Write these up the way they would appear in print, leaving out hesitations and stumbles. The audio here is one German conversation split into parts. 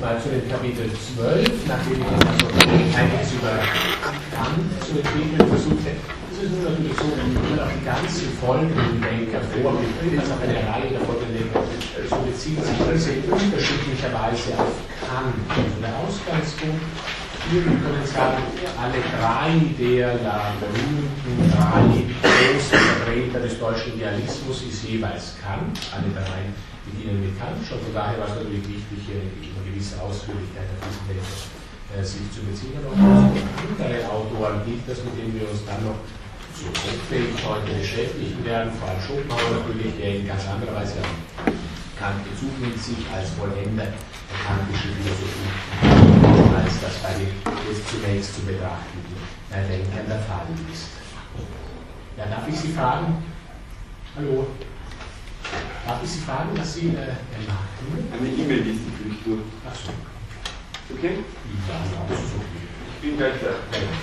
mal zu dem Kapitel 12, nachdem ich also einiges über Kant zu entwickeln versuchte. Es ist nun natürlich so, wenn man auf die ganzen folgenden Denker vorbereitet, also auf eine Reihe der folgenden Denker, so beziehen sich diese unterschiedlicherweise auf Kant. Also der Ausgangspunkt, wir können sagen, alle drei der berühmten, drei großen Vertreter des deutschen Idealismus ist jeweils Kant. Alle drei beginnen mit Kant. Schon von daher war es natürlich wichtig, hier eine gewisse Ausführlichkeit auf diesen Denker sich zu beziehen. Und auch andere Autoren gibt es, mit denen wir uns dann noch so hoffentlich heute beschäftigen werden, vor allem Schopenhauer natürlich, der in ganz anderer Weise an Kant Bezug nimmt, sich als Vollender der kantischen Philosophie, als das bei den jetzt zunächst zu betrachtenden Denkern der Fall ist. Ja, darf ich Sie fragen? Hallo? Darf ich Sie fragen, was Sie machen? Eine E-Mail liest ich nicht durch. Ach so. Okay? Ja, das ist okay. Ich bin gleich da.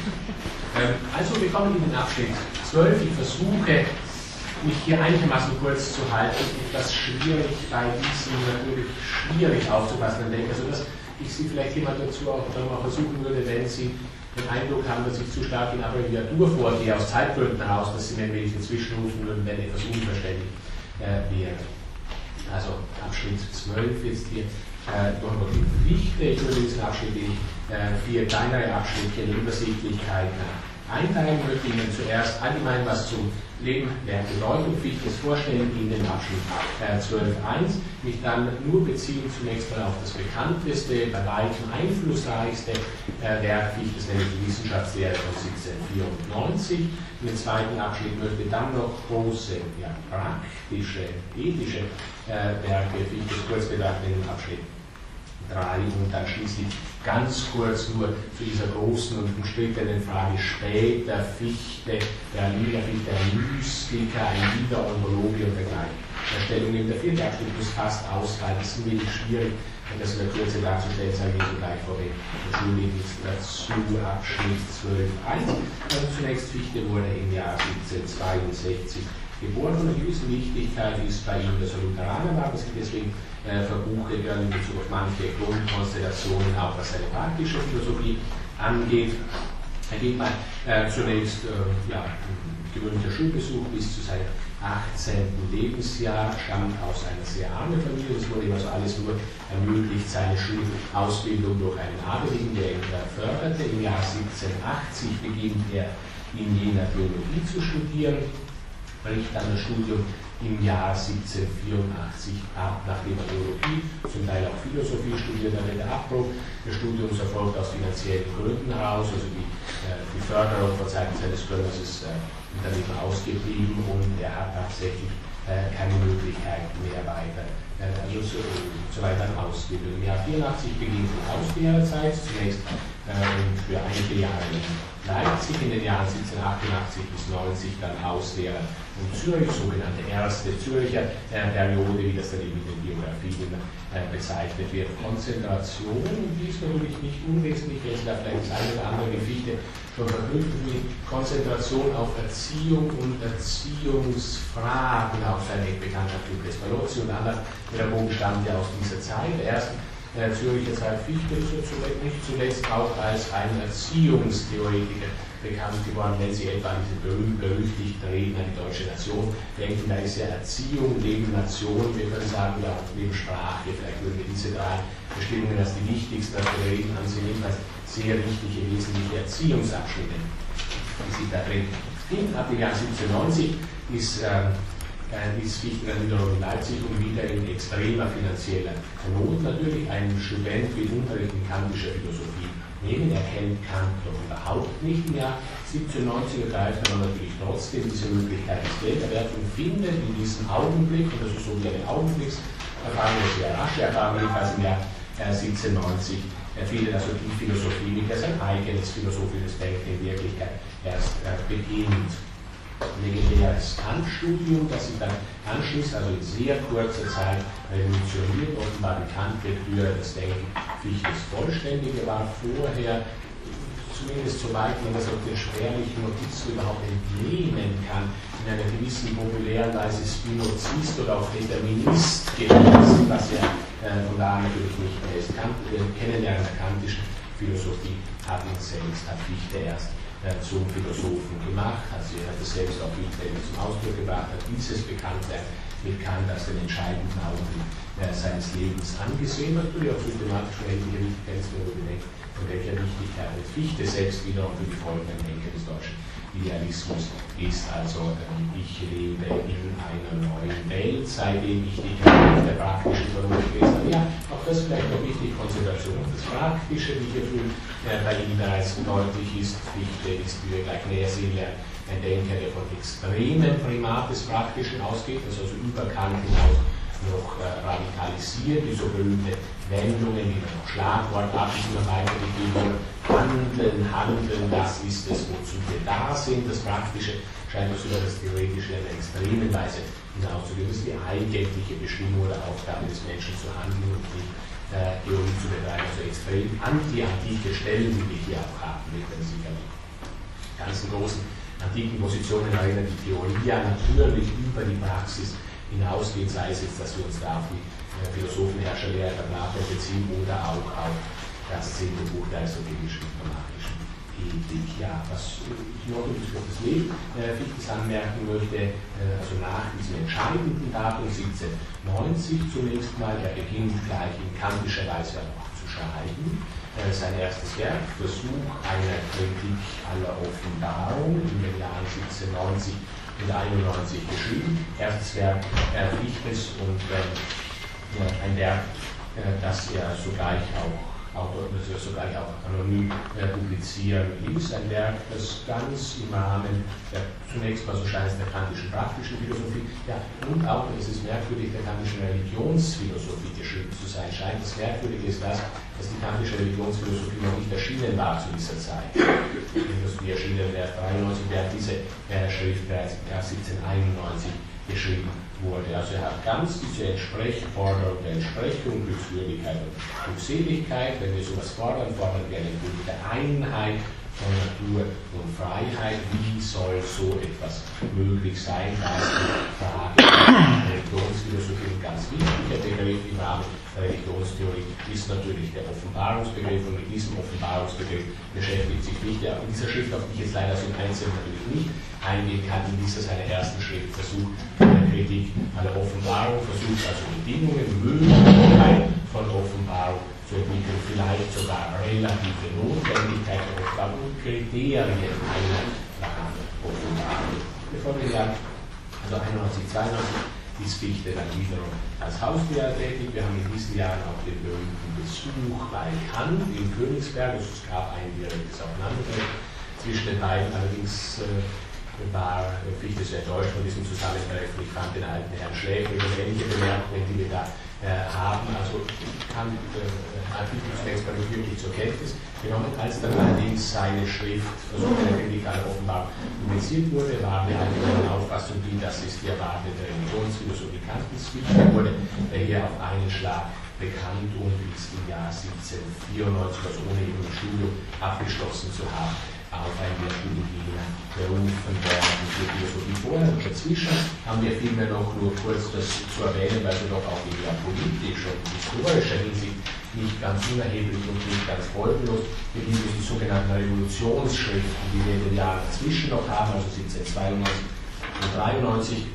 Also, wir kommen in den Abschnitt 12. Ich versuche, mich hier einigermaßen kurz zu halten. Etwas schwierig bei diesem natürlich schwierig aufzupassen, denke, also dass ich Sie vielleicht jemand dazu auch versuchen würde, wenn Sie den Eindruck haben, dass ich zu stark in Abreviatur vorgehe, aus Zeitgründen heraus, dass Sie mir ein wenig dazwischenrufen würden, wenn etwas unverständlich wäre. Also Abschnitt 12 jetzt hier. Noch die Pflichten. Ich würde diesen Abschnitt in 4 kleinere Abschnitte der Übersichtlichkeit einteilen. Ich möchte Ihnen zuerst allgemein was zum Leben, Werk, Bedeutung Fichtes vorstellen, in den Abschnitt 12.1. Mich dann nur beziehen zunächst mal auf das bekannteste, bei weitem einflussreichste Werk Fichtes, nämlich die Wissenschaftslehre von 1794. In den zweiten Abschnitt möchte dann noch große, praktische, ethische Werke Fichtes kurz betrachten in den Abschnitt 3 und dann schließlich ganz kurz nur zu dieser großen und umstrittenen Frage später Fichte, der Fichte, ein Mystiker, ein Wiederonologe und dergleichen. Stellung in der 4. Abschnitt muss fast ausfallen, das ist ein wenig schwierig, das in der Kürze darzustellen, sage ich gleich vorweg. Entschuldigung dazu, Abschnitt 12.1. Also zunächst Fichte wurde im Jahr 1762 geboren. Von einer gewissen Wichtigkeit ist bei ihm, dass er Lutheraner war, was ich deswegen verbuche werden in Bezug auf manche Grundkonstellationen, auch was seine praktische Philosophie angeht. Er geht mal zunächst gewöhnlicher Schulbesuch bis zu seinem 18. Lebensjahr, stammt aus einer sehr armen Familie. Es wurde ihm also alles nur ermöglicht, seine Schulausbildung durch einen Adeligen, der ihn förderte. Im Jahr 1780 beginnt er in Jena Theologie zu studieren, bricht dann das Studium im Jahr 1784 ab, nachdem er Theologie, zum Teil auch Philosophie studiert hat. Der Abbruch des Studiums erfolgt aus finanziellen Gründen heraus, also die Förderung von Seiten seines Gründers ist dann eben ausgeblieben und er hat tatsächlich keine Möglichkeit mehr weiter, zur weiteren Ausbildung. Im Jahr 84 beginnt die Hauslehrerzeit, zunächst für einige Jahre in Leipzig, in den Jahren 1788 bis 90 dann Hauslehrer in Zürich, sogenannte erste Zürcher Periode, wie das dann eben in den Biografien bezeichnet wird. Konzentration, und die ist natürlich nicht unwesentlich, wenn Sie da vielleicht das eine oder andere Geschichte schon verknüpfen, die Konzentration auf Erziehung und Erziehungsfragen, auch seine Bekanntschaft mit Pestalozzi und anderen Pädagogen stammt ja aus dieser Zeit. Der ersten Zürcher Zeit Fichte ist nicht zuletzt auch als ein Erziehungstheoretiker bekannt geworden, wenn Sie etwa an diese berühmt-berüchtigten Reden an die deutsche Nation denken. Da ist ja Erziehung neben Nation, wir können sagen, ja auch neben Sprache, vielleicht würden wir diese 3 Bestimmungen als die wichtigsten der Reden ansehen, als sehr wichtige, wesentliche Erziehungsabschnitte, die sich da drin finden. Ab dem Jahr 1790 ist Fichte dann wiederum in Leipzig und wieder in extremer finanzieller Not. Natürlich ein Student will Unterricht in kantischer Philosophie nehmen. Er kennt Kant noch überhaupt nicht. Im Jahr 1790 ergreift er natürlich trotzdem diese Möglichkeit des Gelderwerb und findet in diesem Augenblick, und das ist so wie eine Augenblickserfahrung, eine sehr rasche Erfahrung, jedenfalls im Jahr 1790, er findet also die Philosophie, mit der sein eigenes philosophisches Denken in Wirklichkeit erst beginnt. Legendäres Kant-Studium, das sich dann anschließt, also in sehr kurzer Zeit revolutioniert, offenbar die Kant-Lektüre, das Denken Fichtes vollständig. Er war vorher, zumindest soweit man das auf den spärlichen Notizen überhaupt entnehmen kann, in einer gewissen populären Weise Spinozist oder auch Determinist gewesen, was ja von da natürlich nicht mehr. Das Kennenlernen der kantischen Philosophie hat Fichte erst zum Philosophen gemacht, also er hat es selbst auch Fichte zum Ausdruck gebracht, hat dieses Bekanntwerden mit Kant als den entscheidenden Augenblick seines Lebens angesehen, natürlich auch systematisch von erheblicher Wichtigkeit, von welcher Wichtigkeit Fichte selbst wiederum für die folgenden Denker des deutschen Idealismus ist. Also ich lebe in einer neuen Welt, seitdem ich die Kraft der praktischen Vernunft gelesen habe. Ja, auch das vielleicht noch wichtig, Konzentration auf das Praktische, wie hierfür bei Ihnen bereits deutlich ist. Fichte ist, wie wir gleich näher sehen werden, ein Denker, der von extremen Primat des Praktischen ausgeht, das also über Kant hinaus noch radikalisiert, die so berühmte Wendungen, die noch schlagwortartig immer weitergegeben wurden. Handeln, das ist es, wozu wir da sind. Das Praktische scheint uns über das Theoretische in einer extremen Weise hinauszugehen. Das ist die eigentliche Bestimmung oder Aufgabe des Menschen zu handeln und die Theorie zu betreiben. Also extrem anti-antike Stellen, die wir hier auch haben, mit den sicherlich ganzen großen antiken Positionen erinnern die Theorie ja natürlich über die Praxis hinausgeht, sei es jetzt, dass wir uns da auf die Philosophenherrscherlehre der Platon beziehen oder auch auf das 10. Buch der aristotelischen-dogmatischen Ethik. Ja, was ich noch für das Leben Fichtes anmerken möchte, also nach diesem entscheidenden Datum 1790 zunächst mal, er beginnt gleich in kantischer Weise auch zu schreiben. Sein erstes Werk, Versuch einer Kritik aller Offenbarung, in den Jahren 1790 und 91 geschrieben. Erstes Werk Fichtes und ein Werk, das er sogleich auch anonym publizieren ließ. Ein Werk, das ganz im Rahmen zunächst mal so scheint es der kantischen praktischen Philosophie, ja, und auch, es ist merkwürdig, der kantischen Religionsphilosophie geschrieben zu sein scheint. Das Merkwürdige ist das, dass die kantische Religionsphilosophie noch nicht erschienen war zu dieser Zeit. Die erschienen erst 93, während diese Schrift bereits im Jahr 1791 geschrieben wurde. Also er hat ganz diese Forderung der Entsprechung, Glückswürdigkeit und Glückseligkeit. Wenn wir sowas fordern, fordern wir eine gute Einheit von Natur und Freiheit. Wie soll so etwas möglich sein? Da ist die Frage der Religionsphilosophie ein ganz wichtiger Begriff im Rahmen der Religionstheorie ist natürlich der Offenbarungsbegriff, und mit diesem Offenbarungsbegriff beschäftigt sich Fichte. In dieser Schrift, auf die ich jetzt leider so im Einzelnen natürlich nicht eingehen kann, in dieser seiner ersten Schrift versucht der Kritik aller Offenbarung, versucht also Bedingungen, Möglichkeit von Offenbarung zu entwickeln, vielleicht sogar relative Notwendigkeit der Offenbarung und Kriterien einer Offenbarung. Bevor wir dann, also 91, 92, ist Fichte dann wiederum als Hauslehrer tätig. Wir haben in diesen Jahren auch den berühmten Besuch bei Kant in Königsberg. Also es gab ein direktes Aufeinandertreffen zwischen den beiden. Allerdings war Fichte sehr enttäuscht von diesem Zusammentreffen. Ich fand den alten Herrn Schläfer über ähnliche Bemerkungen, die wir da haben. Also Kant hat Fichte zunächst mal nicht wirklich zur Kenntnis genommen. Als dann allerdings seine Schrift Versuch der Kritik aller Offenbarung publiziert wurde, war wir eine Auffassung, die das ist die erwartete Religionsphilosophie Kantens. Fichte wurde hier auf einen Schlag bekannt und ist im Jahr 1794, also ohne eben ein Studium abgeschlossen zu haben, auf ein Lehrstuhl in Jena berufen worden für Philosophie. Vorher und dazwischen haben wir vielmehr noch nur kurz das zu erwähnen, weil wir doch auch in der politisch und historischer Hinsicht nicht ganz unerheblich und nicht ganz folgenlos. Wir gibt es die sogenannten Revolutionsschriften, die wir in den Jahren dazwischen noch haben, also 1792 und 93,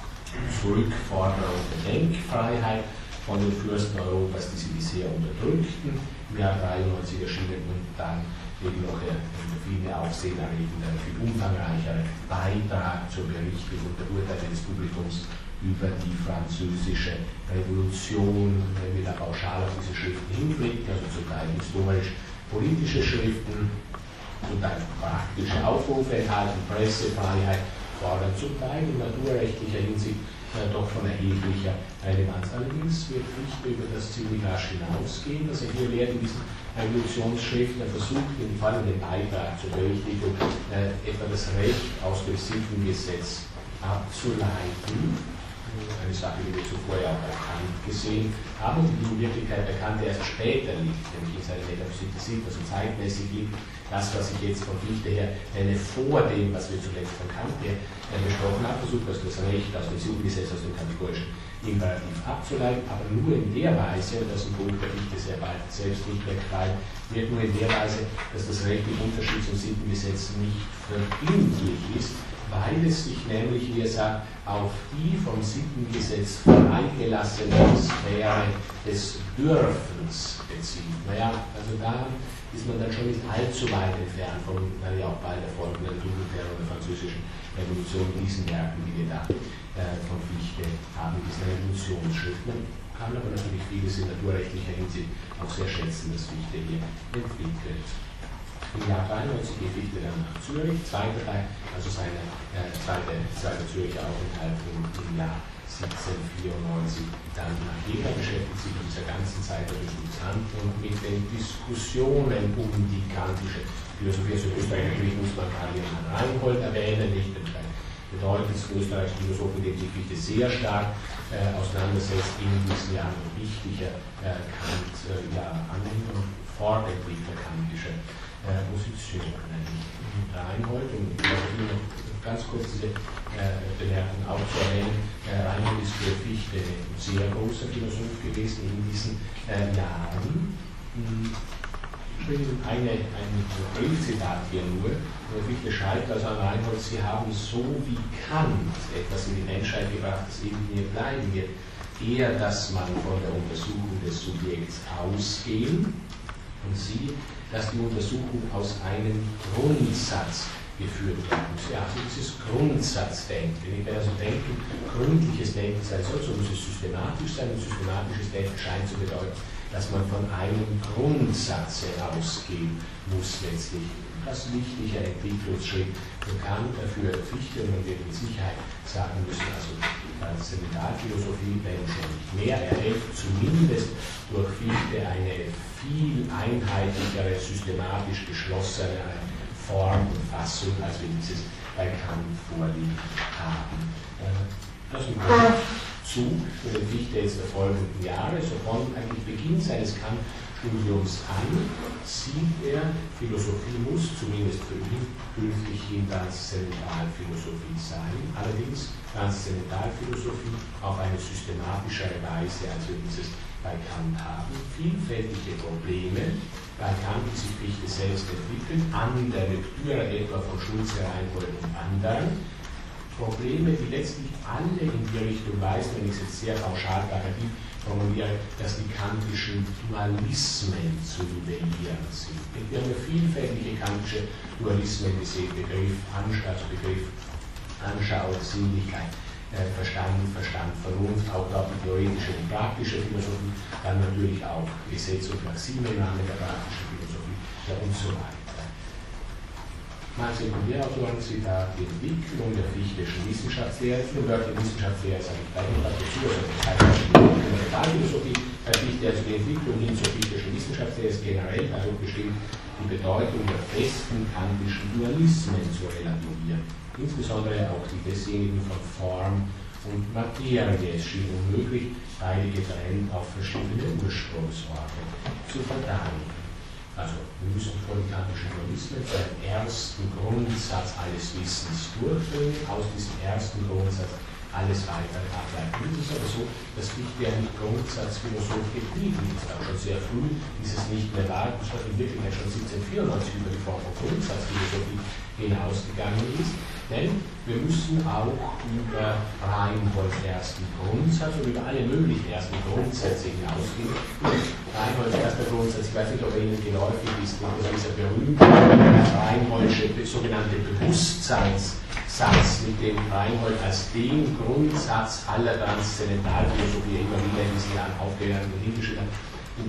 Zurückforderung der Denkfreiheit von den Fürsten Europas, die sie bisher unterdrückten, im Jahr 93 erschienen, und dann eben noch viel mehr Aufsehen erregender, viel umfangreicher Beitrag zur Berichtigung und der Urteile des Publikums über die französische Revolution, wenn wir da pauschal auf diese Schriften hinblicken, also zum Teil historisch-politische Schriften, zum Teil praktische Aufrufe enthalten, Pressefreiheit fordern, zum Teil in naturrechtlicher Hinsicht doch von erheblicher Relevanz. Allerdings wird Fichte über das ziemlich rasch hinausgehen, dass er hier lehrt in diesen Revolutionsschriften, er versucht in vor allem den Beitrag zur Berichtigung etwa das Recht aus dem Sittengesetz abzuleiten. eine Sache, die wir zuvor ja auch bei Kant gesehen haben, die in Wirklichkeit bei Kant erst später liegt, nämlich in seiner Metaphysik, also zeitmäßig liegt. Das, was ich jetzt von Fichte her nenne, vor dem, was wir zuletzt von Kant her besprochen haben, versucht das Recht aus dem Sittengesetz, aus dem kategorischen Imperativ abzuleiten, aber nur in der Weise, und das ist ein Punkt, der Fichte sehr bald selbst nicht mehr greift, wird nur in der Weise, dass das Recht im Unterschied zum Sittengesetz nicht verbindlich ist, weil es sich nämlich, wie er sagt, auf die vom Sittengesetz freigelassene Sphäre des Dürfens bezieht. Naja, also da ist man dann schon nicht allzu weit entfernt von, ja auch bald erfolgenden Dunkelkehr oder französischen Revolution, diesen Werken, die wir da von Fichte haben, diesen Revolutionsschriften. Man kann aber natürlich vieles in naturrechtlicher Hinsicht auch sehr schätzen, dass Fichte hier entwickelt. Im Jahr 93 geht Fichte dann nach Zürich, zweiter Teil, also seine zweite Züricher Aufenthalt im Jahr 1794. Dann nach Jena beschäftigt sich in dieser ganzen Zeit mit Kant und mit den Diskussionen um die kantische Philosophie. Also Österreich natürlich muss man Karl Johann Reinhold erwähnen, nicht den bedeutendsten österreichischen Philosophen, mit dem sich Fichte sehr stark auseinandersetzt, in diesen Jahren wichtiger Kant Anhänger und Fortentwickler kantischer Positionen. Reinhold, und ich will noch ganz kurz diese Bemerkung auch zu erwähnen, Reinhold ist für Fichte ein sehr großer Philosoph gewesen in diesen Jahren. Ich will ein Briefzitat hier nur, wo Fichte schreibt also an Reinhold: Sie haben so wie Kant etwas in die Menschheit gebracht, das eben hier bleiben wird. Eher, dass man von der Untersuchung des Subjekts ausgehen und Sie, dass die Untersuchung aus einem Grundsatz geführt werden muss. Ja, also dieses Grundsatzdenken. Wenn wir also denken, gründliches Denken sein soll, so muss es systematisch sein, und systematisches Denken scheint zu bedeuten, dass man von einem Grundsatz herausgehen muss letztlich. Das ist ein wichtiger Entwicklungsschritt für Kant, für Fichte, und man wird mit Sicherheit sagen müssen, also Transzendentalphilosophie, wenn schon nicht mehr, erhält zumindest durch Fichte eine viel einheitlichere, systematisch geschlossene Form und Fassung, als wir dieses bei Kant vorliegen haben. Das ist ein Zug für den Fichte jetzt der folgenden Jahre, so von eigentlich Beginn seines Kant-Studiums an, sieht er, Philosophie muss zumindest für ihn künftig hin Transzendentalphilosophie sein, allerdings Transzendentalphilosophie auf eine systematischere Weise, als wir dieses bei Kant haben. Vielfältige Probleme bei Kant, die sich Fichte selbst entwickeln, an der Lektüre etwa von Schulze, Reinhold und anderen. Probleme, die letztlich alle in die Richtung weisen, wenn ich es jetzt sehr pauschal plakativ formuliere, dass die kantischen Dualismen zu nivellieren sind. Wir haben ja vielfältige kantische Dualismen gesehen, Begriff Anschauung, Sinnlichkeit, Verstand, Vernunft, auch dort die theoretische und praktische Philosophie, dann natürlich auch Gesetz und Maxime im Rahmen der praktischen Philosophie und so weiter. Mal Sekundärautoren, Zitat, die Entwicklung der fichtischen Wissenschaftslehre, die wörtliche Wissenschaftslehre ist eigentlich gleich noch dazu, also das heißt die Fundamentalphilosophie, bei Fichte, also die Entwicklung hin zur fichtischen Wissenschaftslehre ist generell also bestimmt die Bedeutung der festen kantischen Dualismen zu relativieren. Insbesondere auch die desjenigen von Form und Materie. Es schien unmöglich, beide getrennt auf verschiedene Ursprungsorte zu verteilen. Also, wir müssen vor den kantischen Dualismen zu einem ersten Grundsatz alles Wissens durchdringen, aus diesem ersten Grundsatz alles weitere ableiten. Es ist aber so, dass Fichte ja nicht Grundsatzphilosoph geblieben ist, auch schon sehr früh dieses nicht mehr war, das in Wirklichkeit schon 1794 über die Form von Grundsatzphilosophie hinausgegangen ist, denn wir müssen auch über Reinholds ersten Grundsatz und über alle möglichen ersten Grundsätze hinausgehen. Reinholds erster Grundsatz, ich weiß nicht, ob er Ihnen geläufig ist, dieser berühmte Reinholdsche sogenannte Bewusstseinssatz, mit dem Reinhold als den Grundsatz aller Transzendentalphilosophie immer wieder in diesen Jahren aufgewertet und hingeschrieben hat, in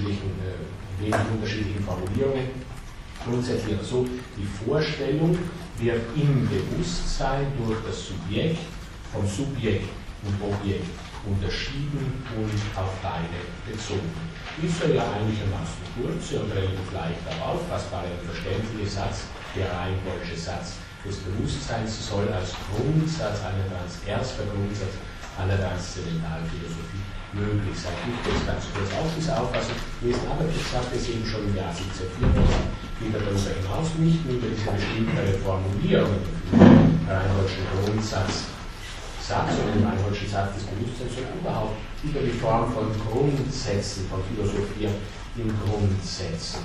wenig unterschiedlichen Formulierungen. Grundsätzlich so, die Vorstellung wird im Bewusstsein durch das Subjekt vom Subjekt und Objekt unterschieden und auf beide bezogen. Ist ja einigermaßen kurze und relativ leicht darauf auffassbare und verständliche Satz, der Reinholdsche Satz des Bewusstseins soll als Grundsatz, erster Grundsatz aller Transzendentalen-Philosophie möglich sein. Ich möchte jetzt ganz kurz auch diese Auffassung lesen, aber ich sagte es eben schon im Jahr 1794, wieder darüber hinaus nicht nur über diese bestimmtere Formulierung im Reinholdschen Grundsatz sagt, sondern im Reinholdschen Satz des Bewusstseins, sondern überhaupt über die Form von Grundsätzen, von Philosophie in Grundsätzen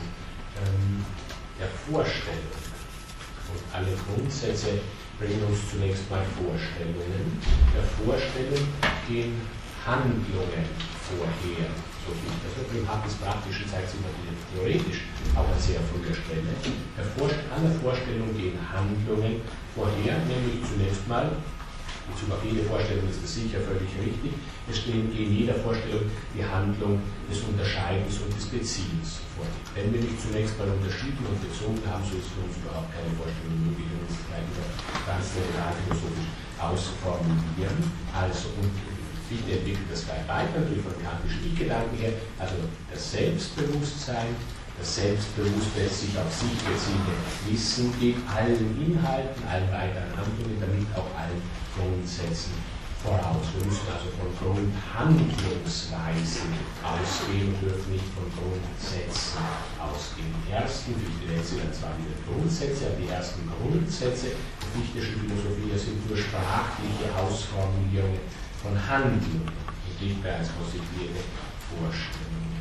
der Vorstellung. Und alle Grundsätze bringen uns zunächst mal Vorstellungen. Der Vorstellung gehen Handlungen vorher. So viel. Das Problem hat des Praktischen zeigt sich natürlich theoretisch auch an sehr früher Stelle. An der Vorstellung gehen Handlungen vorher, nämlich zunächst mal, Bezug auf jede Vorstellung ist das sicher völlig richtig, es gehen in jeder Vorstellung die Handlung des Unterscheidens und des Beziehens vor. Wenn wir nicht zunächst mal unterschieden und bezogen haben, so ist für uns überhaupt keine Vorstellung möglich, um uns gleich wieder transzendenthalphilosophisch ausformulieren. Also, und Fichte entwickelt das gleich weiter, natürlich von kantischen Ich-Gedanken her, also das Selbstbewusstsein, das Selbstbewusste sich auf sich beziehende Wissen geht allen Inhalten, allen weiteren Handlungen, damit auch allen Grundsätzen voraus. Wir müssen also von Grundhandlungsweisen ausgehen, dürfen nicht von Grundsätzen ausgehen. Die ersten, Fichte nennt sie dann zwar wieder Grundsätze, aber die ersten Grundsätze der fichtischen Philosophie sind nur sprachliche Ausformulierungen von Handlungen und nicht bereits konstituierte Vorstellungen.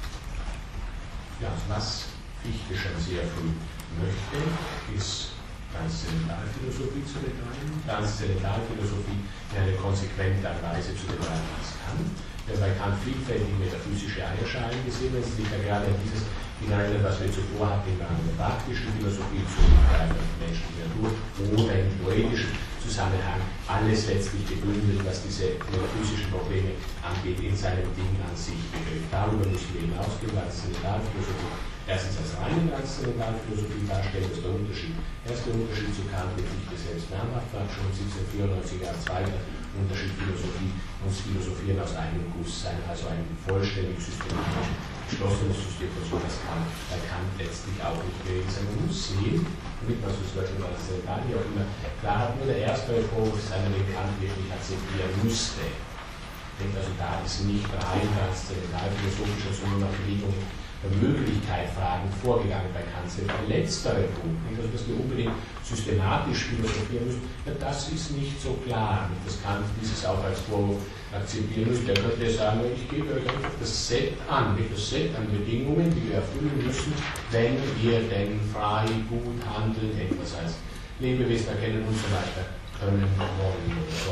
Ja, was Fichte schon sehr früh möchte, ist Transzendentalphilosophie zu betreiben, Transzendentalphilosophie in eine konsequente Weise zu betreiben als Kant. Wir haben bei Kant vielfältige metaphysische Eierschalen gesehen, wenn es sich ja gerade in dieses hinein, was wir zuvor hatten im Rahmen der praktischen Philosophie, zur menschlichen Natur oder im poetischen Zusammenhang, alles letztlich gebündelt, was diese metaphysischen Probleme angeht, in seinem Ding an sich begriff. Darüber müssen wir hinausgehen, Transzendentalphilosophie erstens als reine Transzendentalphilosophie darstellen, das ist der Unterschied. Erster Unterschied zu Kant, den Fichte selbst namhaft war, schon 1794 als zweiter Unterschied Philosophie und Philosophieren aus eigenem Gusssein, also ein vollständig systematisch geschlossenes System von so, das kann bei Kant letztlich auch nicht gewesen sein. Man muss sehen, damit man es zum Beispiel Transzendental hier auch immer klar hat, nur der erste Vorwurf ist einer, den Kant wirklich akzeptieren müsste. Ich denke also, da ist nicht rein transzendentalphilosophischer, sondern nach Bedingungen der Möglichkeit Fragen vorgegangen bei Kant. Der letztere Punkt, also dass wir unbedingt systematisch philosophieren müssen, ja, das ist nicht so klar, dass Kant dieses auch als Vorwurf akzeptieren müsste. Er könnte sagen, ich gebe euch einfach das Set an, das Set an Bedingungen, die wir erfüllen müssen, wenn wir denn frei, gut handeln, etwas als Lebewesen erkennen und so weiter können wollen.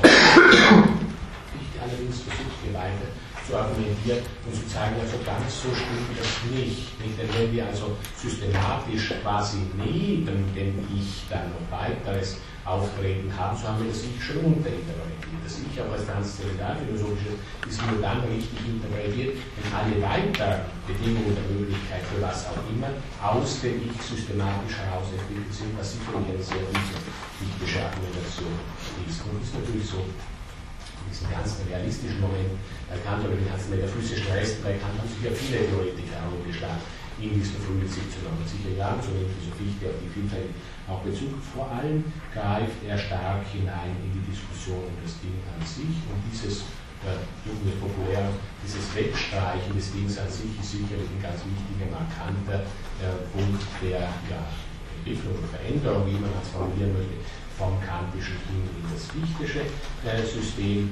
Ich allerdings versuche hier weiter zu argumentieren und zu zeigen, also ganz so stimmt das nicht. Denn wenn wir also systematisch quasi neben dem Ich dann noch weiteres Auftreten haben, so haben wir das Ich schon unterinterpretiert. Das Ich auch als transzendentalphilosophisches ist nur dann richtig interpretiert, wenn alle weiteren Bedingungen der Möglichkeit für was auch immer aus dem Ich systematisch heraus entwickelt sind, was sicherlich eine sehr fichtische Argumentation ist. Und ist natürlich so, diesen ganzen realistischen Moment bei Kant oder den ganzen metaphysischen Resten bei Kant haben sich ja viele Theoretiker herumgeschlagen in diesen frühen 1770er Jahren, so nimmt diese Fichte auf die Vielfalt auch Bezug. Vor allem greift er stark hinein in die Diskussion um das Ding an sich und dieses populär, dieses Wegstreichen des Dings an sich ist sicherlich ein ganz wichtiger, markanter Punkt der Entwicklung oder Veränderung, wie man es formulieren möchte, vom kantischen Ding in das fichtische System.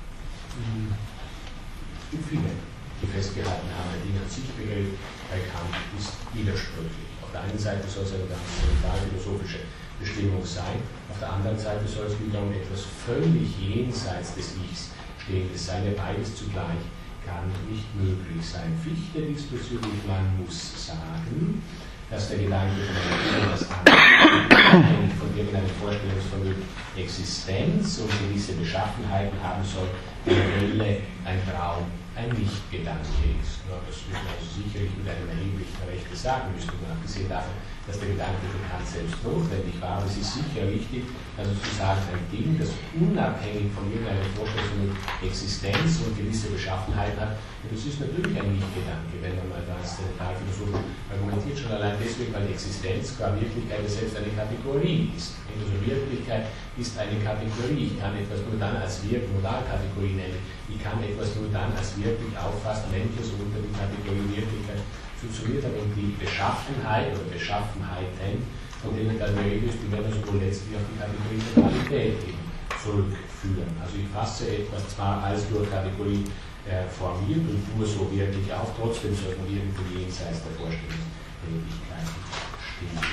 Es gibt viele, die festgehalten haben, der Ding an sich Begriff bei Kant ist widersprüchlich. Auf der einen Seite soll es eine ganz philosophische Bestimmung sein, auf der anderen Seite soll es wiederum etwas völlig jenseits des Ichs Stehendes sein, ja beides zugleich kann nicht möglich sein. Fichte diesbezüglich, man muss sagen, dass der Gedanke von irgendeiner Vorstellungsvermögen Existenz und gewisse Beschaffenheiten haben soll, eine Welle, ein Traum, ein Nicht-Gedanke ist. Ja, das müssen wir also sicherlich mit einem erheblichen Rechte sagen, müsste man abgesehen davon, dass der Gedanke für Kant selbst notwendig war. Aber es ist sicher wichtig, also zu sagen, ein Ding, das unabhängig von irgendeiner Vorstellung Existenz und gewisse Beschaffenheit hat, das ist natürlich ein Nicht-Gedanke, wenn man mal transzendentalphilosophisch argumentiert. nicht, schon allein deswegen, weil Existenz qua Wirklichkeit selbst eine Kategorie ist. Also Wirklichkeit ist eine Kategorie. Ich kann etwas nur dann als Modalkategorie nennen. Ich kann etwas nur dann als wirklich auffassen, wenn ich es unter die Kategorie Wirklichkeit subsumiert habe. Und die Beschaffenheit oder Beschaffenheiten, von denen dann die Rede ist, die werden also wohl letztlich auf die Kategorie Totalität eben zurückführen. Also ich fasse etwas zwar als nur Kategorie formiert und nur so wirklich auf, trotzdem soll man irgendwie jenseits der Vorstellungsfähigkeit stehen.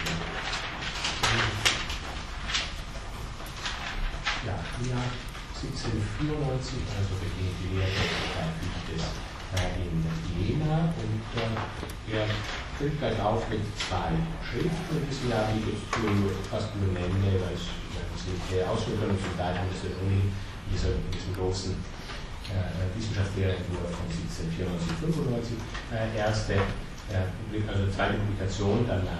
Ja, im Jahr 1794, also beginnt die Lehrtätigkeit Fichtes in Jena und er tritt gleich auf mit 2 Schriften in diesem Jahr, die ich jetzt fast nur nenne, weil es nicht ausführen können. Zum Teil haben wir es ja ohnehin in diesem großen Wissenschaftslehrentwurf von 1794, 95, zweite Publikation, dann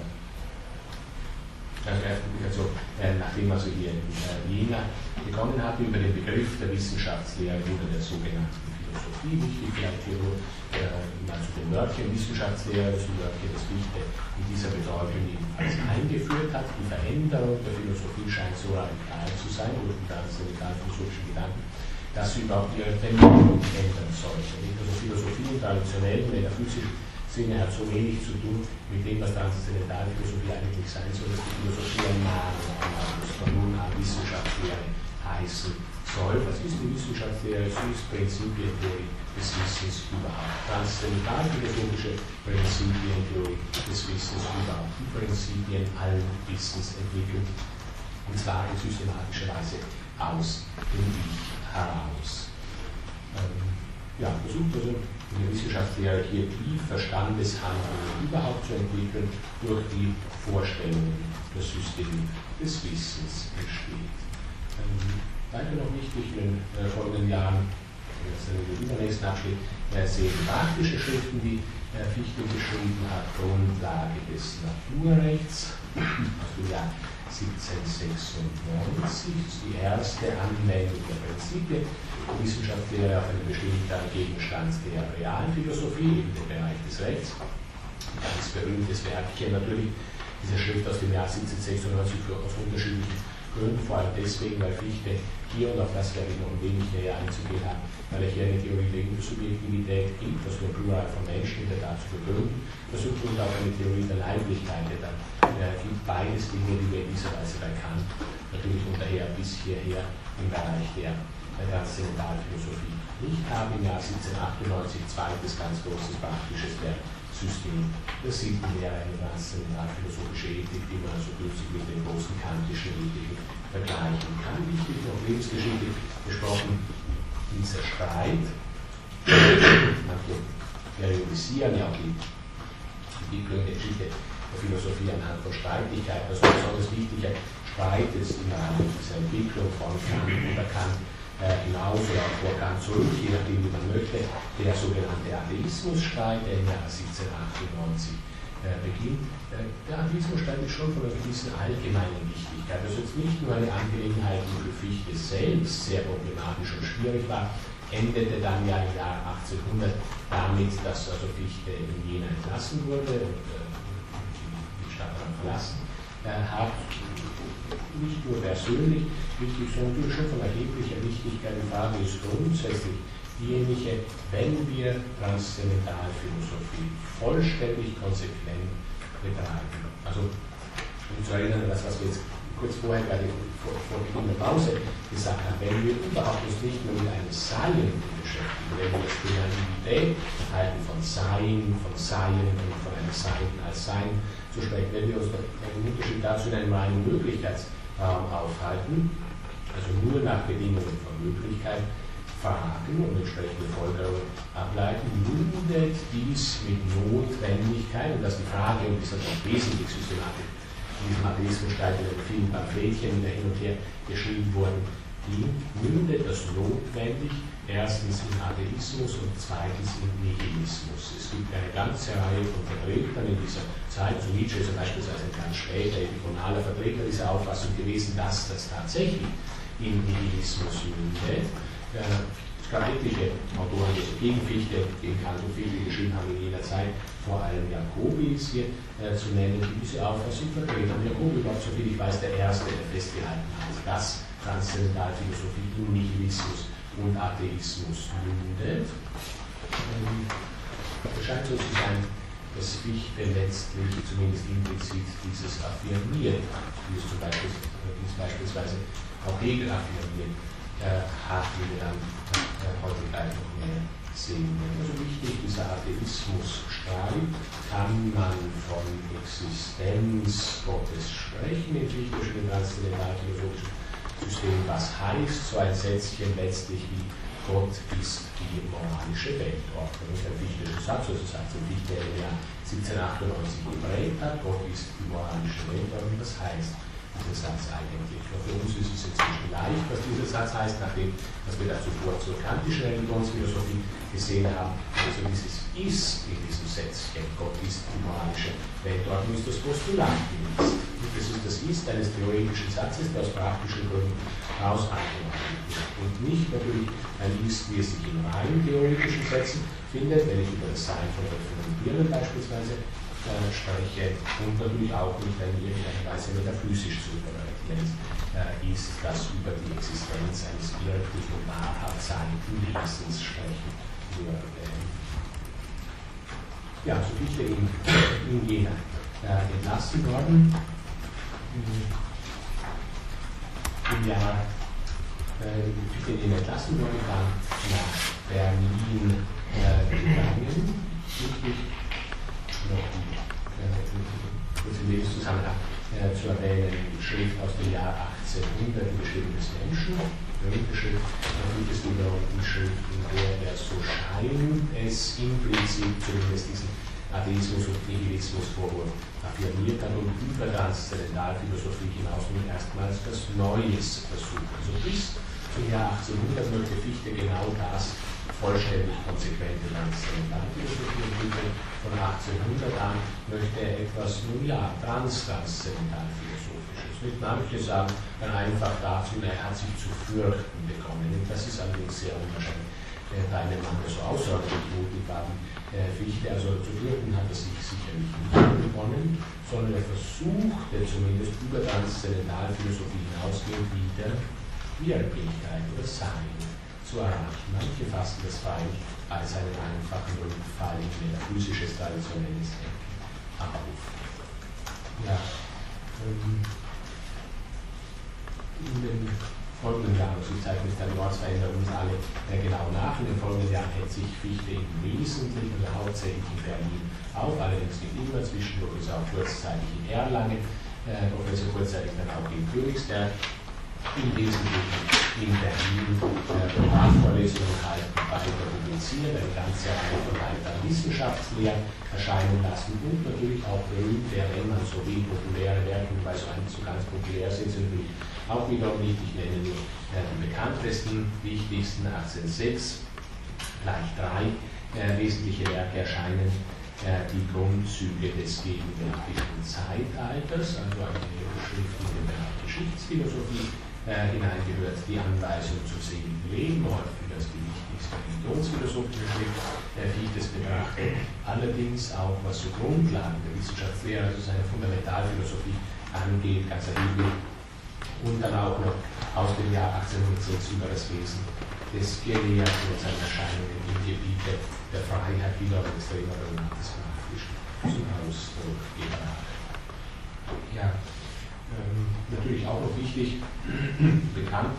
erste Publikation, nachdem also hier in Jena begonnen hatte, über den Begriff der Wissenschaftslehre oder der sogenannten Philosophie, wichtig vielleicht hier mal zu den Wörtchen Wissenschaftslehre, das Wörtchen, das Fichte in dieser Bedeutung jedenfalls eingeführt hat. Die Veränderung der Philosophie scheint so radikal zu sein, durch die traditionell-philosophischen Gedanken, dass sie überhaupt ihre Terminologie ändern sollte. Also Philosophie im traditionellen, metaphysischen Sinne hat so wenig zu tun mit dem, was transzendentale Philosophie eigentlich sein soll, dass die Philosophie ein Name von nun an Wissenschaftslehre heißen soll. Was ist die Wissenschaftslehre? Sie ist Prinzipientheorie des Wissens überhaupt. Transzendentalphilosophische Prinzipientheorie des Wissens überhaupt. Die Prinzipien allen Wissens entwickelt, und zwar in systematischer Weise aus dem Ich heraus. Versucht also in der Wissenschaftslehre hier die Verstandeshandlungen überhaupt zu entwickeln, durch die Vorstellungen der Systemik des Wissens entsteht. Weiter noch wichtig in den folgenden Jahren, jetzt in den übernächsten Abschnitt, sehen praktische Schriften, die Fichte geschrieben hat, Grundlage des Naturrechts aus dem Jahr 1796, ist die erste Anwendung der Prinzipien der Wissenschaftslehre auf einen bestimmten Gegenstand der Realphilosophie, eben dem Bereich des Rechts. Ein ganz berühmtes Werk hier natürlich, diese Schrift aus dem Jahr 1796 aus unterschiedlichen Gründen, vor allem deswegen, weil Fichte hier, und auf das werde ich noch ein wenig näher einzugehen haben, weil er hier eine Theorie der Intersubjektivität gibt, was wir Plural von Menschen, der dazu begründen, versucht und auch eine Theorie der Leiblichkeit, der gibt beides Dinge, die wir in dieser Weise bei Kant natürlich unterher bis hierher im Bereich der Transzendentalphilosophie nicht haben. Im Jahr 1798 zweites ganz großes praktisches Werk, System der Sittenlehre, eine transzendentalphilosophische Ethik, die man so günstig mit den großen kantischen Ethiken vergleichen kann. Wichtig noch lebensgeschichtlich gesprochen, dieser Streit, manche periodisieren ja auch die Entwicklung der Geschichte der Philosophie anhand von Streitigkeiten. Also besonders wichtiger Streit ist im Rahmen dieser Entwicklung von Kant über Kant hinaus oder auch vor Kant zurück, je nachdem wie man möchte, der sogenannte Atheismusstreit, der im Jahr 1798 beginnt. Der Atheismusstreit ist schon von einer gewissen allgemeinen Wichtigkeit. Also jetzt nicht nur eine Angelegenheit, die für Fichte selbst sehr problematisch und schwierig war, endete dann ja im Jahr 1800 damit, dass also Fichte in Jena entlassen wurde und die Stadt dann verlassen hat. Nicht nur persönlich wichtig, sondern natürlich schon von erheblicher Wichtigkeit. Die Frage ist grundsätzlich diejenige, wenn wir Transzendentalphilosophie vollständig konsequent betreiben. Also, um zu erinnern, das, was wir jetzt kurz vorher bei der Pause gesagt haben, wenn wir überhaupt uns nicht nur mit einem Sein beschäftigen, wenn wir das Thema Identität halten, von Sein und von einem Sein als Sein zu sprechen, wenn wir uns im Unterschied dazu in einem reinen Möglichkeitsraum aufhalten, also nur nach Bedingungen von Möglichkeit fragen und entsprechende Folgerungen ableiten, mündet dies mit Notwendigkeit, und das ist die Frage, und das ist auch wesentlich systematisch in diesem Atheismusstreit in den vielen Pamphletchen, die hin und her geschrieben wurden, die mündet das notwendig erstens in Atheismus und zweitens in Nihilismus. Es gibt eine ganze Reihe von Vertretern in dieser Zeit, also Nietzsche ist ja beispielsweise ein ganz später, ikonaler Vertreter dieser Auffassung gewesen, dass das tatsächlich in Nihilismus mündet. Es etliche Autoren, also gegen Fichte, gegen Kant und Fichte geschrieben haben in jener Zeit, vor allem Jacobi ist hier zu nennen, die diese Auffassung vertreten haben. Jacobi war, soviel ich weiß, der Erste, der festgehalten hat, dass Transzendentalphilosophie in Nihilismus und Atheismus mündet. Es scheint so zu sein, dass Fichte letztlich zumindest implizit dieses affirmiert, wie es beispielsweise auch Hegel affirmiert hat, wie wir dann heute gleich noch mehr sehen. Also wichtig, dieser Atheismusstreit, kann man von Existenz Gottes sprechen, in fichtischen und transzendentalphilosophischen System, was heißt so ein Sätzchen letztlich wie Gott ist die moralische Weltordnung. Das ist ein fichtischer Satz, also sagt ein Fichte, der im Jahr 1798 geprägt hat, Gott ist die moralische Weltordnung, das heißt dieser Satz eigentlich. Für uns ist es inzwischen leicht, was dieser Satz heißt, nachdem was wir da zuvor zur kantischen Religionsphilosophie gesehen haben. Also dieses Ist in diesem Sätzchen, Gott ist die moralische Weltordnung, ist das Postulat gewesen. Das ist das Ist eines theoretischen Satzes, der aus praktischen Gründen raus angenommen wird. Und nicht natürlich ein Ist, wie es sich in rein theoretischen Sätzen findet, wenn ich über das Sein von Öffnen und Birnen beispielsweise spreche, und natürlich auch nicht in irgendeiner Weise metaphysisch zu interpretieren ist, das über die Existenz eines wirklichen wahrhaft seienden Wesens sprechen würde. Ja, so Fichte in Jena entlassen worden. Im Jahr Fichte in Jena entlassen worden, dann nach Berlin gegangen. Kurz in diesem Zusammenhang zu erwähnen, Schrift aus dem Jahr 1800, die Bestimmung des Menschen, berühmte Schrift, dann gibt es wiederum die Schrift, in der so scheint es implizit zumindest diesen Atheismus und Nihilismus-Vorwurf affirmiert hat und über Transzendentalphilosophie hinaus nun erstmals das Neues versucht. Also bis zum Jahr 1800 möchte Fichte genau das vollständig konsequente Transzendentalphilosophie entwickeln. Von 1800 an möchte er etwas, nun ja, transzendentalphilosophisches. Nicht manche sagen dann einfach dazu, er hat sich zu fürchten bekommen. Und das ist allerdings sehr unwahrscheinlich. Bei einem Mann, der so außerordentlich mutig war, Fichte, also zu fürchten hat er sich sicherlich nicht begonnen, sondern er versuchte zumindest über Transzendentalphilosophie hinausgehend wieder Wirklichkeit oder Sein zu erreichen. Manche fassen das freilich als einen einfachen Rückfall in metaphysisches traditionelles Denken auf. Ja, in den folgenden Jahren, also ich zeige mich dann die Ortsveränderungen alle genau nach. In den folgenden Jahren hält sich Fichte im Wesentlichen oder hauptsächlich in Berlin auf, allerdings nicht immer, zwischendurch ist er auch kurzzeitig in Erlangen, Professor kurzzeitig dann auch in Königsberg, im Wesentlichen in Berlin Privatvorlesungen halten, weiter publizieren, eine ganze Reihe von weiteren Wissenschaftslehren erscheinen lassen und natürlich auch berühmt, wenn man so will, populäre Werke, wobei so nicht so ganz populär sind natürlich auch wiederum nicht. Ich nenne nur die bekanntesten, wichtigsten, 1806, gleich 3 wesentliche Werke erscheinen, die Grundzüge des gegenwärtigen Zeitalters, also eine Schrift in den Bereich Geschichtsphilosophie hineingehört, die Anweisung zum seligen Leben, häufig als die wichtigste religionsphilosophische Schrift Fichtes betrachtet, allerdings auch was so Grundlagen der Wissenschaftslehre, also seine Fundamentalphilosophie angeht, ganz erheblich, und dann auch noch aus dem Jahr 1806 über das Wesen des Gelehrten und seine Erscheinungen im Gebiete der Freiheit wieder und extremer des Praktischen zum Ausdruck gebracht. Ja, natürlich auch noch wichtig, bekannt,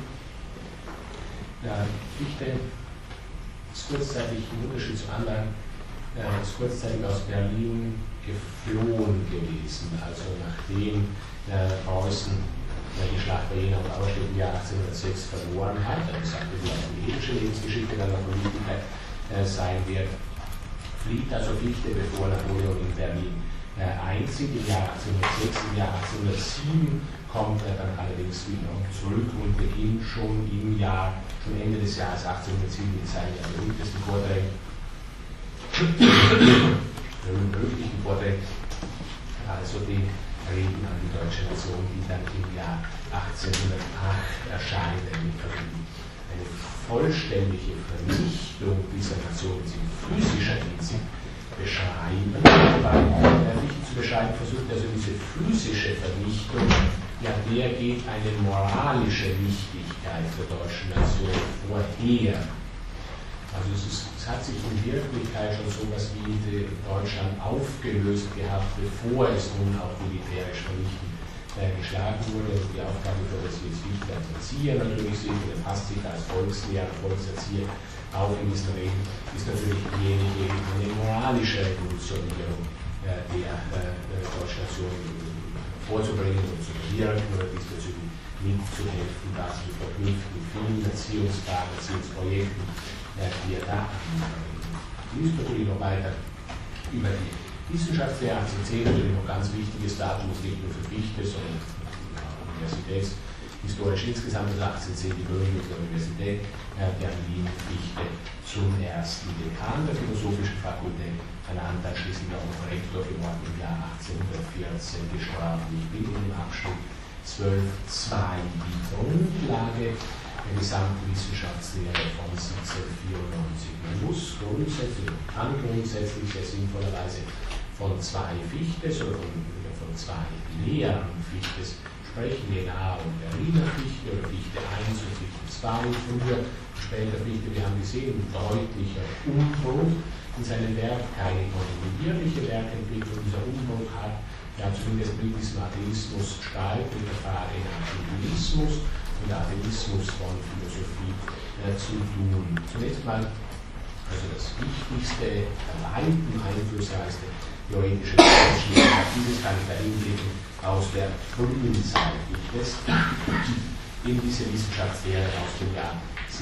Fichte ist kurzzeitig im Unterschied zu anderen, ist kurzzeitig aus Berlin geflohen gewesen, also nachdem Preußen die Schlacht bei Jena und Auerstedt im Jahr 1806 verloren hat, das sagte die europäische Lebensgeschichte dann noch Politiker sein wird, flieht also Fichte, bevor Napoleon in Berlin einzieht im Jahr 1806, im Jahr 1807 kommt er dann allerdings wieder zurück und beginnt schon Ende des Jahres 1807 mit seinen berühmtesten Vorträgen, also den Reden an die deutsche Nation, die dann im Jahr 1808 erscheinen, mit eine vollständige Vernichtung dieser Nationen in physischer Hinsicht beschreiben, weil Fichte zu beschreiben versucht, also diese physische Vernichtung, ja, der geht eine moralische Wichtigkeit der deutschen Nation vorher. Also es hat sich in Wirklichkeit schon so etwas wie Deutschland aufgelöst gehabt, bevor es nun auch militärisch vernichtend geschlagen wurde. Und die Aufgabe für das Fichte als Erzieher natürlich sind, und er passt sich als Volkslehrer, Volkserzieher auch in diesen Reden, ist natürlich diejenige, eine moralische Revolutionierung der deutschen Nation vorzubringen und zu bewirken oder diesbezüglich mitzuhelfen, das zu verknüpfen mit vielen Erziehungsprojekten, die er da anbringt. Die ist natürlich noch weiter über die Wissenschaftslehre 1810, natürlich noch ganz wichtiges Datum, nicht nur für Fichte, sondern auch universitätshistorisch insgesamt, also 1810 die Gründung der Universität, der Wien Fichte zum ersten Dekan der Philosophischen Fakultät ernannt, anschließend auch noch Rektor geworden im Jahr 1814 gestorben. Ich bin in dem Abschnitt 12.2 die Grundlage der gesamten Wissenschaftslehre von 1794. Man muss grundsätzlich, kann grundsätzlich sehr sinnvollerweise von zwei Fichtes oder von zwei Lehren Fichtes sprechen, die und Berliner Fichte oder Fichte 1 und Fichte 2, früher, später Fichte, wir haben gesehen, ein deutlicher Umbruch in seinem Werk, keine kontinuierliche Werkentwicklung. Dieser Umbruch hat ja zumindest mit diesem Atheismus stark mit der Frage nach Atheismus und der Atheismus von Philosophie zu tun. Zunächst mal, also das wichtigste, der weitem einflussreichste theoretische Geschichtsschnitt, dieses kann ich da hinblicken aus der frühen Zeit, in diese Wissenschaftslehre aus dem Jahr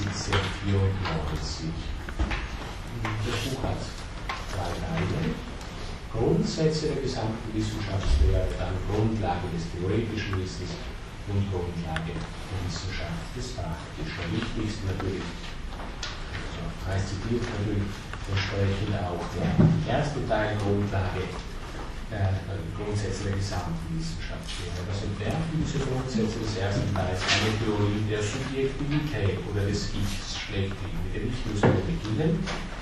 1794. Das Buch hat zwei Teile: Grundsätze der gesamten Wissenschaftslehre, dann Grundlage des theoretischen Wissens und Grundlage der Wissenschaft des Praktischen. Am wichtigsten natürlich, also rezitiert natürlich entsprechend auch der erste Teil, Grundlage, Grundsätze der gesamten Wissenschaftslehre. Was entwerfen diese Grundsätze des ersten Teils? Eine Theorie der Subjektivität oder des Ichs schlechthin. Mit dem Ich müssen wir beginnen.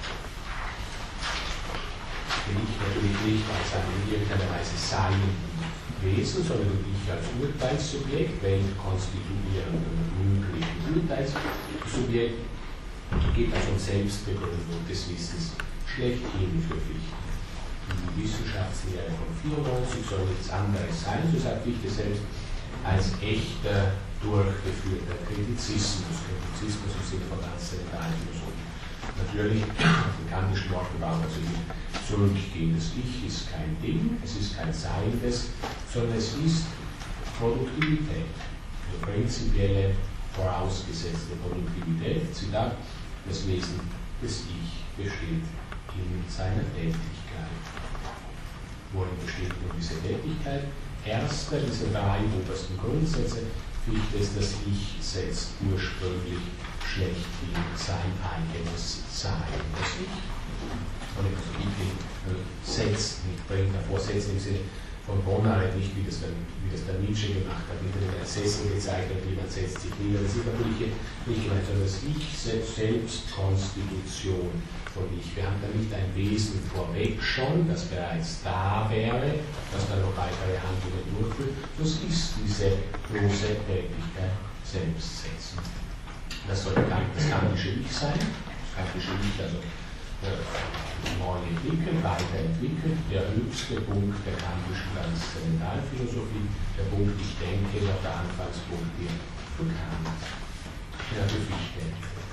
Ich natürlich nicht als ein in irgendeiner Weise seienden Wesen, sondern ich als Urteilssubjekt, weltkonstituierend und möglichen Urteilssubjekt, geht also um Selbstbegründung des Wissens schlechthin für Fichte. Die Wissenschaftslehre von 94 soll nichts anderes sein, so sagt Fichte selbst, als echter, durchgeführter Kritizismus. Kritizismus im Sinne von transzendentalen Philosophie. Natürlich, den kantischen Wortgebrauch also zurückgehen. Das Ich ist kein Ding, es ist kein Seiendes, sondern es ist Produktivität. Also prinzipielle, vorausgesetzte Produktivität. Zitat: Das Wesen des Ich besteht in seiner Tätigkeit. Worin besteht nun diese Tätigkeit? Erster dieser drei obersten Grundsätze: Fichte ist, das Ich setzt ursprünglich schlechthin sein eigenes Sein. Das Ich, und also setzt, nicht bringt hervor, setzt im Sinne von Bonner, nicht wie das der Nietzsche gemacht hat, mit dem Sessel gezeichnet, jemand setzt sich nieder. Das ist natürlich nicht gemeint, sondern das Ich Selbstkonstitution von Ich. Wir haben da nicht ein Wesen vorweg schon, das bereits da wäre, das dann noch weitere Handlungen durchführt. Das ist diese bloße Tätigkeit selbst setzen. Das soll das kantische Ich sein, das kantische Ich also neu entwickelt, weiterentwickelt, der höchste Punkt der kantischen Transzendentalphilosophie, der Punkt, ich denke, noch der Anfangspunkt hier für Kant, der für Fichte.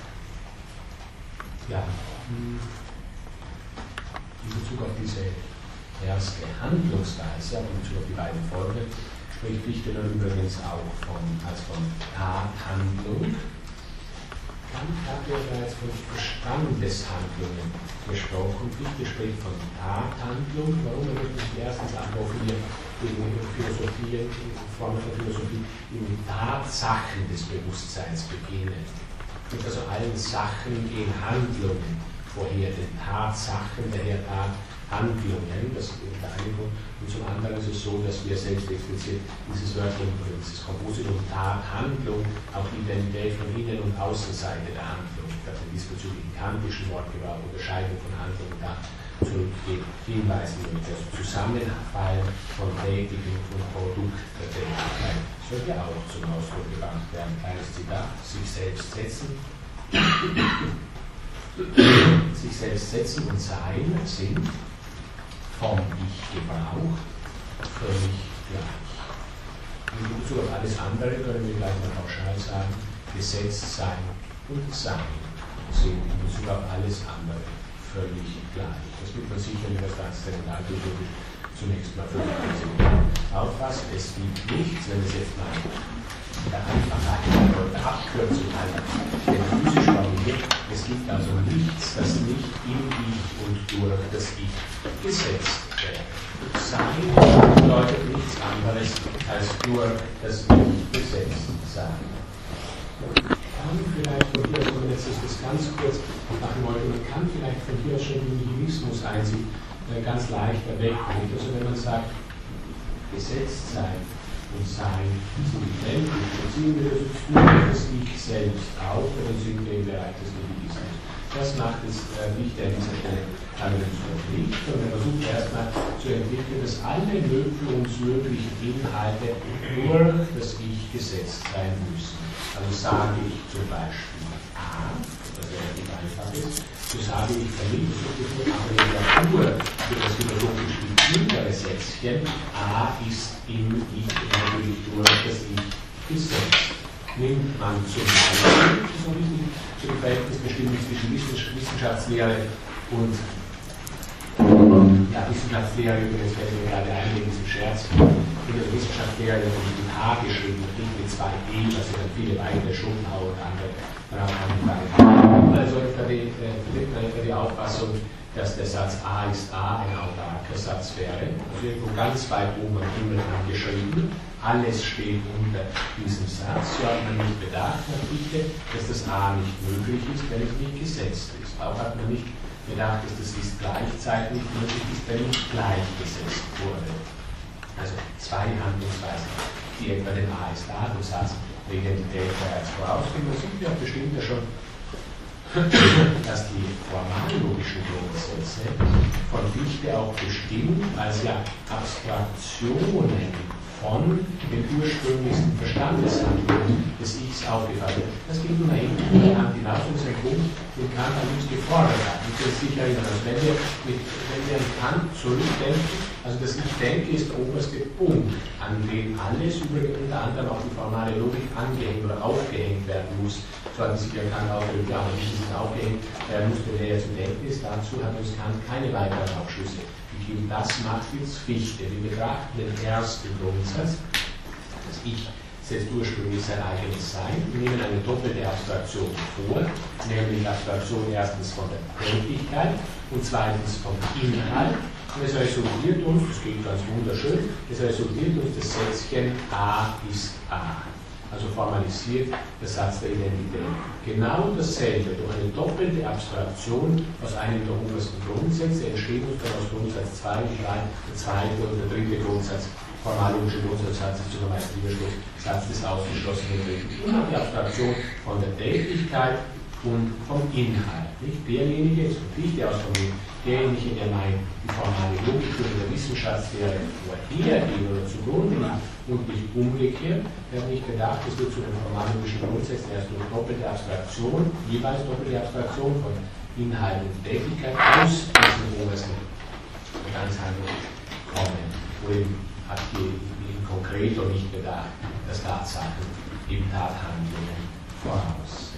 Ja, in Bezug auf diese erste Handlungsweise, in Bezug auf die beiden Folgen, spricht Fichte dann übrigens auch von Tathandlung. Kant hat ja bereits von Verstandeshandlungen gesprochen. Fichte spricht von Tathandlung. Warum? Er möchte die ersten Sachen auch hier in Philosophie, in Formen von Philosophie, in Tatsachen des Bewusstseins beginnen. Und also allen Sachen gehen Handlungen vorher, den Tatsachen der Tat Handlungen, das ist der eine Grund, und zum anderen ist es so, dass wir selbst explizit dieses Wörtchen, dieses Kompositum Handlung, auch die Identität von Innen- und Außenseite der Handlung, das in diesbezüglichen kantischen Wortgebrauch, Unterscheidung von Handlung da zurückgeht, hinweisen auf das Zusammenfallen von Tätigkeit und Produkt der Tätigkeit. Sollte auch zum Ausdruck gebracht werden. Kleines Zitat, sich selbst setzen. Sich selbst setzen und sein sind vom Ich-Gebrauch völlig gleich. In Bezug auf alles andere können wir gleich mal pauschal sagen, gesetzt sein und sein sind in Bezug auf alles andere völlig gleich. Das wird man sicherlich als transzendentaltheologisch zunächst mal völlig auffassen. Es gibt nichts, wenn es jetzt mal der Einfachheit oder der Abkürzung der physisch formuliert, es gibt also nichts, das nicht im Ich und durch das Ich gesetzt wird. Sein bedeutet nichts anderes als nur das Ich gesetzt sein. Kann vielleicht von hier aus, wenn man jetzt das ganz kurz machen wollte, man kann vielleicht von hier aus schon den Nihilismus einziehen, ganz leicht erwecken. Also wenn man sagt, gesetzt sein und sein sind identisch, beziehen wir das Ich selbst auf oder sind wir im Bereich des Nihilismus. Das macht es nicht an dieser Stelle allerdings nicht, sondern wir versuchen erstmal zu entwickeln, dass alle für uns möglichen Inhalte durch das Ich gesetzt sein müssen. Also sage ich zum Beispiel A, das relativ einfach ist, so sage ich verliebt, aber in der Natur für das philosophisch hintere Sätzchen, A ist im Ich natürlich durch das Ich gesetzt. Nimmt man zum Beispiel, das ist so wichtig, für die Verhältnisbestimmung zwischen Wissenschaftslehre und Wissenschaftslehre, übrigens werden wir gerade einlegen, ist ein Scherz, in der Wissenschaftslehre wird mit H geschrieben, mit zwei E, was ja dann viele weitere Schopenhauer und andere darauf anfangen. Also vertritt man etwa die Auffassung, dass der Satz A ist A ein autarker Satz wäre. Also irgendwo ganz weit oben am Himmel angeschrieben. Alles steht unter diesem Satz. So hat man nicht bedacht, dass das A nicht möglich ist, wenn es nicht gesetzt ist. Auch hat man nicht bedacht, dass das ist gleichzeitig möglich ist, wenn nicht gleichgesetzt wurde. Also zwei Handlungsweisen, die etwa den A ist A, den Satz der Identität bereits vorausgehen. Man sieht ja bestimmt ja schon, dass die formallogischen Grundsätze von Fichte auch bestimmt als ja Abstraktionen von den ursprünglichsten Verstandeshandlungen des Ichs aufgefasst wird. Das geht nun eben an die Nahrungsergrund, den Kant am liebsten gefordert hat. Ich will sicher erinnern, also wenn wir an Kant zurückdenken, also das Ich-Denke ist der oberste Punkt, an dem alles, übrigens unter anderem auch die formale Logik, angehängt oder aufgehängt werden muss. So hat sich ja Kant ausgedrückt, ja, aber wie es aufgehängt werden muss, wenn er jetzt im Denken ist. Dazu hat uns Kant keine weiteren Aufschlüsse gegeben. Das macht jetzt Fichte. Wir betrachten den ersten Grundsatz, das Ich setzt ursprünglich sein eigenes Sein. Wir nehmen eine doppelte Abstraktion vor, nämlich Abstraktion erstens von der Tätigkeit und zweitens vom Inhalt. Und es resultiert uns, das geht ganz wunderschön, es resultiert uns das Sätzchen A ist A. Also formalisiert der Satz der Identität. Genau dasselbe, durch eine doppelte Abstraktion aus einem der obersten Grundsätze entsteht uns dann aus Grundsatz 2 und 3 der zweite und der dritte Grundsatz, formalogische Grundsatz ist sogar meist Überschluss, Satz des ausgeschlossenen Dritten. Immer die Abstraktion von der Tätigkeit und vom Inhalt. Nicht? Derjenige ist von Fichte aus formuliert, derjenige, der meint, die formale Logik würde der Wissenschaftslehre vorhergehen oder zugrunde liegt und nicht umgekehrt, der hat nicht gedacht, es wird zu den formalogischen Grundsätzen erst durch doppelte Abstraktion, jeweils doppelte Abstraktion von Inhalt und Tätigkeit aus diesem obersten Ganzhandlung kommen. Wo eben hat hier eben konkret und nicht bedacht, dass Tatsachen eben Tathandlungen voraussetzen.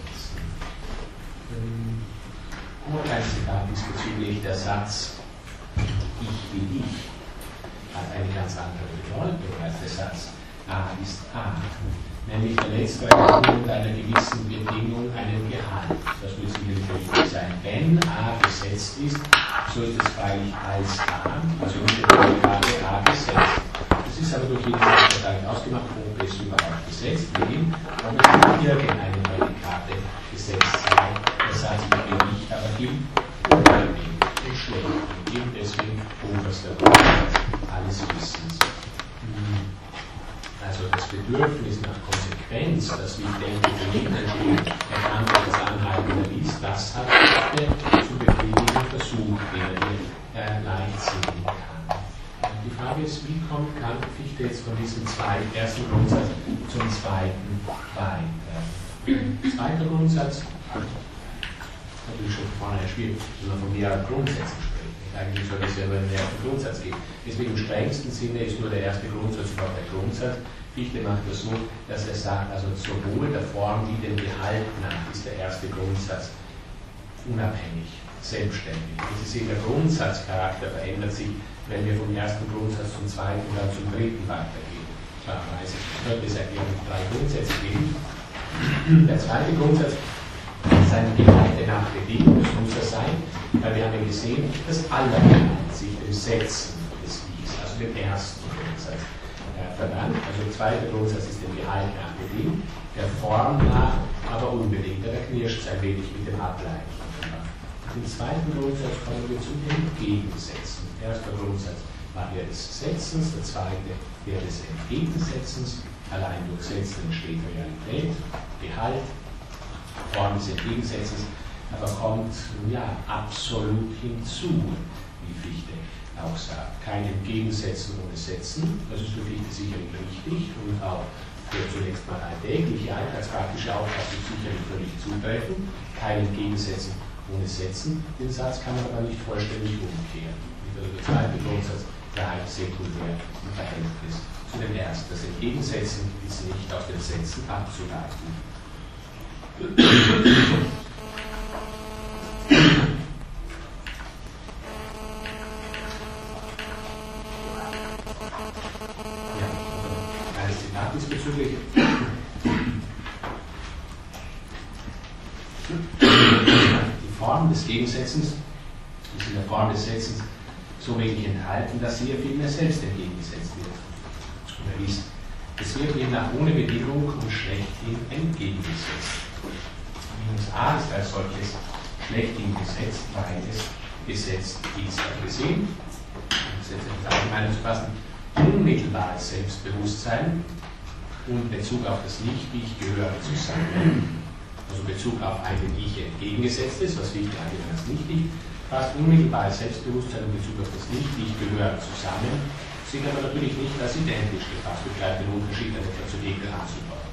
Nur ein Zitat diesbezüglich, der Satz Ich bin ich hat eine ganz andere Bedeutung als der Satz A ist A. Nämlich der letztere unter einer gewissen Bedingung einen Gehalt. Das muss sicherlich richtig sein. Wenn A gesetzt ist, so ist es freilich als A, also unter der Prädikate A gesetzt. Das ist aber durch jeden Vertrag ausgemacht, ob es überhaupt gesetzt wird, ob es mit irgendeinem Prädikate gesetzt sei. Der Satz Ich bin ich aber gilt unbedingt und schlecht. Und gilt deswegen Bedürfnis nach Konsequenz, das wie ich denke, für jeden Entschuldigung erkannt als Anhaltender ist, das hat Fichte zu befriedigen versucht, den er leicht sehen kann. Die Frage ist, wie kann Fichte jetzt von diesem ersten Grundsatz zum zweiten weiter? Zweiter Grundsatz, natürlich schon vorne schwierig, wenn man von mehreren Grundsätzen spricht. Eigentlich soll es ja nur einen ersten Grundsatz geben. Deswegen im strengsten Sinne ist nur der erste Grundsatz überhaupt der Grundsatz. Fichte macht das so, dass er sagt, also sowohl der Form wie dem Gehalt nach ist der erste Grundsatz unabhängig, selbstständig. Und Sie sehen, der Grundsatzcharakter verändert sich, wenn wir vom ersten Grundsatz zum zweiten und dann zum dritten weitergehen. Klarerweise könnte es eigentlich auch 3 Grundsätze geben. Der zweite Grundsatz ist eine Gehalte nach Bedingung, das muss das sein, weil wir haben ja gesehen, dass alle sich dem Setzen des Ichs, also dem ersten Grundsatz, verdankt. Also der zweite Grundsatz ist dem Gehalt nach Bedingung, der Form nach aber unbedingt, der knirscht ein wenig mit dem Ableiten. Im zweiten Grundsatz kommen wir zu den Entgegensätzen. Der erste Grundsatz war der des Setzens, der zweite der des Entgegensetzens. Allein durch Setzen entsteht Realität, Gehalt, Form des Entgegensetzens, aber kommt ja absolut hinzu, wie Fichte auch sagt. Kein Entgegensetzen ohne Setzen, das ist für Fichte sicherlich richtig und auch für zunächst mal alltägliche, alltagspraktische Aufgaben sicherlich völlig zutreffen. Kein Entgegensetzen ohne Setzen. Den Satz kann man aber nicht vollständig umkehren. Also der zweite Grundsatz bleibt sekundär im Verhältnis zu dem ersten. Das Entgegensetzen ist nicht aus dem Setzen abzuleiten. Ja, ein Zitat diesbezüglich. Die Form des Gegensetzens ist in der Form des Setzens so wenig enthalten, dass hier viel mehr selbst entgegengesetzt wird. Oder ist, es wird demnach ohne Bedingung und schlechthin entgegengesetzt. Minus a ist als solches schlechthin gesetzt, weil es gesetzt ist. Also wir sehen, um das jetzt in Allgemeine zu fassen, unmittelbares Selbstbewusstsein und Bezug auf das Nicht-Ich gehören zusammen. Also Bezug auf ein dem Ich entgegengesetztes, was Fichte allgemein als Nicht-Ich, fast unmittelbares Selbstbewusstsein und Bezug auf das Nicht-Ich gehören zusammen, sind aber natürlich nicht als identisch gefasst, begreift den Unterschied etwa zu Hegel anzubauen.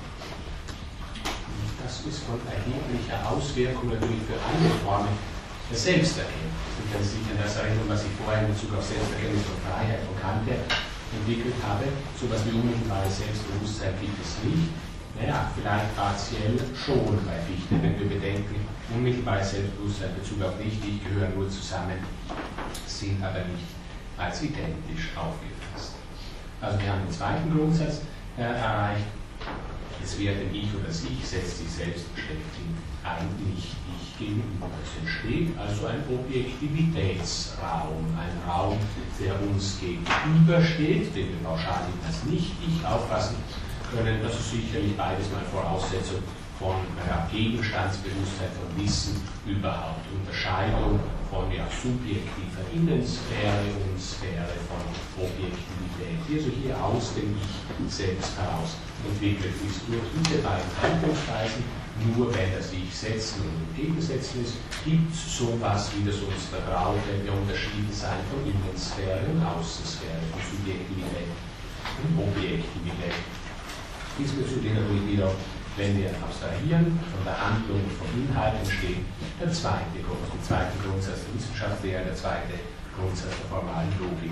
Das ist von erheblicher Auswirkung natürlich für alle Formen der Selbsterkenntnis. Sie können sich an das erinnern, was ich vorher in Bezug auf Selbsterkenntnis und Freiheit von Kant entwickelt habe. So etwas wie unmittelbares Selbstbewusstsein gibt es nicht. Naja, vielleicht partiell schon bei Fichte, wenn wir bedenken, unmittelbares Selbstbewusstsein in Bezug auf Nicht-Ich gehören nur zusammen, sind aber nicht als identisch aufgefasst. Also wir haben den zweiten Grundsatz erreicht. Es wird dem Ich und das Ich setzt sich selbstbestimmt ein Nicht-Ich gegenüber. Es entsteht also ein Objektivitätsraum, ein Raum, der uns gegenübersteht, den wir pauschal als Nicht-Ich auffassen können. Das ist sicherlich beides mal Voraussetzung von Gegenstandsbewusstheit, von Wissen überhaupt, Unterscheidung von subjektiver Innensphäre und Sphäre von Objektivität, die also hier aus dem Ich selbst heraus entwickelt ist. Durch diese beiden Handlungsweisen, nur wenn das Ich setzen und entgegensetzen ist, gibt es sowas, wie das uns vertraut, wenn wir unterschieden sein von Innensphäre und Außensphäre, von Subjektivität und Objektivität. Diesbezüglich natürlich wieder, wenn wir abstrahieren, von der Handlung und vom Inhalt entsteht der zweite Grundsatz der Wissenschaftslehre, der zweite Grundsatz der formalen Logik.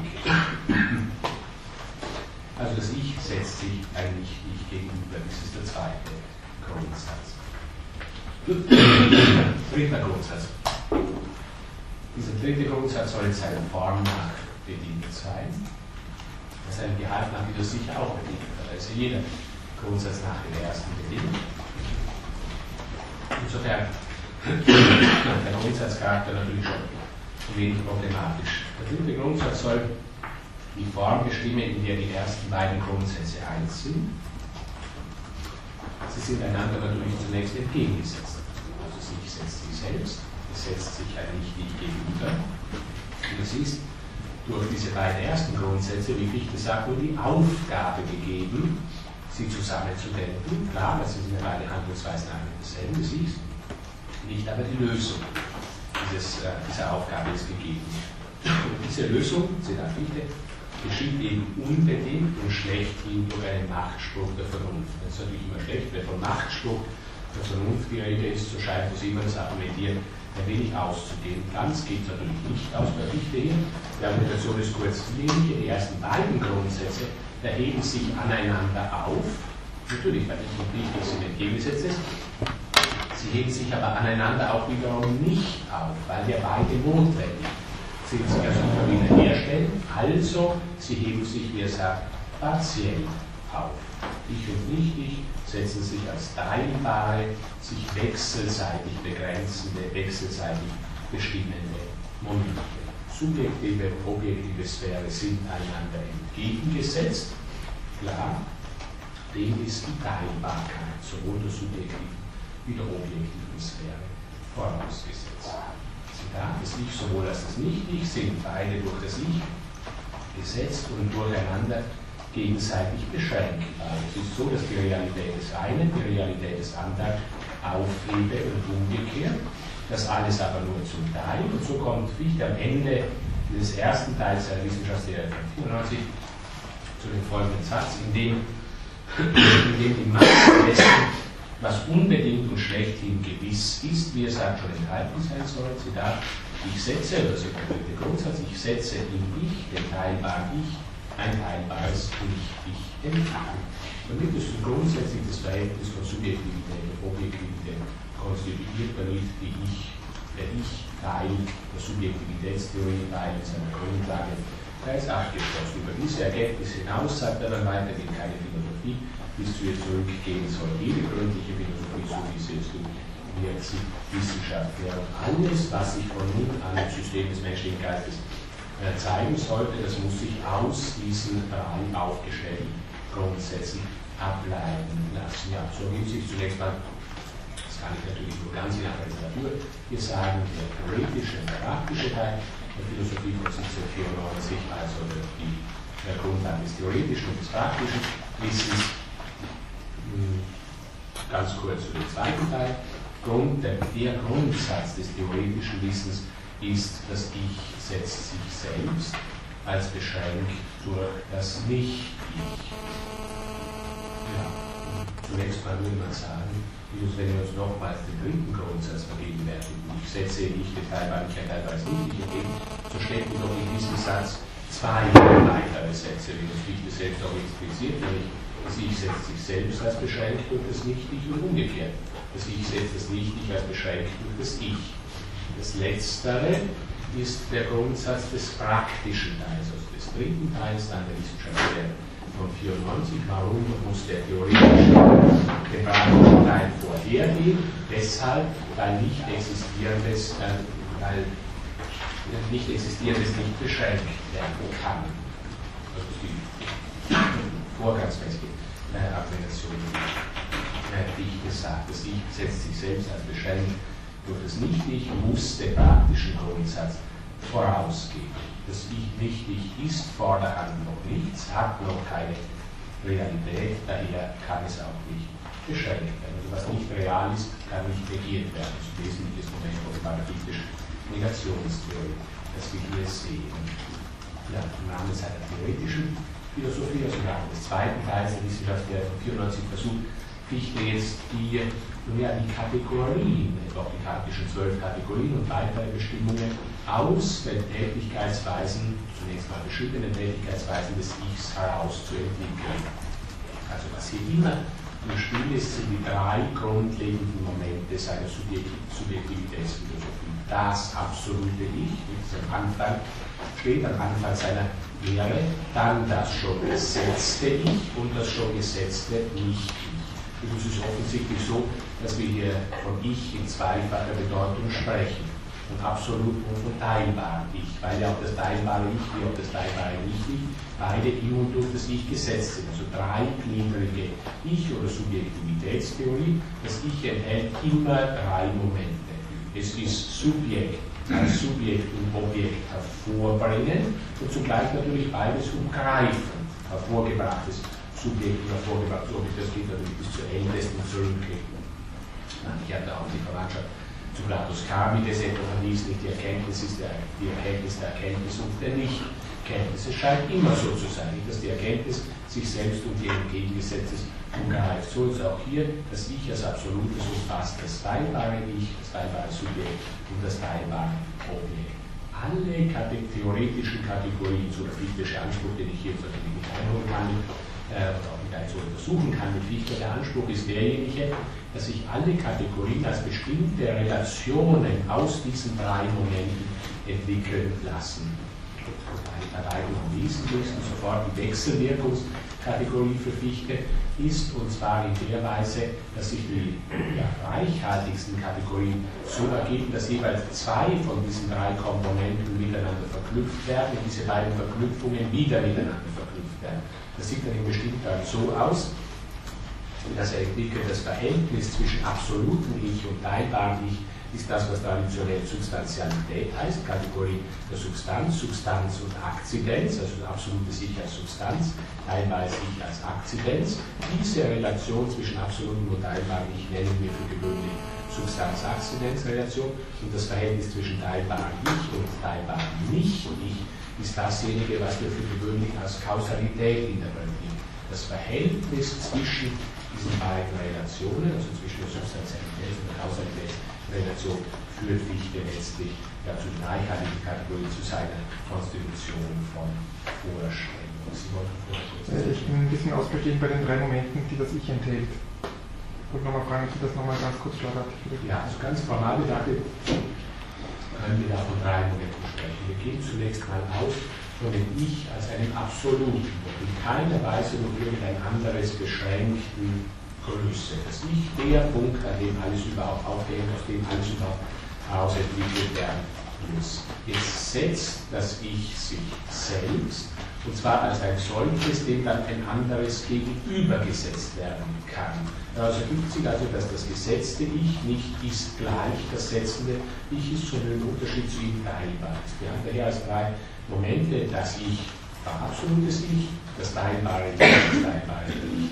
Also das Ich setzt sich ein Nicht-Ich gegenüber, das ist der zweite Grundsatz. Dritter Grundsatz. Dieser dritte Grundsatz soll in seiner Form nach bedingt sein. Das ist ein Gehalt nach, wie das sicher auch bedingt wird. Da ist ja jeder Grundsatz nach dem ersten bedingt. Insofern der Grundsatzcharakter natürlich schon ein wenig problematisch. Der dritte Grundsatz soll die Form bestimmen, in der die ersten beiden Grundsätze eins sind. Sie sind einander natürlich zunächst entgegengesetzt. Also das Ich setzt sich selbst, es setzt sich ein Nicht-Ich gegenüber. Und es ist durch diese beiden ersten Grundsätze, wie Fichte sagt, nur die Aufgabe gegeben, sie zusammenzudenken. Klar, das sind ja beide Handlungsweisen eigentlich dasselbe, du siehst, nicht aber die Lösung dieser Aufgabe ist gegeben. Und diese Lösung, Zitat Fichte, geschieht eben unbedingt und schlechthin durch einen Machtspruch der Vernunft. Das ist natürlich immer schlecht, weil von Machtspruch der Vernunft die Rede ist, so scheint es immer das Argumentieren ein wenig auszugehen. Ganz geht es natürlich nicht aus bei Fichte hier. Die Argumentation ist kurz die ersten beiden Grundsätze erheben sich aneinander auf. Natürlich, weil ich und wichtig sind Entgegensätze. Sie heben sich aber aneinander auch wiederum nicht auf, weil ja beide notwendig sind, sich also immer wieder herstellen. Also, sie heben sich, wie er sagt, partiell auf. Ich und nicht ich setzen sich als teilbare, sich wechselseitig begrenzende, wechselseitig bestimmende Momente. Subjektive und objektive Sphäre sind einander entgegengesetzt. Klar, dem ist die Teilbarkeit sowohl der subjektiven wie der objektiven Sphäre vorausgesetzt. Zitat, das Ich sowohl als das Nicht-Ich sind beide durch das Ich gesetzt und durcheinander gegenseitig beschränkbar. Es ist so, dass die Realität des einen die Realität des anderen aufhebe und umgekehrt. Das alles aber nur zum Teil. Und so kommt Fichte am Ende dieses ersten Teils seiner Wissenschaftslehre von 94 zu dem folgenden Satz, in dem die Masse dessen, was unbedingt und schlechthin gewiss ist, wie er sagt, schon enthalten sein soll. Zitat, ich setze, oder so der dritte Grundsatz, ich setze in Ich, den teilbaren Ich, ein teilbares Ich entwickeln. Damit ist grundsätzlich das Verhältnis von Subjektivität und Objektivität konstituiert, damit der Ich-Teil der Subjektivitätstheorie Teil in seiner Grundlage, der ist abgeschlossen. Über diese Ergebnisse hinaus, sagt er dann weiter, geht keine Philosophie, bis zu ihr zurückgehen soll. Jede gründliche Philosophie, so wie sie es tut, wird sie Wissenschaft werden. Alles, was sich von nun an im System des menschlichen Geistes zeigen sollte, das muss sich aus diesen drei aufgestellten Grundsätzen ableiten lassen. Ja, so gibt sich zunächst mal, das kann ich natürlich nur ganz in der Literatur hier sagen, der theoretische und der praktische Teil der Philosophie von 1794, also die Grundlage des theoretischen und des praktischen Wissens. Ganz kurz zu dem zweiten Teil. Der Grundsatz des theoretischen Wissens ist, das Ich setzt sich selbst als beschränkt durch das Nicht-Ich. Ja, zunächst mal würde man sagen, wenn wir uns nochmals den dritten Grundsatz vergegenwärtigen, ich setze nicht die Teilbarkeit als Nicht-Ich entgegen, so stecken doch in diesem Satz zwei weitere Sätze, wie das Fichte selbst auch expliziert, nämlich das Ich setzt sich selbst als beschränkt durch das Nicht-Ich und umgekehrt. Das Ich setzt das Nicht-Ich als beschränkt durch das Ich. Das Letztere ist der Grundsatz des praktischen Teils, also des dritten Teils, dann der Wissenschaftslehre von 94. Warum muss der theoretische dem praktischen Teil vorhergehen? Deshalb, weil nicht Existierendes nicht beschränkt werden kann. Das ist die vorgangsmäßige Argumentation, die ich gesagt habe. Das Ich setzt sich selbst als beschränkt durch das Nicht-Ich, muss dem praktischen Grundsatz vorausgehen. Das Ich nicht-Ich ist vorderhand noch nichts, hat noch keine Realität, daher kann es auch nicht beschränkt werden. Also was nicht real ist, kann nicht negiert werden. Das ist ein wesentliches Moment offenbar der fichtischen Negationstheorie, das wir hier sehen. Ja, im Rahmen seiner theoretischen Philosophie, also im Rahmen des zweiten Teils der Wissenschaftslehre von 94 versucht Fichte jetzt die Kategorien, etwa die kantischen 12 Kategorien und weitere Bestimmungen aus den Tätigkeitsweisen, zunächst mal beschriebenen Tätigkeitsweisen des Ichs herauszuentwickeln. Also was hier immer im Spiel ist, sind die drei grundlegenden Momente seiner Subjektivitätsphilosophie. Das absolute Ich, das am Anfang steht, am Anfang seiner Lehre, dann das schon gesetzte Ich und das schon gesetzte Nicht-Ich. Es ist offensichtlich so, dass wir hier von Ich in zweifacher Bedeutung sprechen. Von absolut und von teilbarem Ich, weil ja auch das teilbare Ich wie auch das teilbare Nicht-Ich beide in und durch das Ich gesetzt sind. Also dreigliedrige Ich- oder Subjektivitätstheorie. Das Ich enthält immer drei Momente. Es ist Subjekt, als Subjekt und Objekt hervorbringen und zugleich natürlich beides umgreifend hervorgebrachtes Subjekten hervorgebracht, so wie das geht natürlich bis zur ältesten zurückgehen. Ich hatte auch die Verwandtschaft zu Platos Charmides etwa verwiesen, nicht die Erkenntnis ist die Erkenntnis der Erkenntnis und der Nichtkenntnis. Es scheint immer so zu sein, dass die Erkenntnis sich selbst und ihrem Gegengesetzes umgreift. So ist auch hier das Ich als Absolutes umfasst das teilbare Ich, das teilbare Subjekt und das teilbare Objekt. Alle theoretischen Kategorien, so der Fichte'sche Anspruch, den ich hier jetzt natürlich nicht einholen kann, auch nicht so untersuchen kann mit Fichte, der Anspruch ist derjenige, dass sich alle Kategorien als bestimmte Relationen aus diesen drei Momenten entwickeln lassen. Bei beiden am wesentlichsten sofort die Wechselwirkungskategorie für Fichte ist, und zwar in der Weise, dass sich die reichhaltigsten Kategorien so ergeben, dass jeweils zwei von diesen drei Komponenten miteinander verknüpft werden und diese beiden Verknüpfungen wieder miteinander verknüpft werden. Das sieht dann in bestimmter Art so aus, dass er entwickelt das Verhältnis zwischen absolutem Ich und teilbarem Ich ist das, was traditionell Substantialität heißt, Kategorie der Substanz, Substanz und Akzidenz, also das absolutes Ich als Substanz, teilbares Ich als Akzidenz. Diese Relation zwischen absolutem und teilbarem Ich nennen wir für gewöhnlich Substanz-Akzidenz-Relation, und das Verhältnis zwischen teilbarem Ich und teilbarem Nicht-Ich ist dasjenige, was wir für gewöhnlich als Kausalität interpretieren. Das Verhältnis zwischen diesen beiden Relationen, also zwischen der Substantialität und der Kausalitätsrelation, führt Fichte letztlich zu den reichhaltigen Kategorien, zu seiner Konstitution von Vorstellungen. Sie wollten vorher kurz Ich bin ein bisschen ausgestiegen bei den drei Momenten, die das Ich enthält. Ich wollte nochmal fragen, ob Sie das nochmal ganz kurz startet. Ja, also ganz formal betrachtet können wir da von drei Momenten sprechen. Wir gehen zunächst mal aus von dem Ich als einem absoluten und in keiner Weise durch irgendein anderes beschränkten Größe. Das Ich, der Punkt, an dem alles überhaupt aufhängt, aus dem alles überhaupt herausentwickelt werden muss. Jetzt setzt das Ich sich selbst, und zwar als ein solches, dem dann ein anderes gegenübergesetzt werden kann. Daraus ergibt sich also, dass das gesetzte Ich nicht ist gleich das setzende Ich ist, sondern im Unterschied zu ihm teilbar ist. Wir haben daher als drei Momente das Ich, das absolutes Ich, das teilbare Ich, das teilbare Ich.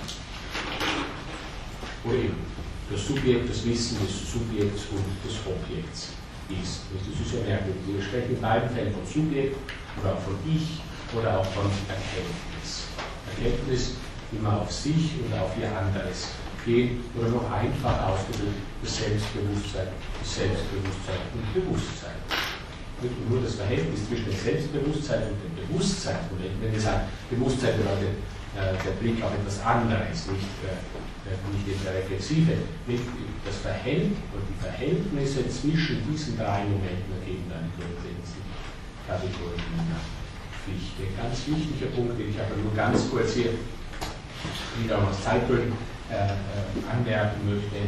Oder eben das Subjekt, das Wissen des Subjekts und des Objekts ist. Das ist ja merkwürdig. Wir sprechen in beiden Fällen von Subjekt oder auch von Ich oder auch von Erkenntnis. Erkenntnis immer auf sich und auf ihr anderes gehen oder noch einfach ausgedrückt das Selbstbewusstsein und Bewusstsein. Und nur das Verhältnis zwischen dem Selbstbewusstsein und dem Bewusstsein, oder wenn wir sagen, Bewusstsein bedeutet der Blick auf etwas anderes, nicht eben der reflexive, das Verhältnis und die Verhältnisse zwischen diesen drei Momenten ergeben dann die grundlegendsten Kategorien nach Fichte. Ganz wichtiger Punkt, den ich aber nur ganz kurz hier wieder aus Zeitgründen anmerken möchte.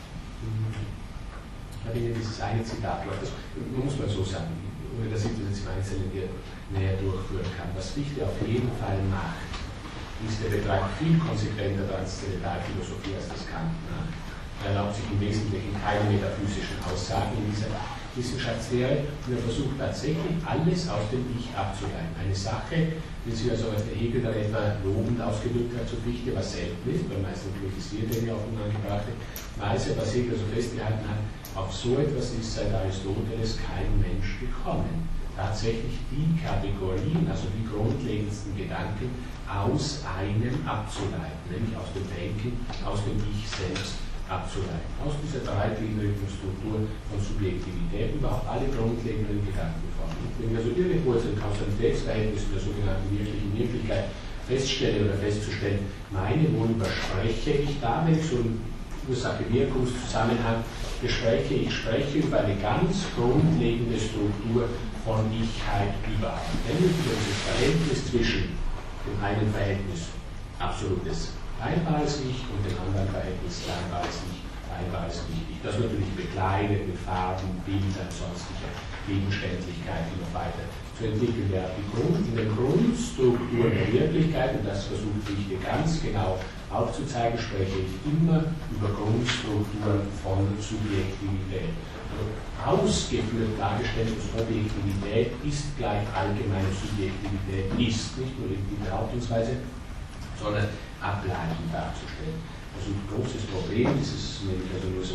Ich habe Ihnen dieses eine Zitat gemacht, das muss man so sagen, ohne dass ich das jetzt im Einzelnen hier näher durchführen kann. Was Fichte auf jeden Fall macht, ist, er betreibt viel konsequenter Transzendentalphilosophie als das Kant. Er erlaubt sich im Wesentlichen keine metaphysischen Aussagen in dieser Wissenschaftslehre und er versucht tatsächlich alles aus dem Ich abzuleiten. Eine Sache, die sich also als der Hegel da etwa lobend ausgedrückt hat zu Fichte, was selten ist, weil meistens kritisiert er ja auf unangebrachte Weise, was Hegel so festgehalten hat, auf so etwas ist seit Aristoteles kein Mensch gekommen. Tatsächlich die Kategorien, also die grundlegendsten Gedanken, aus einem abzuleiten, nämlich aus dem Denken, aus dem Ich selbst abzuleiten. Aus dieser dreigliedrigen Struktur von Subjektivität überhaupt alle grundlegenden Gedankenformen. Wenn ich also irgendwo ein Kausalitätsverhältnis in der sogenannten wirklichen Wirklichkeit feststelle oder festzustellen, meine, wo überspreche ich da, wenn ich so einen Ursache-Wirkungszusammenhang bespreche, ich spreche über eine ganz grundlegende Struktur von Ichheit überhaupt. Nämlich über dieses Verhältnis zwischen dem einen Verhältnis absolutes teilbares Ich und dem anderen Verhältnis teilbares Ich, teilbares Nicht. Das natürlich bekleidet mit Farben, Bildern, sonstiger Gegenständlichkeit, die noch weiter zu entwickeln werden. In der Grundstruktur der Wirklichkeit, und das versucht Fichte ganz genau aufzuzeigen, spreche ich immer über Grundstrukturen von Subjektivität. Ausgeführt dargestellt als Objektivität ist gleich allgemeine Subjektivität ist, nicht nur die Behauptungsweise, sondern ableitend darzustellen. Also ein großes Problem, das ist nämlich also nur so,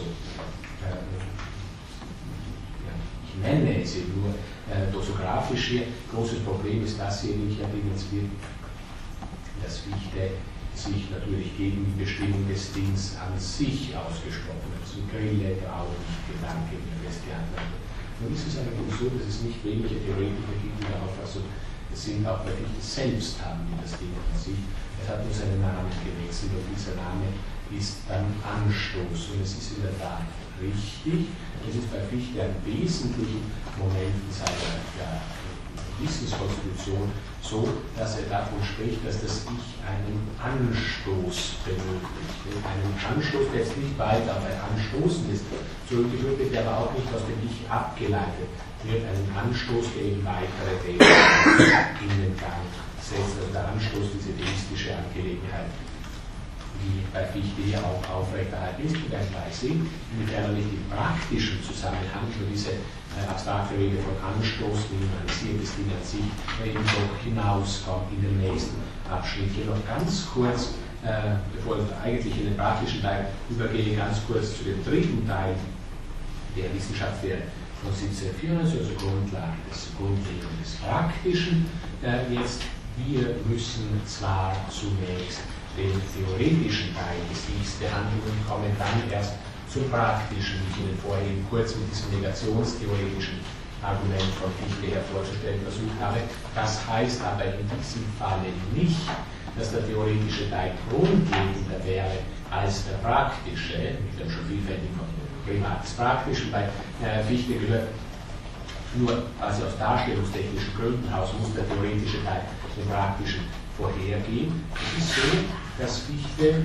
ich nenne es eben nur dosografisch hier, großes Problem ist dasjenige, es wird das Fichte sich natürlich gegen die Bestimmung des Dings an sich ausgesprochen hat. Also Grille, Grau, Gedanke, Bestianten. Nun ist es allerdings so, dass es nicht wenige Theoretiker gibt, die der Auffassung sind, auch bei Fichte selbst haben die das Ding an sich. Es hat nur seinen Namen gewechselt und dieser Name ist dann Anstoß. Und es ist in der Tat richtig, es ist bei Fichte ein wesentlichen Moment in seiner Wissenskonstitution so, dass er davon spricht, dass das Ich einen Anstoß benötigt. Einen Anstoß, der jetzt nicht weiter auf ein Anstoßen ist, zurückgeführt wird, der aber auch nicht aus dem Ich abgeleitet wird, einen Anstoß, der eben weitere Dinge in den Gang setzt. Also der Anstoß, diese theistische Angelegenheit, die bei Fichte hier auch aufrechterhalten ist, und dann gleich sehen, inwiefern er nicht im praktischen Zusammenhang für diese abstrakte Rede von Anstoß, minimalisiertes Ding an sich, eben doch hinauskommt in den nächsten Abschnitt. Hier noch ganz kurz, bevor ich eigentlich in den praktischen Teil übergehe, ganz kurz zu dem dritten Teil der Wissenschaftslehre von 1794, also Grundlage des Grundlegung des Praktischen. Jetzt, wir müssen zwar zunächst den theoretischen Teil des Ichs behandeln und kommen dann erst zum praktischen, wie ich Ihnen vorhin kurz mit diesem negationstheoretischen Argument von Fichte hervorzustellen versucht habe. Das heißt aber in diesem Falle nicht, dass der theoretische Teil grundlegender wäre als der praktische, mit dem schon vielfältigen Primat des Praktischen. Bei Fichte gehört nur also aus darstellungstechnischen Gründen aus, muss der theoretische Teil dem praktischen vorhergehen. Es ist so, dass Fichte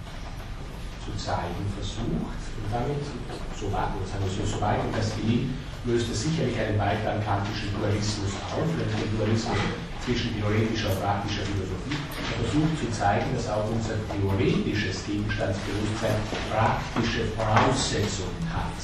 zu zeigen versucht, und damit, soweit das gelingt, löst es sicherlich einen weiteren kantischen Dualismus auf, nämlich den Dualismus zwischen theoretischer und praktischer Philosophie. Er versucht zu zeigen, dass auch unser theoretisches Gegenstandsbewusstsein praktische Voraussetzungen hat.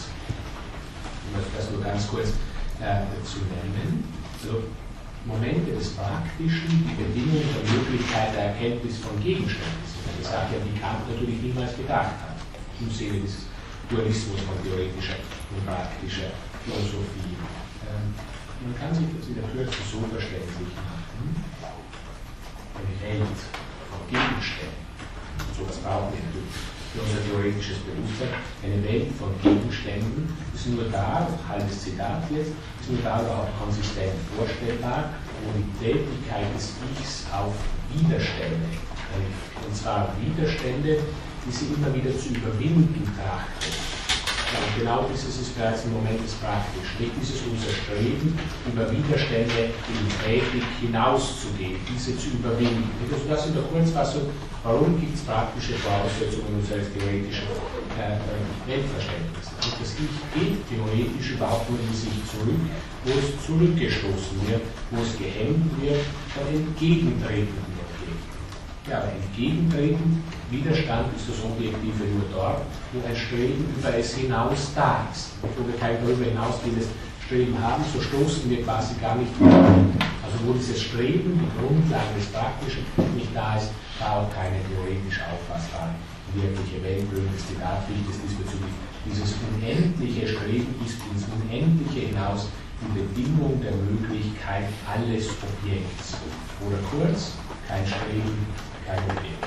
Um das nur ganz kurz zu nennen. Also, Momente des Praktischen, die Bedingungen der Möglichkeit der Erkenntnis von Gegenständen sind. Eine Sache, die Kant natürlich niemals gedacht hat, im Sinne des Dualismus von theoretischer und praktischer Philosophie. Man kann sich das in der Kürze so verständlich machen. Eine Welt von Gegenständen, so was brauchen wir natürlich für unser theoretisches Bewusstsein. Eine Welt von Gegenständen ist nur da, halbes Zitat jetzt, ist nur da überhaupt konsistent vorstellbar, wo die Tätigkeit des Ichs auf Widerstände trifft. Und zwar Widerstände, die sie immer wieder zu überwinden trachtet. Und genau dieses ist bereits im Moment des Praktischen. Nicht dieses unser Streben, über Widerstände in Ethik hinauszugehen, diese zu überwinden. Also das in der Kurzfassung, warum gibt es praktische Voraussetzungen unseres theoretischen Weltverständnisses? Und das Ich geht theoretisch überhaupt nur in sich zurück, wo es zurückgestoßen wird, wo es gehemmt wird von entgegentretenden Objekten. Ja, aber entgegentreten, Widerstand ist das Objektive nur dort, wo ein Streben über es hinaus da ist. Und wo wir kein darüber hinausgehendes Streben haben, so stoßen wir quasi gar nicht mehr. Also wo dieses Streben, die Grundlage des Praktischen, nicht da ist, da auch keine theoretisch auffassbare wirkliche Welt. Berühmtes Zitat Fichtes diesbezüglich. Dieses unendliche Streben ist ins Unendliche hinaus die Bedingung der Möglichkeit alles Objekts. Oder kurz, kein Streben, kein Objekt.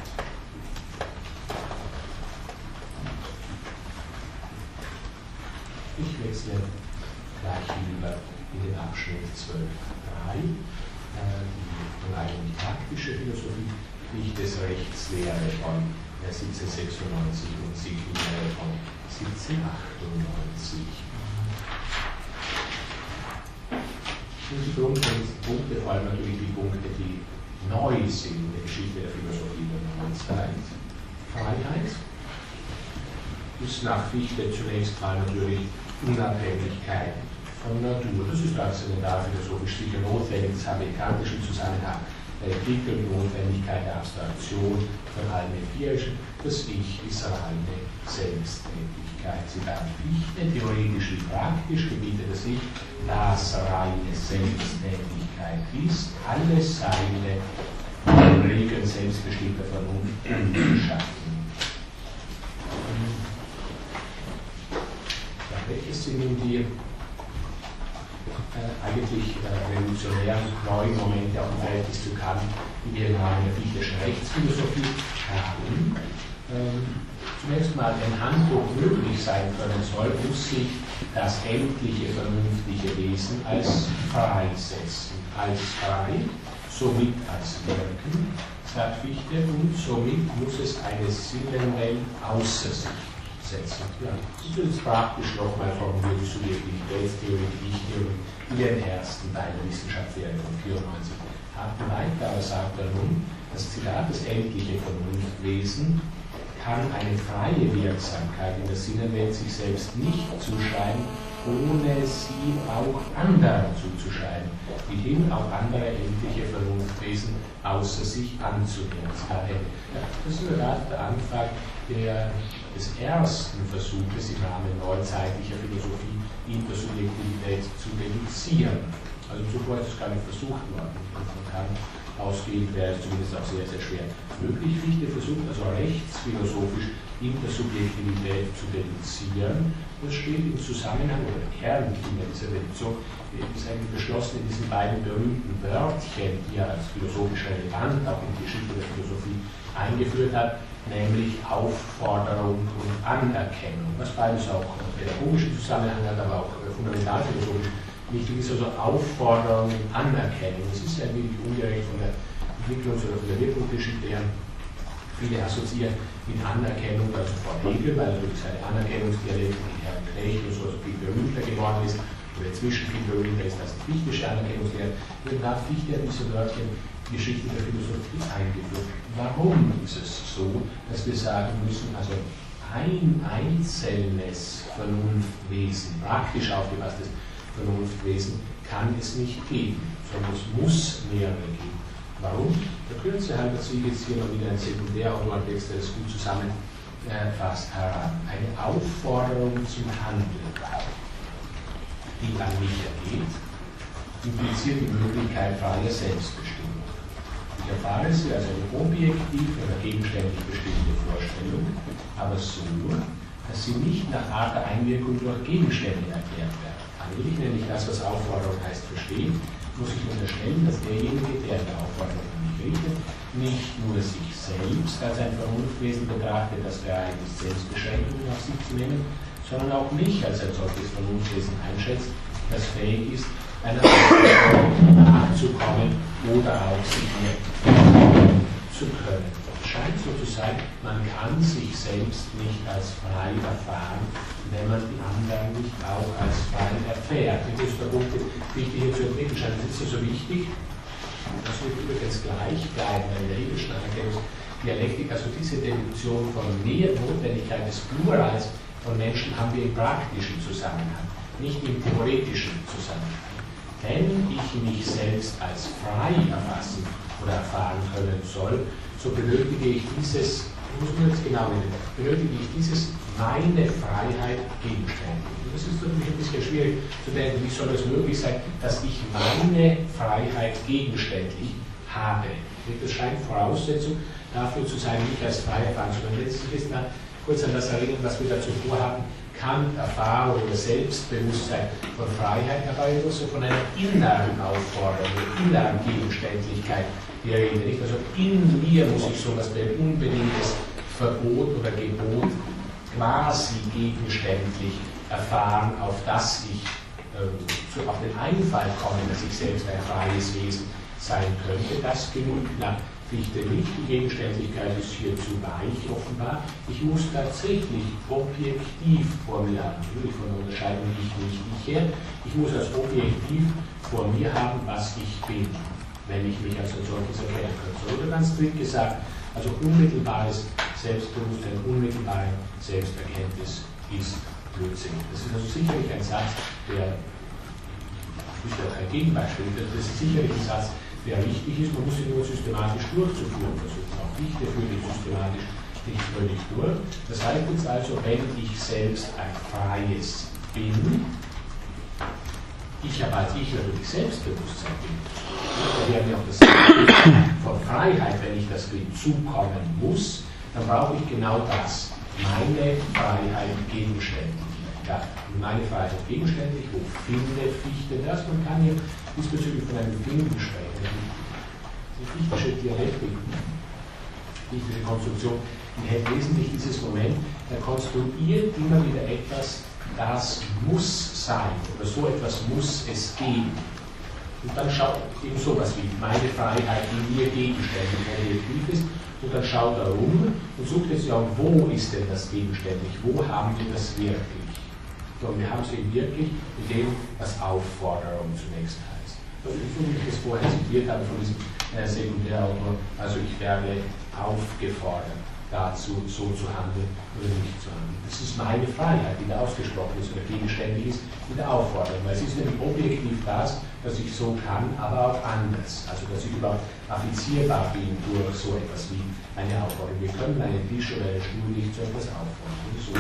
Ich wechsle gleich über in den Abschnitt 12.3, die eigentlich praktische Philosophie, Fichtes Rechtslehre von 1796 und Siegellehre von 1798. Und die Grundpunkte, vor allem natürlich die Punkte, die neu sind in der Geschichte der Philosophie der Neuzeit. Freiheit ist nach Fichte zunächst mal natürlich Unabhängigkeit von Natur. Das ist transzendental philosophisch sicher notwendig, das haben wir im kantischen Zusammenhang entwickelt, die Notwendigkeit der Abstraktion von allem Empirischen. Das Ich ist reine Selbsttätigkeit. Zitat Fichte, theoretisch wie praktisch gebietet das Ich, das reine Selbsttätigkeit ist, alles seine Regeln Regeln selbstbestimmter Vernunft zu schaffen. Welches sind nun die eigentlich revolutionären neuen Momente auch im Verhältnis zu Kant, die wir gerade in der Fichterschen Rechtsphilosophie haben? Zunächst mal, wenn Handlung möglich sein können soll, muss sich das endliche vernünftige Wesen als frei setzen. Als frei, somit als Wirken, sagt Fichte, und somit muss es eine Sinnenwelt außer sich setzen. Ja, das ist jetzt praktisch nochmal formuliert, die Subjektivitätstheorie, die Ich-Theorie, die den ersten Teil der Wissenschaftslehre von 94 hatten. Weiter aber sagt er nun, das Zitat, das endliche Vernunftwesen kann eine freie Wirksamkeit in der Sinnenwelt sich selbst nicht zuschreiben, ohne sie auch anderen zuzuschreiben, wie hin auch andere endliche Vernunftwesen außer sich anzunehmen. Das ist in der Tat der Anfang des ersten Versuches im Rahmen neuzeitlicher Philosophie, Intersubjektivität zu deduzieren. Also zuvor ist es gar nicht versucht worden. Man kann ausgehend wäre es zumindest auch sehr, sehr schwer möglich. Fichte versucht also rechtsphilosophisch Intersubjektivität zu deduzieren. Das steht im Zusammenhang, oder Kern in dieser Deduktion ist eigentlich beschlossen in diesen beiden berühmten Wörtchen, die er als philosophisch relevant auch in die Geschichte der Philosophie eingeführt hat, nämlich Aufforderung und Anerkennung, was beides auch pädagogischen Zusammenhang hat, aber auch fundamentalphilosophisch wichtig ist, also Aufforderung und Anerkennung. Es ist ja wirklich ungerecht von der Entwicklungs- oder von der Wirkungsgeschichte her. Viele assoziieren mit Anerkennung, also Frau Hegel, weil natürlich seine Anerkennungsdialektik mit Herrn Knecht und so viel berühmter geworden ist, oder inzwischen viel berühmter ist als die Fichtische Anerkennungsdialektik. Und da hat Fichte diese Wörtchen die Geschichte der Philosophie eingeführt. Warum ist es so, dass wir sagen müssen, also ein einzelnes Vernunftwesen, praktisch aufgefasstes Vernunftwesen, kann es nicht geben, sondern es muss mehrere geben. Warum? Der Kürze halber ziehe ich jetzt hier noch wieder ein Sekundärautorentext, der das gut zusammenfasst heran. Eine Aufforderung zum Handeln, die an mich ergeht, impliziert die Möglichkeit freier Selbstbestimmung. Ich erfahre sie als eine objektiv oder gegenständlich bestimmte Vorstellung, aber so, dass sie nicht nach Art der Einwirkung durch Gegenstände erklärt werden. Will ich nämlich das, was Aufforderung heißt, verstehen, muss ich unterstellen, dass derjenige, der eine Aufforderung an mich richtet, nicht nur sich selbst als ein Vernunftwesen betrachtet, das bereit ist, Selbstbeschränkungen auf sich zu nehmen, sondern auch mich als ein solches Vernunftwesen einschätzt, das fähig ist, einer Aufforderung nachzukommen oder auch sich mir zu können. Es scheint so zu sein, man kann sich selbst nicht als frei erfahren, wenn man die anderen nicht auch als frei erfährt. Das ist der Punkt, den ich hier zu entwickeln scheint. Das ist so wichtig. Das wird übrigens gleich bleiben in der hegelischen Anerkennungsdialektik. Also diese Deduktion von Notwendigkeit des Plurals von Menschen haben wir im praktischen Zusammenhang, nicht im theoretischen Zusammenhang. Wenn ich mich selbst als frei erfassen oder erfahren können soll, so benötige ich dieses, muss man jetzt genau nennen, benötige ich dieses meine Freiheit gegenständlich. Und das ist natürlich ein bisschen schwierig zu denken, wie soll es möglich sein, dass ich meine Freiheit gegenständlich habe. Das scheint Voraussetzung dafür zu sein, nicht als frei erfahren zu können. Letztlich ist da kurz an das erinnern, was wir dazu vorhaben. Kant, Erfahrung oder Selbstbewusstsein von Freiheit dabei nur so von einer inneren Aufforderung, inneren Gegenständlichkeit die Rede. Nicht? Also in mir muss ich sowas wie ein unbedingtes Verbot oder Gebot quasi gegenständlich erfahren, auf das ich auf den Einfall komme, dass ich selbst ein freies Wesen sein könnte. Das genügt nach Fichte nicht. Die Gegenständlichkeit ist hier zu weich offenbar. Ich muss tatsächlich objektiv vor mir haben, natürlich von der Unterscheidung ich her. Ich muss als objektiv vor mir haben, was ich bin, wenn ich mich als ein solches erkennen kann. So oder ganz strikt gesagt, also unmittelbares Selbstbewusstsein, unmittelbare Selbsterkenntnis ist Blödsinn. Das ist also sicherlich ein Satz, der, ich will ja kein Gegenbeispiel, das ist sicherlich ein Satz, der richtig ist, man muss ihn nur systematisch durchzuführen versuchen. Auch Fichte führt ihn systematisch nicht völlig durch. Das heißt jetzt also, wenn ich selbst ein freies bin, ich aber als ich natürlich Selbstbewusstsein bin, da wäre mir auch das von Freiheit, wenn ich das Grid zukommen muss, dann brauche ich genau das. Meine Freiheit gegenständlich. Ja, meine Freiheit gegenständlich, wo finde Fichte das? Man kann hier diesbezüglich von einem Finden sprechen. Die fichtische Dialektik, fichtische Konstruktion, die hat wesentlich dieses Moment, er konstruiert immer wieder etwas, das muss sein, oder so etwas muss es geben. Und dann schaut eben sowas wie meine Freiheit, die mir gegenständlich objektiv ist, und dann schaut er um und sucht jetzt ja, wo ist denn das gegenständlich, wo haben wir das wirklich? Und wir haben es eben wirklich mit dem, was Aufforderung zunächst heißt. So wie ich es vorher zitiert habe von diesem Sekundärautor, also ich werde aufgefordert, dazu so zu handeln oder nicht zu handeln. Das ist meine Freiheit, die da ausgesprochen ist oder gegenständig ist, mit der Aufforderung. Weil es ist nämlich objektiv das, dass ich so kann, aber auch anders. Also dass ich überhaupt affizierbar bin durch so etwas wie eine Aufforderung. Wir können einen Tisch oder einen Stuhl nicht zu etwas auffordern. So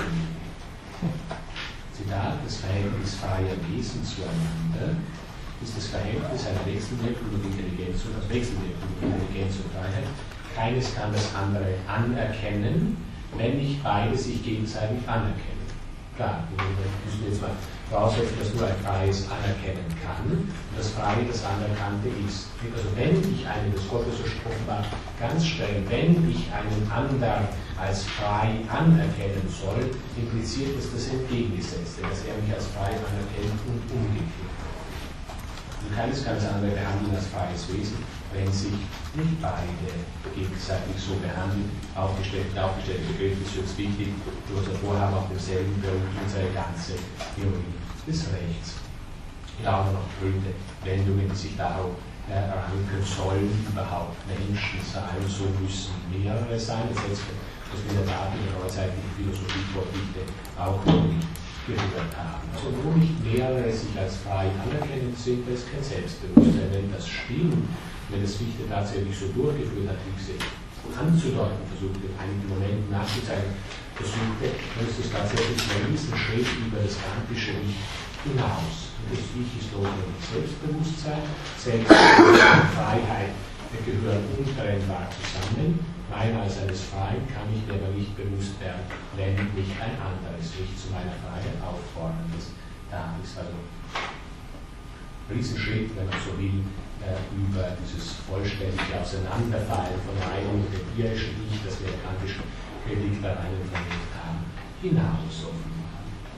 Zitat, das Verhältnis freier Wesen zueinander ist das Verhältnis einer Wechselwirkung und Intelligenz und Intelligenz und Freiheit. Keines kann das andere anerkennen, wenn nicht beide sich gegenseitig anerkennen. Klar, wir müssen jetzt mal voraussetzen, dass nur ein Freies anerkennen kann und das Freie das Anerkannte ist. Also wenn ich einen, das Gott so offenbar ganz streng, wenn ich einen anderen als frei anerkennen soll, impliziert das Entgegengesetzte, dass er mich als frei anerkennt und umgekehrt. Und keines kann das andere behandeln als freies Wesen, wenn sich nicht beide gegenseitig so behandeln. Aufgestellte Begriffe ist jetzt wichtig, die unser Vorhaben auf demselben beruht unsere ganze Theorie des Rechts. Ja, aber noch blöde Wendungen, die sich darauf ranken sollen, überhaupt Menschen sein, so müssen mehrere sein. Das heißt, dass wir in der Tat in der neuzeitlichen Philosophie-Vordichte auch noch nicht gehört haben. Also wo nicht mehrere sich als frei anerkennen sind, das ist kein Selbstbewusstsein. Wenn das stimmt, wenn das Fichte tatsächlich so durchgeführt hat, wie ich es anzudeuten versuchte, in einigen Momenten nachzuzeigen versuchte, dann ist es tatsächlich ein Riesenschritt über das kantische Ich hinaus. Und das Ich ist notwendig Selbstbewusstsein, Selbstbewusstsein und Freiheit gehören untrennbar zusammen. Meiner als eines Freien kann ich mir aber nicht bewusst werden, wenn mich ein anderes nicht zu meiner Freiheit aufforderndes da ist. Also Riesenschritt, wenn man so will, über dieses vollständige Auseinanderfallen von reinem empirischen Ich, das wir in der kantischen Kritik da reinverlegt haben, hinaus offenbar.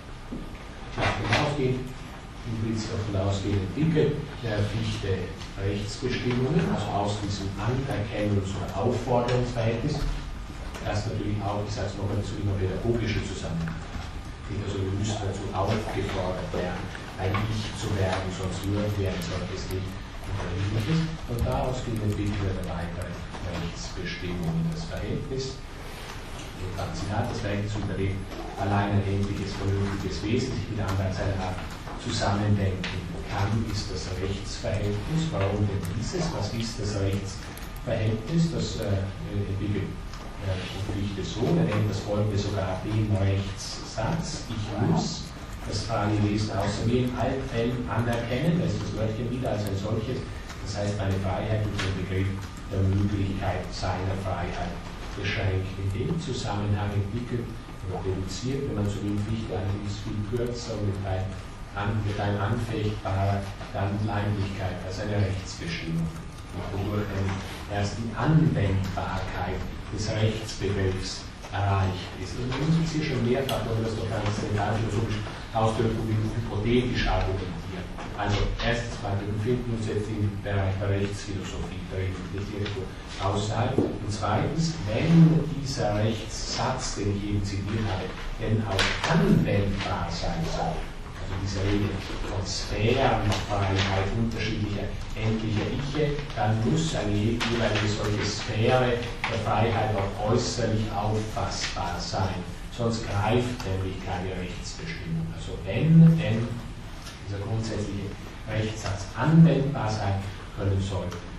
Davon ausgehend entwickelt der Fichte Rechtsbestimmungen, also aus diesem Anerkennungs- oder Aufforderungsverhältnis, das natürlich auch, ich sage es nochmal, zu immer pädagogische Zusammenhang. Also wir müssen dazu aufgefordert werden, ein Ich zu werden, sonst würden wir ein solches nicht unterrichtet. Und daraus entwickelt eine weitere Rechtsbestimmung. Das Verhältnis, das Verhältnis unter dem allein ein endliches, vernünftiges Wesen sich mit anderen seiner Art zusammendenken kann, ist das Rechtsverhältnis. Warum denn dieses? Was ist das Rechtsverhältnis? Das entwickelt Fichte so, er nennt das folgende sogar den Rechtssatz. Ich muss das freie Wesen außer mir in allen Fällen anerkennen, das ist das Wörtchen wieder als ein solches. Das heißt, meine Freiheit ist der Begriff der Möglichkeit seiner Freiheit beschränkt. In dem Zusammenhang entwickelt oder reduziert, wenn man so will, Fichte eigentlich viel kürzer und mit einer anfechtbarer Landleimlichkeit als eine Rechtsbestimmung, wodurch erst die Anwendbarkeit des Rechtsbegriffs erreicht ist. Und man muss hier schon mehrfach, wenn man das doch ganz philosophisch ausdrücken, hypothetisch argumentieren. Also erstens mal, wir befinden uns jetzt im Bereich der Rechtsphilosophie, nicht irgendwo außerhalb. Und zweitens, wenn dieser Rechtssatz, den ich eben zitiert habe, denn auch anwendbar sein soll, also diese Rede von Sphärenfreiheit unterschiedlicher endlicher Iche, dann muss eine jeweilige solche Sphäre der Freiheit auch äußerlich auffassbar sein. Sonst greift nämlich keine Rechtsbestimmung. Also wenn denn dieser grundsätzliche Rechtssatz anwendbar sein können soll,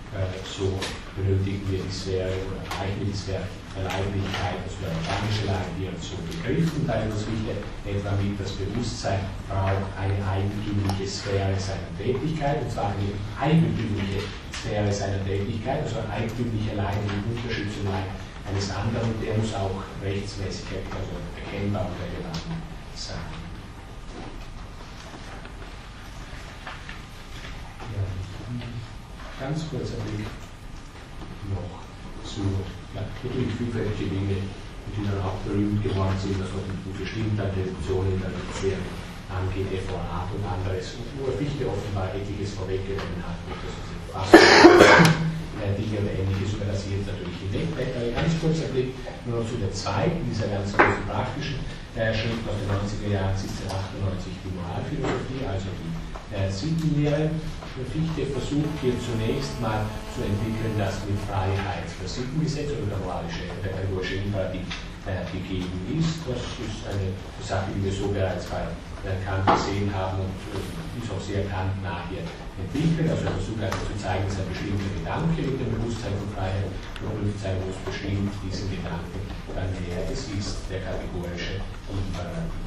so benötigen wir die Sphäre oder erreichen wir die Sphäre der Leiblichkeit, also der organische Leib, die uns so begriffen, teilen das Wichtige etwa mit, das Bewusstsein braucht eine eigentümliche Sphäre seiner Tätigkeit, und zwar eine eigentümliche Sphäre seiner Tätigkeit, also eigentümlich allein im Unterschied zum Leib eines anderen, der muss auch rechtsmäßig, also erkennbar und relevant sein. Ja, ganz kurzer Blick noch zu natürlich vielfältige Dinge, die dann auch berühmt geworden sind, was man mit bestimmter Definition in der Lehre angeht, FOA und anderes. Und nur Fichte offenbar etliches vorweggenommen hat, und das ist fast Dinge oder Ähnliches, über das ich jetzt natürlich hinwegblättere. Ganz kurzer Blick nur noch zu der zweiten, dieser ganz großen praktischen Schrift aus den 90er Jahren, 1798, die Moralphilosophie, also die Sittenlehre. Fichte versucht hier zunächst mal zu entwickeln, dass mit Freiheit das Sittengesetz oder der kategorische Imperativ gegeben ist. Das ist eine Sache, die wir so bereits bei Kant gesehen haben und ist auch sehr kantnah hier entwickelt. Also er versucht einfach zu zeigen, dass ein bestimmter Gedanke mit dem Bewusstsein von Freiheit verknüpft sein muss, bestimmt diesen Gedanken dann näher. Es ist der kategorische Imperativ.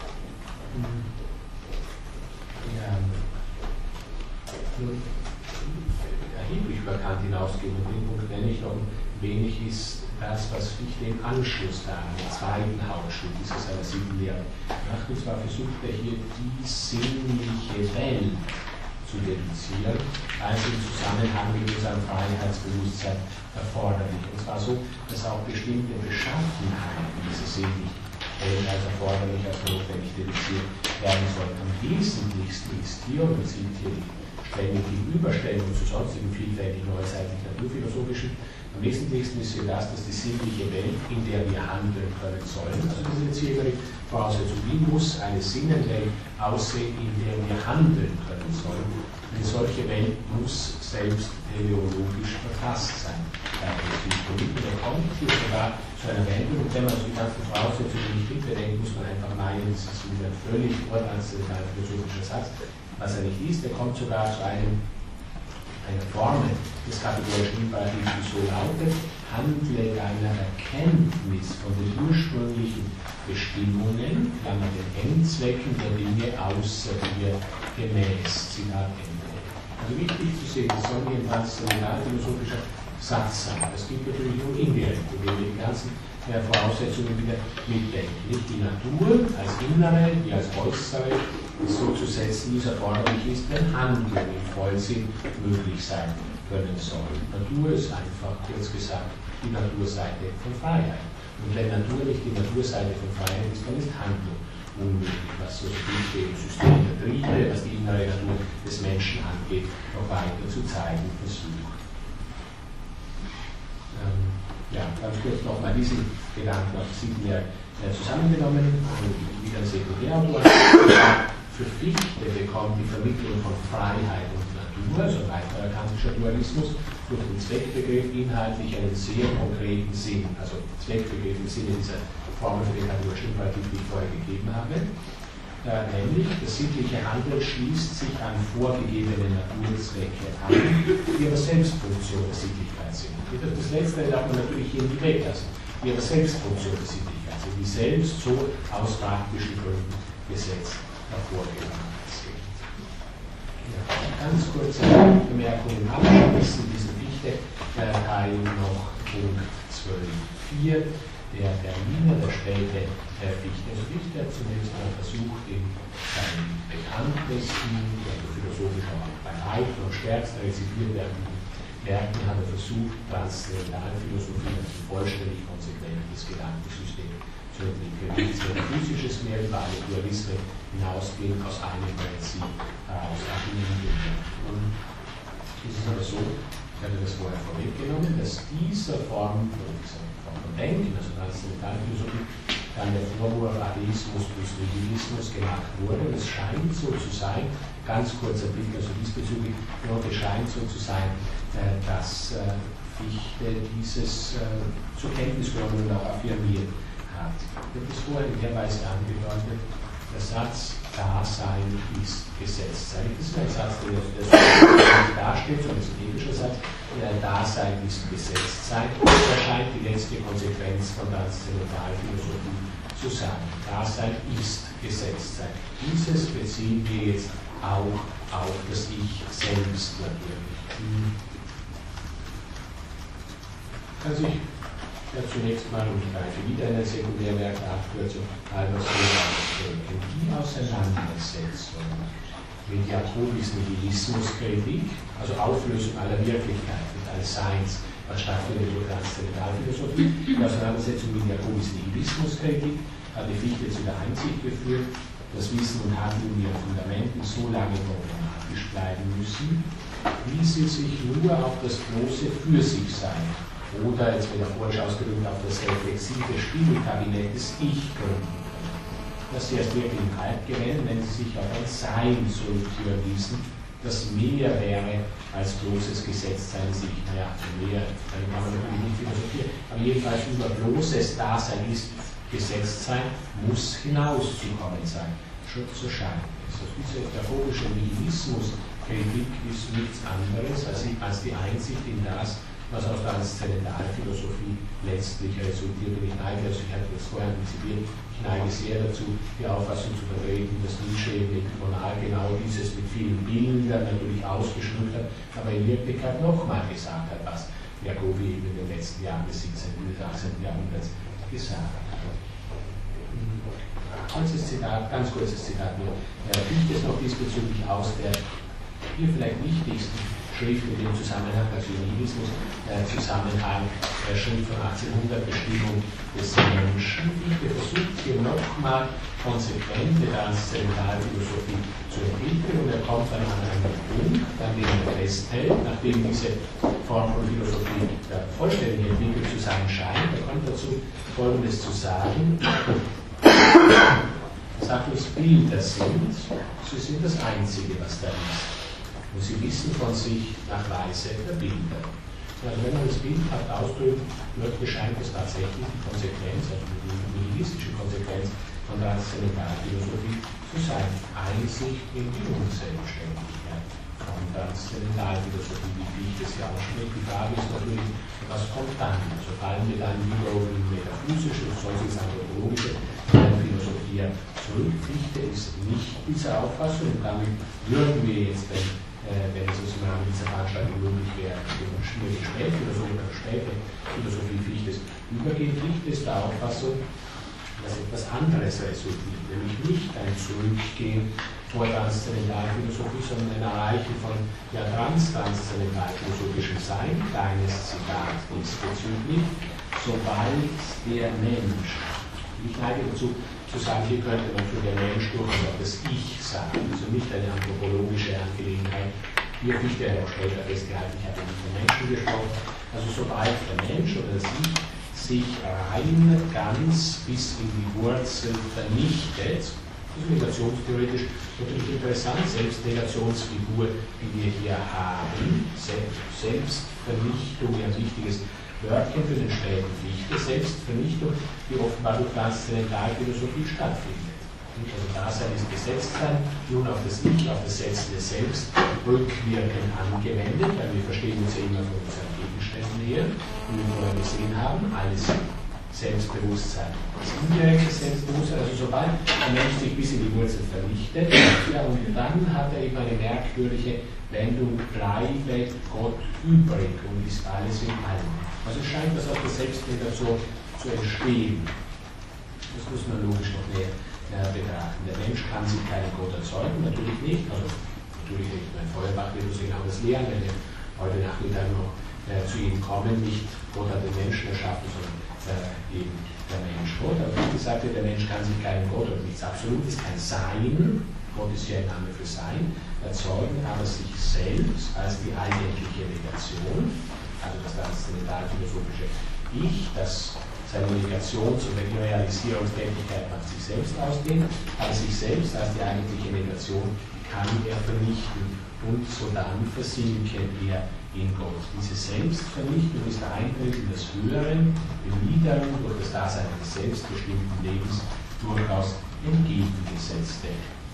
Ja. Nun, erheblich über Kant hinausgehen, und den Punkt nenne ich noch wenig, ist das, was Fichte im Anschluss da am zweiten Hauptstück dieses seiner Sittenlehre macht. Und zwar versucht er hier die sinnliche Welt zu deduzieren, als im Zusammenhang mit unserem Freiheitsbewusstsein erforderlich. Und zwar so, dass auch bestimmte Beschaffenheiten dieser sinnlichen Welt als erforderlich, als notwendig deduziert werden sollen. Am wesentlichsten ist hier, und man sieht hier die ständige Gegenüberstellung zu sonstigen vielfältigen neuzeitlichen naturphilosophischen, am wesentlichsten ist hier das, dass die sinnliche Welt, in der wir handeln können sollen, also das ist jetzt hier die Voraussetzung, wie muss eine Sinnenwelt aussehen, in der wir handeln können sollen. Eine solche Welt muss selbst teleologisch verfasst sein. Und er kommt hier sogar zu einer Wendung, und wenn man die ganzen Voraussetzungen nicht mitbedenkt, muss man einfach meinen, das ist wieder ein völlig ortsanzentral philosophischer Satz, was er nicht ist. Er kommt sogar zu einer Formel des kategorischen Imperativs, die so lautet: handle deiner Erkenntnis von den ursprünglichen Bestimmungen, den Endzwecken der Dinge außer dir gemäß. Zitat Ende. Also wichtig zu sehen, das soll hier ein transzendentalphilosophischer Satz sein. Das gibt natürlich nur indirekt, indem wir die ganzen Voraussetzungen wieder mitdenken. Nicht die Natur als innere, die als äußere so zu setzen, wie es erforderlich ist, wenn Handlung im Vollsinn möglich sein können soll. Natur ist einfach, kurz gesagt, die Naturseite von Freiheit. Und wenn Natur nicht die Naturseite von Freiheit ist, dann ist Handlung unmöglich, was so die System der Triebe, was die innere Natur des Menschen angeht, noch weiter zu zeigen versucht. Ja, ganz kurz nochmal diesen Gedanken aus Sittenlehre zusammengenommen, wieder ein Sekundärautor. Für Fichte bekommt die Vermittlung von Freiheit und Natur, also ein weiterer kantischer Dualismus, durch den Zweckbegriff inhaltlich einen sehr konkreten Sinn, also Zweckbegriff im Sinne dieser Formel für den kategorischen Imperativ, die ich vorher gegeben habe. Nämlich, das sittliche Handeln schließt sich an vorgegebene Naturzwecke an, die aber Selbstfunktion der Sittlichkeit sind. Das Letzte darf man natürlich hier nicht weglassen, die aber Selbstfunktion der Sittlichkeit sind, die selbst so aus praktischen Gründen gesetzt hervorgegangen sind. Ja, ganz kurze Bemerkung im Abschluss in diesem Fichte-Teil noch Punkt 12.4. Der Termine der späte Fichte. Also Fichte hat zunächst mal versucht, in seinen bekanntesten, also philosophisch auch bei weitem und stärksten rezipiert werdenden Werken hat er versucht, Transzendentalphilosophie als ein vollständig konsequentes Gedankensystem zu entwickeln. Nichts Metaphysisches mehr, über alle Dualismen hinausgehen, aus einem Prinzip heraus argumentieren. Und es ist aber so, ich hatte das vorher vorweggenommen, dass dieser Form von Denken, also Transzendentalphilosophie, dann der Vorwurf Atheismus plus Nihilismus gemacht wurde. Und es scheint so zu sein, ganz kurzer Blick, also diesbezüglich, es scheint so zu sein, dass Fichte dieses zur Kenntnis genommen und auch affirmiert hat. Ich habe das vorher in der Weise angedeutet, der Satz, Dasein ist Gesetztsein. Das ist ein Satz, der das nicht darstellt, sondern ist ein epischer Satz. Dasein ist Gesetztsein. Da scheint die letzte Konsequenz von Transzendentalphilosophie zu sein. Dasein ist Gesetztsein. Dieses beziehen wir jetzt auch auf das Ich selbst natürlich. Kann sich ja zunächst mal, und ich greife wieder in der Sekundärwerke Abkürzung, Albers denken. Die Auseinandersetzung mit Jacobis Nihilismuskritik, also Auflösung aller Wirklichkeit, mit alles Seins, was stattfindet durch Transzendentalphilosophie, die Auseinandersetzung mit Jacobis Nihilismuskritik hat die Fichte zu der Einsicht geführt, dass Wissen und Handeln in ihren Fundamenten so lange problematisch bleiben müssen, wie sie sich nur auf das bloße Für-sich-Sein oder, jetzt wird er falsch ausgedrückt, auf das reflexive Spiegelkabinett des Ich gründen können. Dass sie erst wirklich im Halt gewähren, wenn sie sich auf ein Sein zurückführen ließen, das mehr wäre als bloßes Gesetztsein sich. Naja, mehr, dann kann man natürlich nicht philosophieren, aber jedenfalls über bloßes Dasein ist Gesetztsein, muss hinauszukommen sein, schon zu scheinen. Also diese dialogische Nihilismuskritik ist nichts anderes als die Einsicht in das, was aus der Transzendentalphilosophie letztlich resultiert. Und ich neige, also ich hatte das vorher antizipiert, ich neige sehr dazu, die Auffassung zu vertreten, dass Nietzsche im Tonal genau dieses mit vielen Bildern natürlich ausgeschmückt hat, aber in Wirklichkeit nochmal gesagt hat, was Jacobi eben in den letzten Jahren des 17. und des 18. Jahrhunderts gesagt hat. Ganz kurzes Zitat nur. Fichte es noch diesbezüglich aus der hier vielleicht wichtigsten Schrift in dem Zusammenhang, also Nihilismus, Zusammenhang der Schrift von 1800, Bestimmung des Menschen. Fichte versucht hier nochmal konsequente Transzendentalphilosophie zu entwickeln und er kommt dann an einen Punkt, an dem er festhält, nachdem diese Form von Philosophie vollständig entwickelt zu sein scheint, er kommt dazu, Folgendes zu sagen. Sagt uns, Bilder sind, sie sind das Einzige, was da ist. Und sie wissen von sich nach Weise der Bilder. Also wenn man das bildhaft ausdrückt, scheint es tatsächlich die Konsequenz, also die nihilistische Konsequenz von Transzendentalphilosophie zu sein. Einsicht in die Unselbstständigkeit von Transzendentalphilosophie, wie Fichte es ja ausspricht. Die Frage ist natürlich, was kommt dann? Also fallen wir dann wieder in metaphysische, sonstiges anthropologische Philosophie zurück. Fichte ist nicht dieser Auffassung und damit würden wir jetzt, wenn es im Rahmen dieser Veranstaltung möglich wäre, über schwierige Spätphilosophie oder späte Philosophie Fichtes übergehen. Fichte ist der Auffassung, dass etwas anderes resultiert, nämlich nicht ein Zurückgehen vor Transzendentalphilosophie, sondern ein Erreichen von transzendentalphilosophischem Sein. Kleines Zitat diesbezüglich, sobald der Mensch, ich neige dazu zu sagen, hier könnte man für den Mensch durchaus auch das Ich sagen, also nicht eine anthropologische Angelegenheit. Hier Fichte ja auch später festgehalten, ich habe nicht von Menschen gesprochen. Also sobald der Mensch oder das Ich sich rein ganz bis in die Wurzel vernichtet, das ist negationstheoretisch natürlich interessant, Selbstnegationsfigur, die wir hier haben, Selbstvernichtung, ein wichtiges Wörtchen für den späten Fichte, Selbstvernichtung, die offenbar durch Transzendentalphilosophie stattfindet. Also Dasein ist Gesetztsein, nun auf das Ich, auf das setzende Selbst rückwirkend angewendet, weil wir verstehen uns ja immer von unseren Gegenständen her, wie wir vorher gesehen haben, alles Selbstbewusstsein, das indirekte Selbstbewusstsein, also sobald ein Mensch sich bis in die Wurzel vernichtet, ja, und dann hat er eben eine merkwürdige Wendung, bleibe Gott übrig und ist alles in allem. Also es scheint das aus der Selbstnegation zu entstehen. Das muss man logisch noch mehr betrachten. Der Mensch kann sich keinen Gott erzeugen, natürlich nicht. Also natürlich nicht. Mein Feuerbach wird uns genau das lehren, wenn wir heute Nachmittag noch zu ihm kommen. Nicht Gott hat den Menschen erschaffen, sondern eben der Mensch Gott. Aber wie gesagt, der Mensch kann sich keinen Gott oder nichts Absolutes, kein Sein, Gott ist ja ein Name für Sein, erzeugen, aber sich selbst als die eigentliche Negation, also das transzendentalphilosophische Ich, das seine Negations- und Realisierungstätigkeit nach sich selbst ausdehnt, aber sich selbst als die eigentliche Negation kann er vernichten und sodann versinken er in Gott. Diese Selbstvernichtung ist der Eintritt in das Höhere, im Niederen durch das Dasein des selbstbestimmten Lebens durchaus entgegengesetzte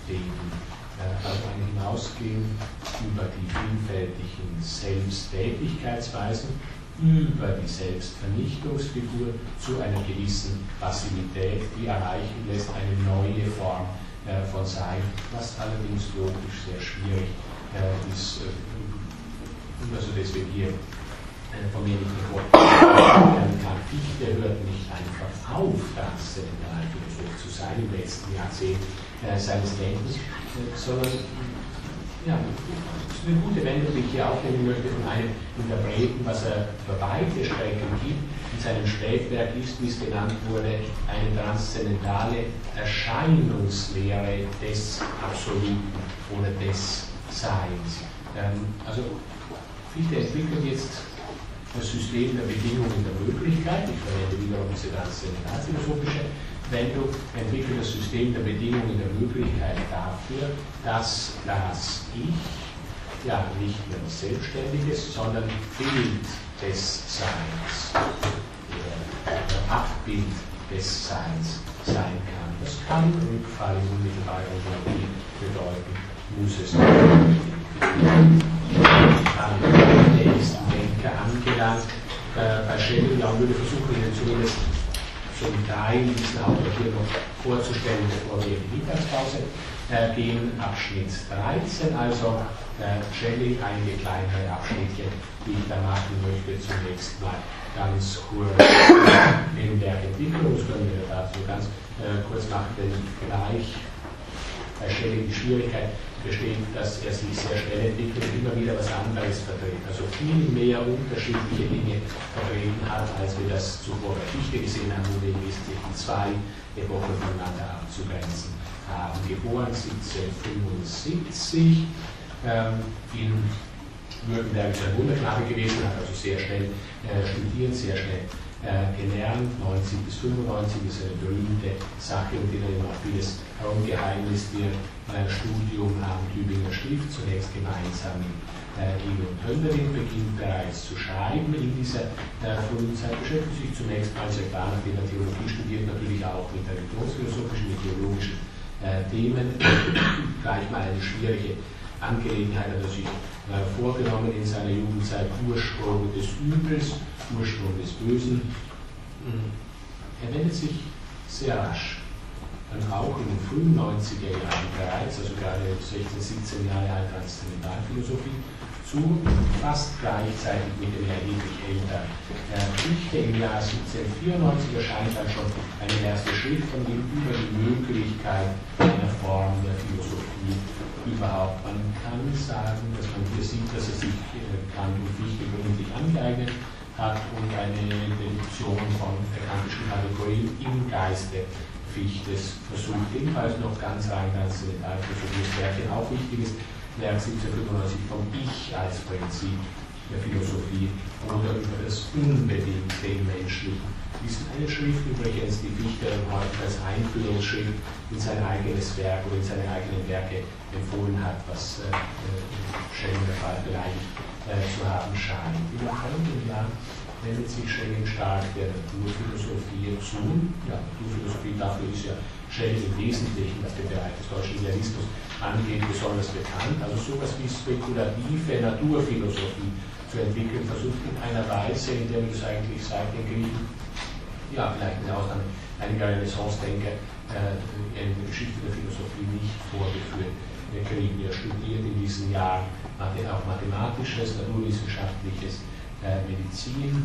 also hinausgehen über die vielfältigen Selbsttätigkeitsweisen, über die Selbstvernichtungsfigur zu einer gewissen Passivität, die erreichen lässt eine neue Form von Sein, was allerdings logisch sehr schwierig ist. Also deswegen hier von mir nicht vorstellen kann. Fichte hört nicht einfach auf, Transzendentalphilosoph zu sein im letzten Jahrzehnt seines Denkens, sondern ja, das ist eine gute Wendung, die ich hier aufnehmen möchte, von einem Interpreten, was er für weite Strecken gibt. In seinem Spätwerk ist, wie es genannt wurde, eine transzendentale Erscheinungslehre des Absoluten oder des Seins. Also Fichte entwickelt jetzt das System der Bedingungen der Möglichkeit, ich verwende wiederum diese transzendentalphilosophische Wendung, entwickelt das System der Bedingungen der Möglichkeit dafür, dass das Ich ja nicht mehr was Selbstständiges, sondern Bild des Seins, Abbild des Seins sein kann. Das kann Rückfall in unmittelbare Ontologie bedeuten, muss es am nächsten Denker angelangt. Bei Schelling würde versuchen, Ihnen zumindest zum Teil diesen Autor hier noch vorzustellen, bevor wir in die Mittagspause gehen. Abschnitt 13, also Schelling, einige kleinere Abschnitte, die ich da machen möchte. Zunächst mal ganz kurz in der Entwicklung, das können wir dazu ganz kurz machen, denn gleich bei Schelling die Schwierigkeit besteht, dass er sich sehr schnell entwickelt und immer wieder was anderes vertritt. Also viel mehr unterschiedliche Dinge vertreten hat, als wir das zuvor bei Fichte gesehen haben, wo wir im Wesentlichen zwei Epochen voneinander abzugrenzen haben. Geboren 1775, in Württemberg ist ein Wunderknabe gewesen, hat also sehr schnell studiert, sehr schnell gelernt. 90 bis 95 ist eine berühmte Sache, um die dann immer vieles herumgeheimnis wird. Studium am Tübinger Stift, zunächst gemeinsam mit Emil und Hölderlin, beginnt bereits zu schreiben in dieser frühen Zeit, beschäftigt sich zunächst mal sehr klar, nachdem er Theologie studiert, natürlich auch mit der religionsphilosophischen, mit theologischen Themen. Gleich mal eine schwierige Angelegenheit hat er sich vorgenommen in seiner Jugendzeit: Ursprung des Übels, Ursprung des Bösen. Er wendet sich sehr rasch, dann auch in den frühen 90er Jahren bereits, also gerade 16, 17 Jahre alt, Transzendentalphilosophie zu, fast gleichzeitig mit dem erheblich älteren Fichte. Im Jahr 1794 erscheint dann schon eine erste Schrift von ihm über die Möglichkeit einer Form der Philosophie überhaupt. Man kann sagen, dass man hier sieht, dass er sich Kant und Fichte gründlich angeeignet hat und eine Deduktion von der kantischen Kategorie im Geiste Fichtes versucht. Ebenfalls noch ganz rein transzendentalphilosophisches Werkchen, auch wichtiges Werk 1795 vom Ich als Prinzip der Philosophie oder über das Unbedingte im Menschlichen. Dies ist eine Schrift übrigens, die Fichte heute als Einführungsschrift in sein eigenes Werk oder in seine eigenen Werke empfohlen hat, was Schelling der Fall beleidigt zu haben scheint. In den folgenden Jahren wendet sich Schelling stark der Naturphilosophie zu. Ja, Naturphilosophie, dafür ist ja Schelling im Wesentlichen, was den Bereich des deutschen Idealismus angeht, besonders bekannt. Also sowas wie spekulative Naturphilosophie zu entwickeln, versucht in einer Weise, in der wir das eigentlich seit den Griechen, ja, vielleicht mit Ausnahme einiger Renaissance-Denker, in der Geschichte der Philosophie nicht vorgeführt kriegen. Er studiert in diesen Jahren auch mathematisches, naturwissenschaftliches, Medizin.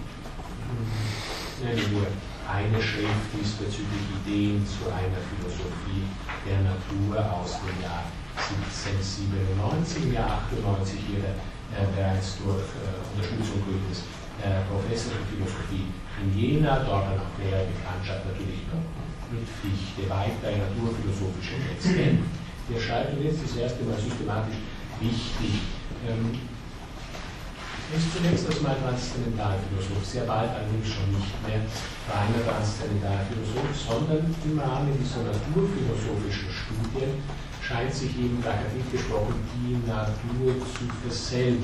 Nur eine Schrift diesbezüglich Ideen zu einer Philosophie der Natur aus dem Jahr 1797, im Jahr 98 hier bereits durch Unterstützung des Professor für Philosophie in Jena, dort dann auch nähere Bekanntschaft natürlich noch mit Fichte, weiter naturphilosophische Texte. Der schreibt, und jetzt das erste Mal systematisch wichtig, ist zunächst erstmal Transzendentalphilosoph, sehr bald allerdings schon nicht mehr reiner Transzendentalphilosoph, sondern im Rahmen dieser naturphilosophischen Studien scheint sich eben, daher nicht gesprochen, die Natur zu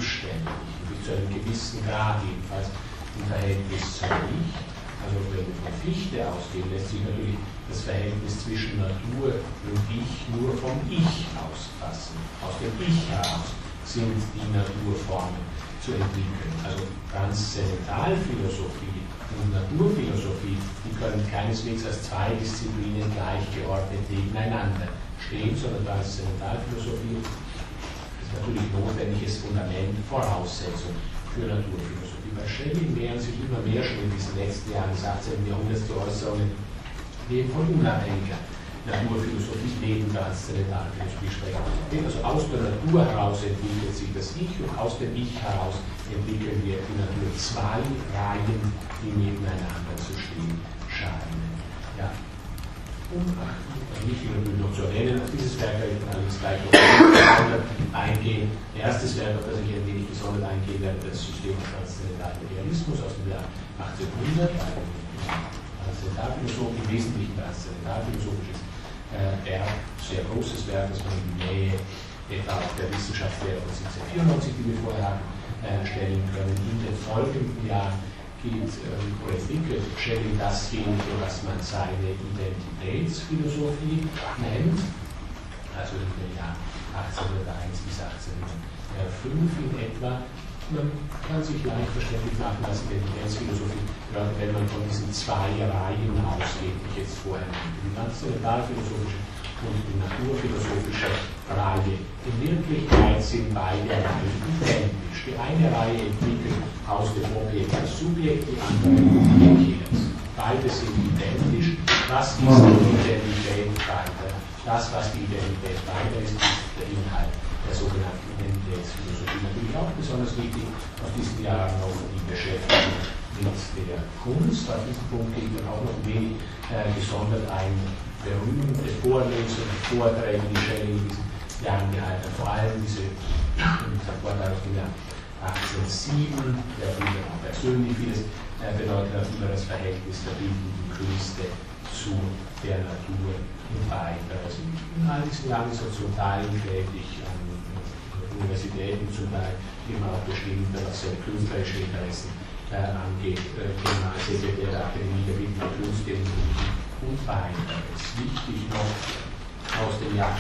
verselbstständigen, bis zu einem gewissen Grad jedenfalls im Verhältnis zum Ich. Also wenn wir von Fichte ausgehen, lässt sich natürlich das Verhältnis zwischen Natur und Ich nur vom Ich ausfassen. Aus dem Ich heraus sind die Naturformen zu entwickeln. Also Transzendentalphilosophie und Naturphilosophie, die können keineswegs als zwei Disziplinen gleichgeordnet nebeneinander stehen, sondern Transzendentalphilosophie ist natürlich notwendiges Fundament, Voraussetzung für Naturphilosophie. Bei Schelling mehren sich immer mehr schon in diesen letzten Jahren des 18. Jahrhunderts die Äußerungen, die von unabhängiger Naturphilosophie neben Transzendentalphilosophie sprechen. Also aus der Natur heraus entwickelt sich das Ich und aus dem Ich heraus entwickeln wir die Natur. Zwei Reihen, die nebeneinander zu stehen scheinen. Ja. Wichtig natürlich noch zu erwähnen, auf dieses Werk werde ich dann allerdings gleich noch eingehen. Erstes Werk, auf das ich ein wenig besonders eingehen werde, das System des transzendentalen Realismus aus dem Jahr 1800, Transzendentalphilosophie, im Wesentlichen transzendentalphilosophisches Werk, sehr großes Werk, das man in die Nähe etwa auch der Wissenschaftslehre von 1794, die wir vorher haben, stellen können. In den folgenden Jahren oder entwickelt Schelling dasjenige, was man seine Identitätsphilosophie nennt, also in den Jahren 1801 bis 1805 in etwa. Man kann sich leicht verständlich machen, dass Identitätsphilosophie, wenn man von diesen zwei Reihen ausgeht, die ich jetzt vorher nannte, die transzendentalphilosophische und die naturphilosophische Reihe. In Wirklichkeit sind beide Reihen identisch. Die eine Reihe entwickelt aus dem Objekt das Subjekt, die andere umgekehrt. Beide sind identisch. Was ist die Identität weiter? Das, was die Identität weiter ist, ist der Inhalt der sogenannten Identitätsphilosophie. Natürlich auch besonders wichtig aus diesen Jahren noch die Beschäftigung mit der Kunst. Auf diesen Punkt geht dann auch noch ein wenig gesondert ein berühmte Vorlesungen, Vorträge, die Schelling in diesen Jahren gehalten hat. Vor allem dieser Vortrag aus dem Jahr 1807, der auch persönlich vieles bedeutet hat über das Verhältnis der bildenden Künste zu der Natur und weiter. Also in all diesen Jahren ist er zum Teil tätig an Universitäten, zum Teil immer auch bestimmt, was seine künstlerische Interessen angeht, Generalsekretär der Akademie der Bildenden Künste und weiter. Es ist wichtig noch aus dem Jahr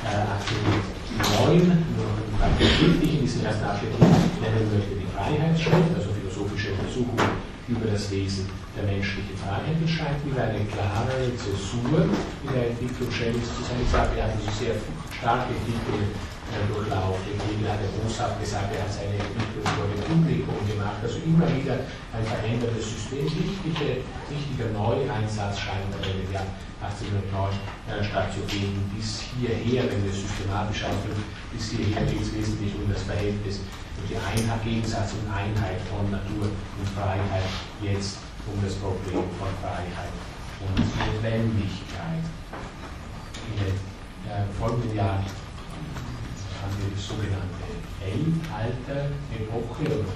1809, nur wichtig in diesem ersten Abschnitt nennen möchte, die Freiheitsschrift, also philosophische Untersuchung über das Wesen der menschlichen Freiheit. Es scheint wieder eine klare Zäsur in der Entwicklung Schellings zu sein. Ich sage, er hat also sehr starke Entwicklungen durchlaufen. Hegel hat ja boshaft gesagt, er hat seine Entwicklung vor dem Publikum gemacht. Also immer wieder ein verändertes System. Wichtiger Neueinsatz scheint aber im Jahr 1809 stattzufinden. Bis hierher, wenn wir es systematisch ausdrücken, bis hierher geht es wesentlich um das Verhältnis und die Gegensatz und Einheit von Natur und Freiheit, jetzt um das Problem von Freiheit und Notwendigkeit. In den folgenden Jahren haben wir die sogenannte Weltalter-Epoche oder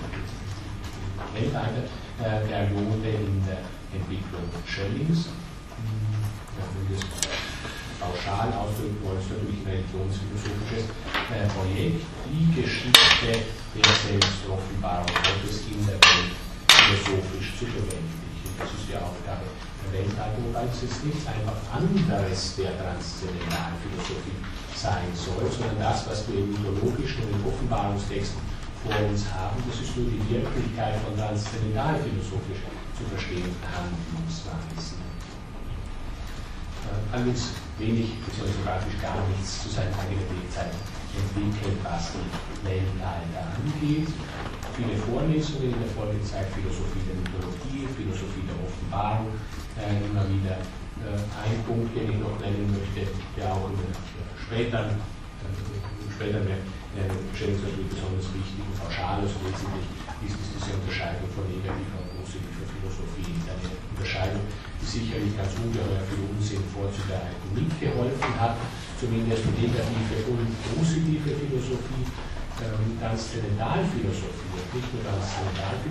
Weltalter-Periode in der Entwicklung Schellings. Ja, wenn wir es pauschal ausdrücken wollen, ist natürlich ein religionsphilosophisches Projekt, die Geschichte der Selbstoffenbarung Gottes in der Welt philosophisch zu verwirklichen. Das ist die Aufgabe der Weltalter, wobei es jetzt nichts einfach anderes der Transzendentalphilosophie sein soll, sondern das, was wir im mythologischen und im Offenbarungstext vor uns haben, das ist nur die Wirklichkeit von transzendentalphilosophisch zu verstehenden Handlungsweisen. Allerdings wenig, beziehungsweise praktisch gar nichts zu seiner eigenen Lebzeit entwickelt, was die Weltalter angeht. Viele Vorlesungen in der Folgezeit, Philosophie der Mythologie, Philosophie der Offenbarung, immer wieder ein Punkt, den ich noch nennen möchte, der auch in den späteren Schellings natürlich besonders wichtig und pauschal ist wesentlich, ist diese Unterscheidung von negativer und positiver Philosophie. Eine Unterscheidung, die sicherlich ganz ungeheuer viel Unsinn vorzubereiten mitgeholfen hat, zumindest negative und positive Philosophie, Transzendentalphilosophie, nicht nur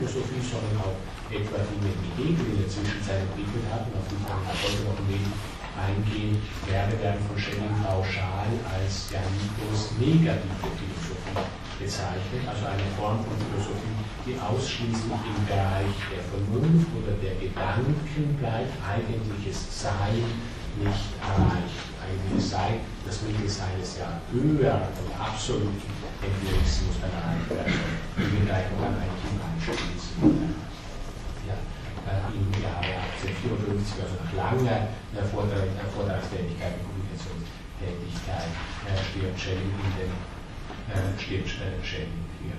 Transzendentalphilosophie, sondern auch etwa Dinge, die Hegel in der Zwischenzeit entwickelt hat und auf die ich dann heute noch ein wenig eingehen werde, werden von Schelling pauschal als Dianikos negative Philosophie bezeichnet, also eine Form von Philosophie, die ausschließlich im Bereich der Vernunft oder der Gedanken bleibt, eigentliches Sein nicht erreicht. Eigentliches Sein, das Mittel seines ja höheren und absoluten Empirismus erreicht werden. Die Begleitung dann eigentlich im Anschließen. Im Jahre 1854, also nach langer Vortragstätigkeit und Publikationstätigkeit, stirbt Schelling hier.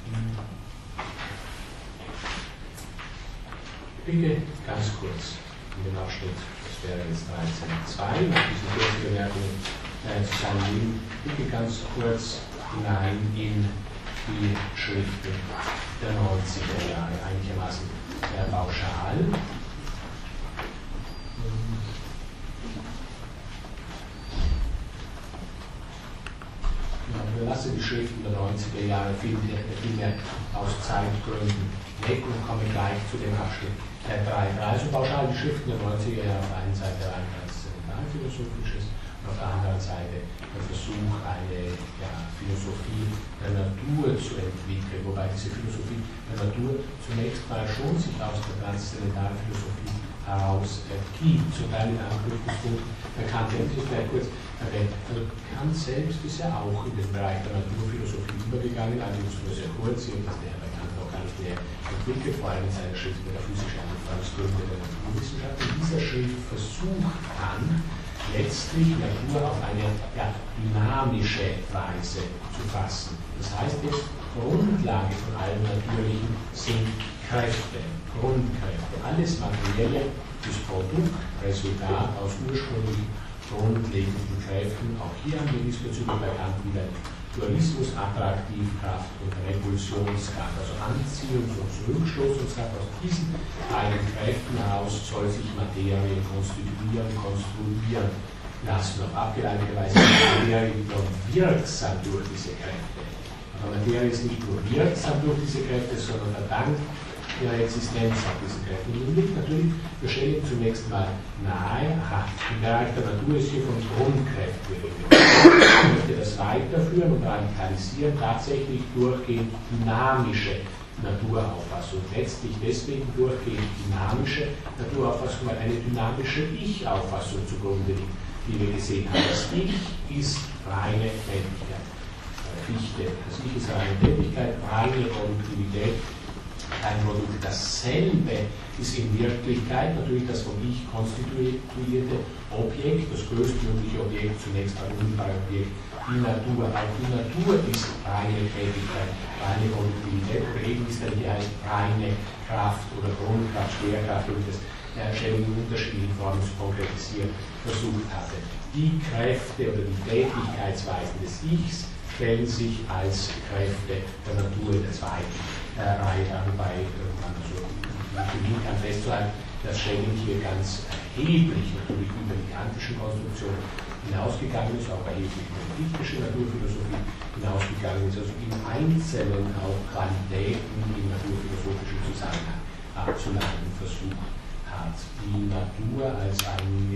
Bitte ganz kurz in den Abschnitt, das wäre jetzt 13.2, nach diesen kurzen Bemerkungen zusammenlegen, bitte ganz kurz hinein in die Schriften der 90er Jahre, einigermaßen pauschal. Wir lassen die Schriften der 90er Jahre vielmehr aus Zeitgründen weg und kommen gleich zu dem Abschnitt der 3.3. Also pauschal die Schriften der 90er Jahre auf der einen Seite rein als zentralphilosophisches und auf der anderen Seite der Versuch, eine Philosophie der Natur zu entwickeln, wobei diese Philosophie der Natur zunächst mal schon sich aus der Transzendentalphilosophie heraus ergibt, zum Teil mit Anknüpfungspunkten der Kant. Wenn ich vielleicht kurz erwähnt, also Kant selbst ist ja auch in den Bereich der Naturphilosophie übergegangen, allerdings nur sehr kurz, jedenfalls der bei Kant auch gar nicht mehr entwickelt, vor allem in seiner Schrift Metaphysische Anfangsgründe der Naturwissenschaft. In dieser Schrift versucht Kant letztlich Natur auf eine dynamische Weise zu fassen. Das heißt jetzt, Grundlage von allem Natürlichen sind Kräfte, Grundkräfte. Alles Materielle ist Produkt, Resultat aus ursprünglichen grundlegenden Kräften. Auch hier haben wir diesbezüglich bei Kant wieder Dualismus, Attraktivkraft und Repulsionskraft, also Anziehungs- und Zurückstoßungskraft. Aus diesen beiden Kräften heraus soll sich Materie konstituieren, konstruieren lassen. Auf abgeleitete Weise ist Materie wiederum wirksam durch diese Kräfte. Aber Materie ist nicht nur wirksam durch diese Kräfte, sondern verdankt ihrer Existenz auf diesen Kräften. Und nun liegt natürlich für Schelling zunächst mal nahe, im Bereich der Natur ist hier von Grundkräften die Rede. Ich möchte das weiterführen und radikalisieren, tatsächlich durchgehend dynamische Naturauffassung. Letztlich deswegen durchgehend dynamische Naturauffassung, weil eine dynamische Ich-Auffassung zugrunde liegt, wie wir gesehen haben. Das Ich ist reine Tätigkeit. Fichte. Das Ich ist reine Tätigkeit, reine Produktivität. Kein Produkt. Dasselbe ist in Wirklichkeit natürlich das vom Ich konstituierte Objekt, das größtmögliche Objekt, zunächst ein unmittelbares Objekt, die Natur. Auch die Natur ist reine Tätigkeit, reine Produktivität, oder eben ist dann hier heißt reine Kraft oder Grundkraft, Schwerkraft, und das Schelling in unterschiedlichen Formen zu konkretisieren versucht hatte. Die Kräfte oder die Tätigkeitsweisen des Ichs stellen sich als Kräfte der Natur in der zweiten Reihe an, wobei man also beginnen kann festzuhalten, dass Schelling hier ganz erheblich natürlich über die kantische Konstruktion hinausgegangen ist, auch erheblich über die fichtische Naturphilosophie hinausgegangen ist, also im Einzelnen auch Qualitäten im naturphilosophischen Zusammenhang abzuleiten versucht hat. Die Natur als einen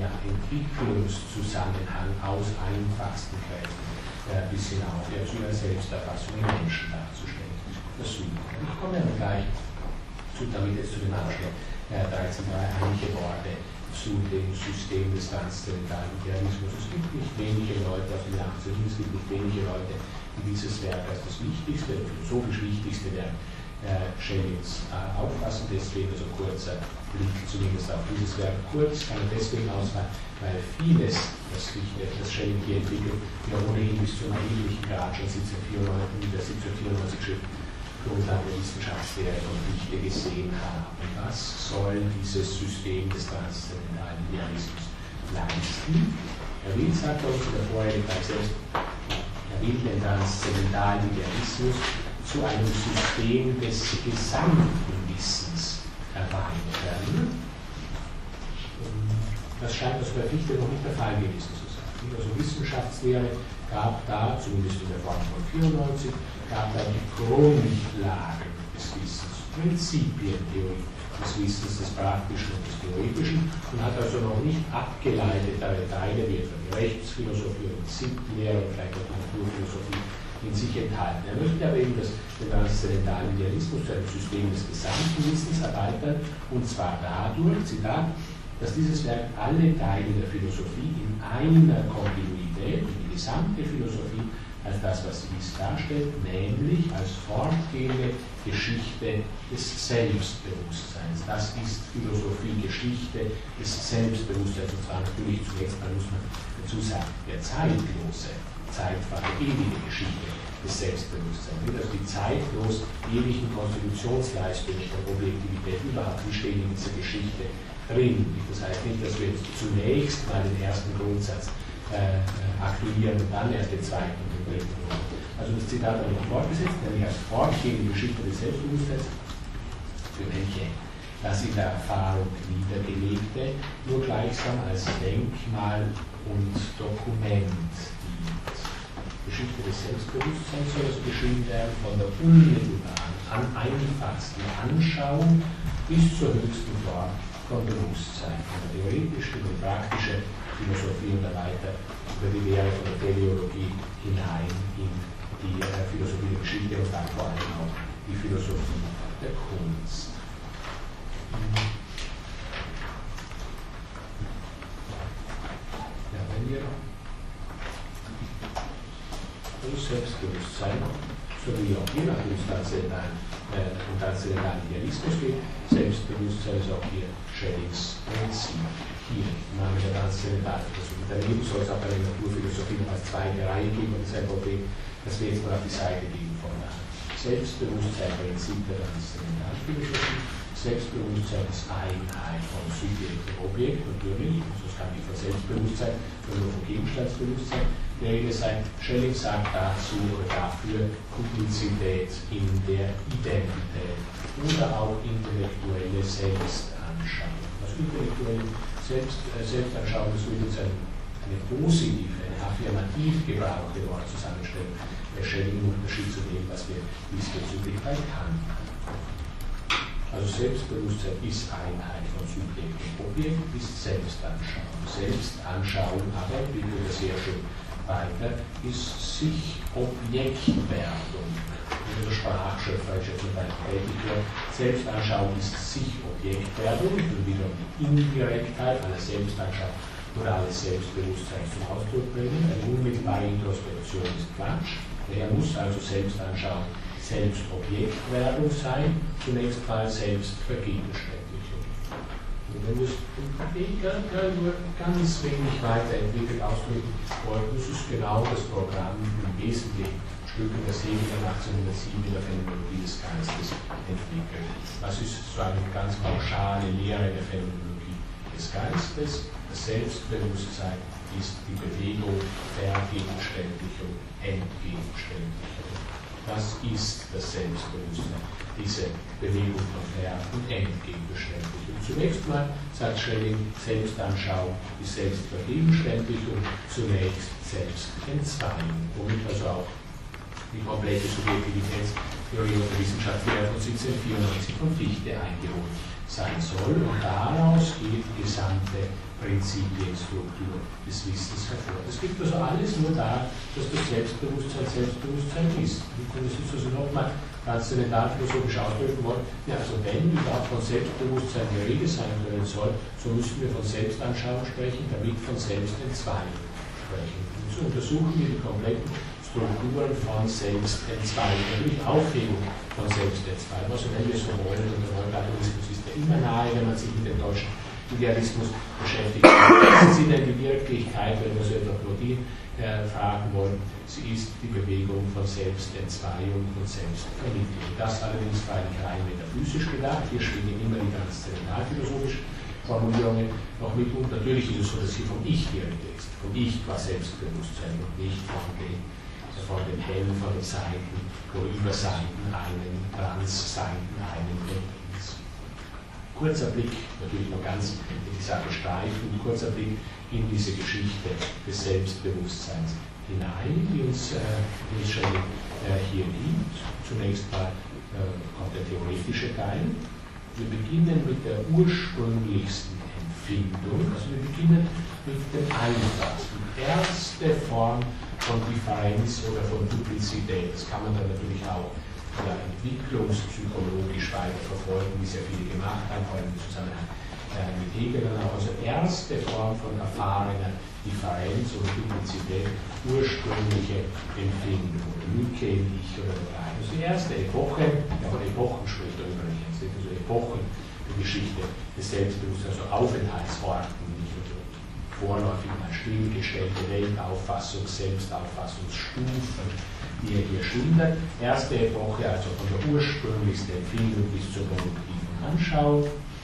Entwicklungszusammenhang aus einfachsten Kräften bis hinauf zu ihrer Selbsterfassung im Menschen darzustellen versuchen. Ich komme dann gleich damit jetzt zu dem Abschnitt 13 einige Worte zu dem System des transzendentalen Idealismus. Es gibt nicht wenige Leute aus den 18. Es gibt nicht wenige Leute, die dieses Werk als das wichtigste, philosophisch wichtigste Werk Schellings auffassen. Deswegen also kurzer Blick zumindest auf dieses Werk. Kurz kann er deswegen ausfallen, weil vieles, das Schelling hier entwickelt, ja ohnehin bis zu einem erheblichen Grad schon 1794 Schrift Grundlage der Wissenschaftslehre und Dichte gesehen haben. Was soll dieses System des transzendentalen Idealismus leisten? Herr Will sagt uns in der vorherigen Teil selbst, er will den transzendentalen Idealismus zu einem System des gesamten Wissens erweitern. Das scheint aus der Dichte noch nicht der Fall gewesen zu sein. Also Wissenschaftslehre gab da, zumindest in der Form von 94, gab da die Grundlagen des Wissens, Prinzipientheorie, des Wissens des Praktischen und des Theoretischen und hat also noch nicht abgeleitetere Teile wie etwa die Rechtsphilosophie und die Sittenlehre und vielleicht auch die Naturphilosophie in sich enthalten. Er möchte aber eben den transzendentalen Idealismus zu einem System des gesamten Wissens erweitern, und zwar dadurch, Zitat, dass dieses Werk alle Teile der Philosophie in einer Kontinuität, die gesamte Philosophie als das, was sie ist, darstellt, nämlich als fortgehende Geschichte des Selbstbewusstseins. Das ist Philosophie, Geschichte des Selbstbewusstseins, und zwar natürlich zunächst mal, muss man dazu sagen, der zeitlose, zeitfache, ewige Geschichte des Selbstbewusstseins. Also die zeitlos ewigen Konstitutionsleistungen der Objektivität überhaupt, die stehen in dieser Geschichte drin. Das heißt nicht, dass wir jetzt zunächst mal den ersten Grundsatz aktivieren und dann erst den zweiten und den dritten. Also das Zitat habe ich noch fortgesetzt, nämlich als fortgehende Geschichte des Selbstbewusstseins, für welche das in der Erfahrung niedergelegte nur gleichsam als Denkmal und Dokument dient. Geschichte des Selbstbewusstseins soll also geschrieben werden von der unmittelbaren, einfachsten Anschauung bis zur höchsten Form von Bewusstsein, von der theoretischen und praktischen Philosophie und dann weiter über die Lehre von der Teleologie hinein in die Philosophie der Geschichte und dann vor allem auch die Philosophie der Kunst. Ja, wenn wir das Selbstbewusstsein, so wie auch hier nach dem transzendentalen Idealismus geht, Selbstbewusstsein ist auch hier Schellings Prinzip. Hier im Namen der transzendentalen Philosophie. Daneben soll es auch bei der Naturphilosophie noch als zweite Reihe geben, und das ist ein Problem, das wir jetzt mal auf die Seite legen von der Selbstbewusstsein, Prinzip der transzendentalen Philosophie. Selbstbewusstsein ist Einheit von Subjekt und Objekt, natürlich, also es kann nicht von Selbstbewusstsein, sondern nur von Gegenstandsbewusstsein der Rede sein. Schelling sagt dazu oder dafür Publizität in der Identität oder auch intellektuelle Selbstanschauung. Das intellektuelle Selbstanschauung, das würde jetzt eine positive, eine affirmativ gebrauchte Wort zusammenstellen. Der Schelling im Unterschied zu dem, was wir diesbezüglich bei Kant haben. Also Selbstbewusstsein ist Einheit von Subjekt und Objekt, ist Selbstanschauung. Selbstanschauung aber, wie wir das sehr schön weiter, ist sich Objektwerdung. Der Sprachschöpfer ist jetzt zum Beispiel tätig. Selbstanschauung ist sich Objektwerdung, und wieder die Indirektheit aller Selbstanschauung oder alles Selbstbewusstsein zum Ausdruck bringen. Eine unmittelbare Introspektion ist Quatsch. Er muss also Selbstanschauung Selbstobjektwerdung sein, zunächst mal Selbstvergegenständlichung. Und wenn wir es nur ganz wenig weiterentwickelt ausdrücken wollten, das ist genau das Programm im Wesentlichen Stücken, das Hegel 1807 in der Phänomenologie des Geistes entwickelt. Das ist so eine ganz pauschale Lehre der Phänomenologie des Geistes. Das Selbstbewusstsein ist die Bewegung Vergegenständlichung, Entgegenständlichung. Das ist das Selbstbewusstsein, diese Bewegung von Ver- und Entgegenständlichung. Zunächst mal, sagt Schelling, Selbstanschauung ist Selbstvergegenständlichung, zunächst Selbstentzweiung, womit also auch die komplette Subjektivitätstheorie und Wissenschaftslehre von 1794 von Fichte eingeholt sein soll, und daraus geht die gesamte Prinzipienstruktur des Wissens hervor. Es gibt also alles nur da, dass das Selbstbewusstsein ist. Und das ist also nochmal transzendentalphilosophisch ausdrücken wollen, ja, also wenn überhaupt von Selbstbewusstsein die Rede sein können soll, so müssen wir von Selbstanschauung sprechen, damit von Selbstentzweiung sprechen. Und so untersuchen wir die kompletten Strukturen von Selbstentzweiung, natürlich Aufhebung von Selbstentzweiung. Also wenn wir so wollen, und der Neuplatonymismus ist ja immer nahe, wenn man sich mit dem deutschen Idealismus beschäftigt. Was ist denn die Wirklichkeit, wenn wir so etwa Plodin fragen wollen? Sie ist die Bewegung von Selbstentzweiung und Selbstvermittlung. Das allerdings freilich rein metaphysisch gedacht. Hier schwingen immer die transzendentalphilosophischen Formulierungen noch mit. Und natürlich ist es so, dass hier vom Ich die Rede ist. Vom Ich qua Selbstbewusstsein und nicht von den Helfern, Seiten oder Überseiten einen, Transseiten einen. Kurzer Blick, natürlich noch ganz in die Sache streifen, kurzer Blick in diese Geschichte des Selbstbewusstseins hinein, die uns Schelling hier gibt. Zunächst mal kommt der theoretische Teil. Wir beginnen mit der ursprünglichsten Empfindung, also wir beginnen mit dem einfachsten. Erste Form von Differenz oder von Duplizität. Das kann man dann natürlich auch entwicklungspsychologisch weiter verfolgen, wie sehr viele gemacht haben, vor allem im Zusammenhang mit Hegel dann auch. Also erste Form von erfahrener Differenz oder Duplizität, ursprüngliche Empfindung, Lücke im Ich oder dabei. Also die erste Epoche, von Epochen spricht er übrigens, also Epochen der Geschichte des Selbstbewusstseins, also Aufenthaltsorten, vorläufig mal stillgestellte Weltauffassung, Selbstauffassungsstufen, die er hier schildert. Erste Epoche, also von der ursprünglichsten Empfindung bis zur produktiven Anschauung.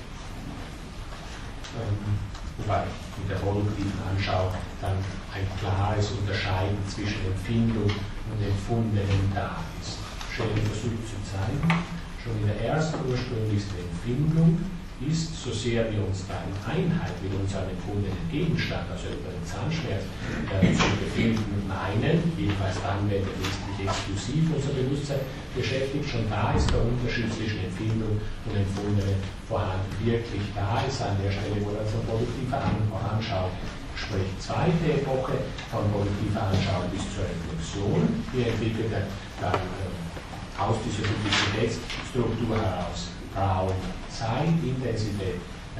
Wobei mit der produktiven Anschauung dann ein klares Unterscheiden zwischen Empfindung und Empfundenem da ist. Schelling versucht zu zeigen, schon in der ersten ursprünglichsten Empfindung ist, so sehr wir uns da in Einheit mit unserem empfundenen Gegenstand, also etwa den Zahnschmerz, zu befinden meinen, jedenfalls dann, wenn wir wesentlich exklusiv unser Bewusstsein beschäftigt, schon da ist der Unterschied zwischen Empfindung und Empfundenem vorhanden. Wirklich da ist an der Stelle, wo das von produktiver Anschauung spricht. Zweite Epoche von produktiver Anschauung bis zur Reflexion. Hier entwickelt er dann aus dieser Duplizitätsstruktur heraus Raum, Zeit, Intensität,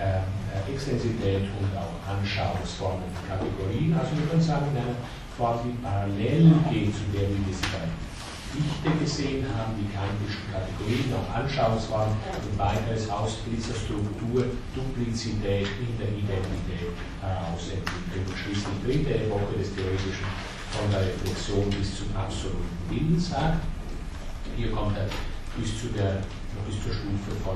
Extensität und auch Anschauungsformen und Kategorien. Also wir können sagen, in einer Form, die parallel geht zu der, wie wir sie bei Fichte gesehen haben, die kantischen Kategorien, auch Anschauungsformen und weiteres aus dieser Struktur Duplizität in der Identität herausentwickeln. Und schließlich dritte Epoche des Theoretischen von der Reflexion bis zum absoluten Willen sagt. Hier kommt er bis zur Stufe von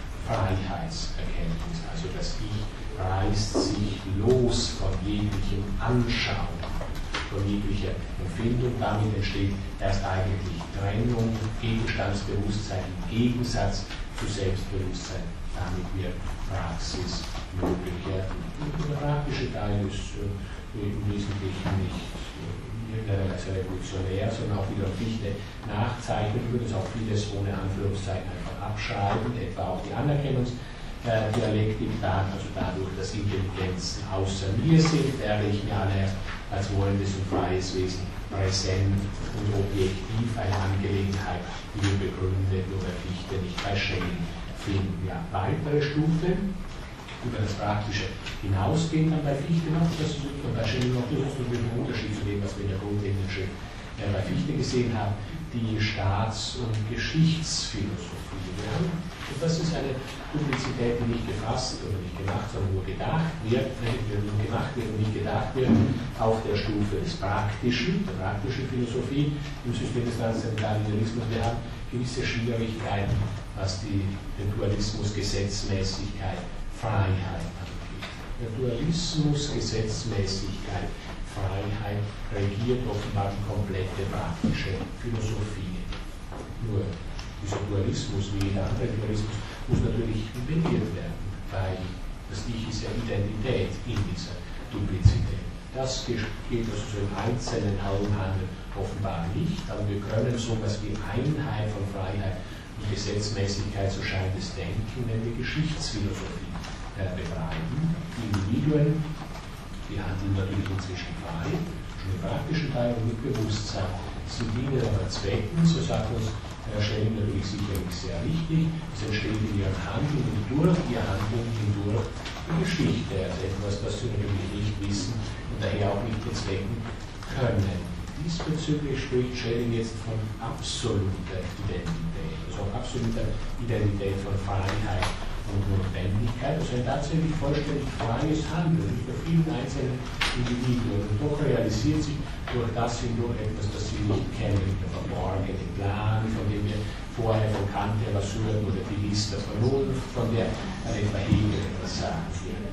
Freiheitserkenntnis. Also das Ich reißt sich los von jeglichem Anschauen, von jeglicher Empfindung. Damit entsteht erst eigentlich Trennung, Gegenstandsbewusstsein im Gegensatz zu Selbstbewusstsein. Damit wird Praxis möglich. Der praktische Teil ist im Wesentlichen nicht irgendeiner revolutionär, sondern auch wieder Fichte nachzeichnen, würde es auch vieles ohne Anführungszeichen einfach abschreiben, etwa auch die Anerkennungsdialektik, also dadurch, dass Intelligenzen außer mir sind, werde ich mir alle als wollendes und freies Wesen präsent und objektiv eine Angelegenheit, die wir begründet nur bei Fichte, nicht bei Schelling finden. Ja, weitere Stufen über das Praktische hinausgehen dann bei Fichte noch, das wird man bei Schelling noch durchaus einen Unterschied zu dem, was wir in der grundlegenden Schrift bei Fichte gesehen haben, die Staats- und Geschichtsphilosophie. Ja? Und das ist eine Duplizität, die nicht gefasst oder nicht gemacht, sondern nur gedacht wird, nur gemacht wird und nicht gedacht wird, auf der Stufe des Praktischen, der praktischen Philosophie im System des transzendentalen Idealismus. Wir haben gewisse Schwierigkeiten, was den Dualismus, Gesetzmäßigkeit, Freiheit angeht. Der Dualismus, Gesetzmäßigkeit, Freiheit regiert offenbar die komplette praktische Philosophie. Nur dieser Dualismus, wie jeder andere Dualismus, muss natürlich integriert werden, weil das Ich ist ja Identität in dieser Duplizität. Das geht also so im einzelnen Herumhandeln offenbar nicht, aber wir können so etwas wie Einheit von Freiheit und Gesetzmäßigkeit, so scheint es denken, wenn wir Geschichtsphilosophie betreiben. Die Individuen, die handeln natürlich inzwischen frei, schon im praktischen Teil und mit Bewusstsein. Sie dienen aber Zwecken, so sagt uns Schelling natürlich sicherlich sehr wichtig. Es entsteht in ihrem Handeln und durch ihr Handeln hindurch die Geschichte, also etwas, das sie natürlich nicht wissen und daher auch nicht bezwecken können. Diesbezüglich spricht Schelling jetzt von absoluter Identität, also absoluter Identität von Freiheit und Notwendigkeit, also ein tatsächlich vollständig freies Handeln für vielen einzelnen Individuen. Und doch realisiert sich durch das hindurch etwas, das sie nicht kennen, der verborgene Plan, von dem wir vorher von Kant etwas hören, oder die Liste der Vernunft, von der etwa Hegel etwas sagen wird.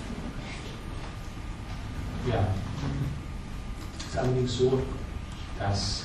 Ja, es ist allerdings so, dass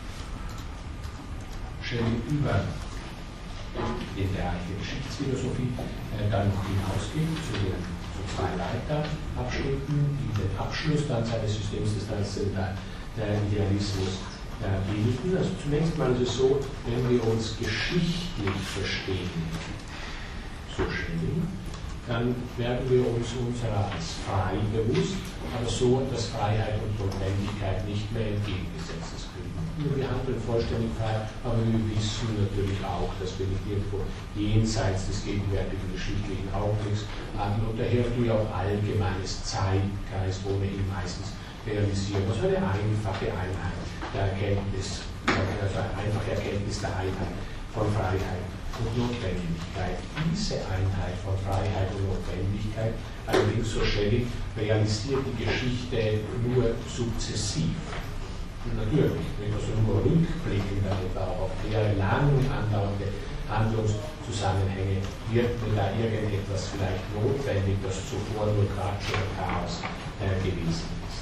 Schelling über den Bereich der Geschichtsphilosophie dann noch hinausgeht zu zwei Leiterabschnitten, die den Abschluss dann seines Systems des transzendentalen Idealismus bilden. Also zunächst mal ist es so, wenn wir uns geschichtlich verstehen, so Schelling, dann werden wir uns unserer als frei bewusst, aber so, dass Freiheit und Notwendigkeit nicht mehr entgegengesetzt ist. Wir handeln vollständig frei, aber wir wissen natürlich auch, dass wir nicht irgendwo jenseits des gegenwärtigen geschichtlichen Augenblicks handeln und daher tue auch allgemeines Zeitgeist ohnehin meistens realisieren. Also eine einfache Einheit der Erkenntnis, also eine einfache Erkenntnis der Einheit von Freiheit und Notwendigkeit. Diese Einheit von Freiheit und Notwendigkeit, allerdings so Schelling, realisiert die Geschichte nur sukzessiv. Und natürlich, wenn wir so nur rückblicken, dann etwa auch auf jahrelang andauernde Handlungszusammenhänge, wird mir da irgendetwas vielleicht notwendig, das zuvor nur Quatsch oder Chaos gewesen ist.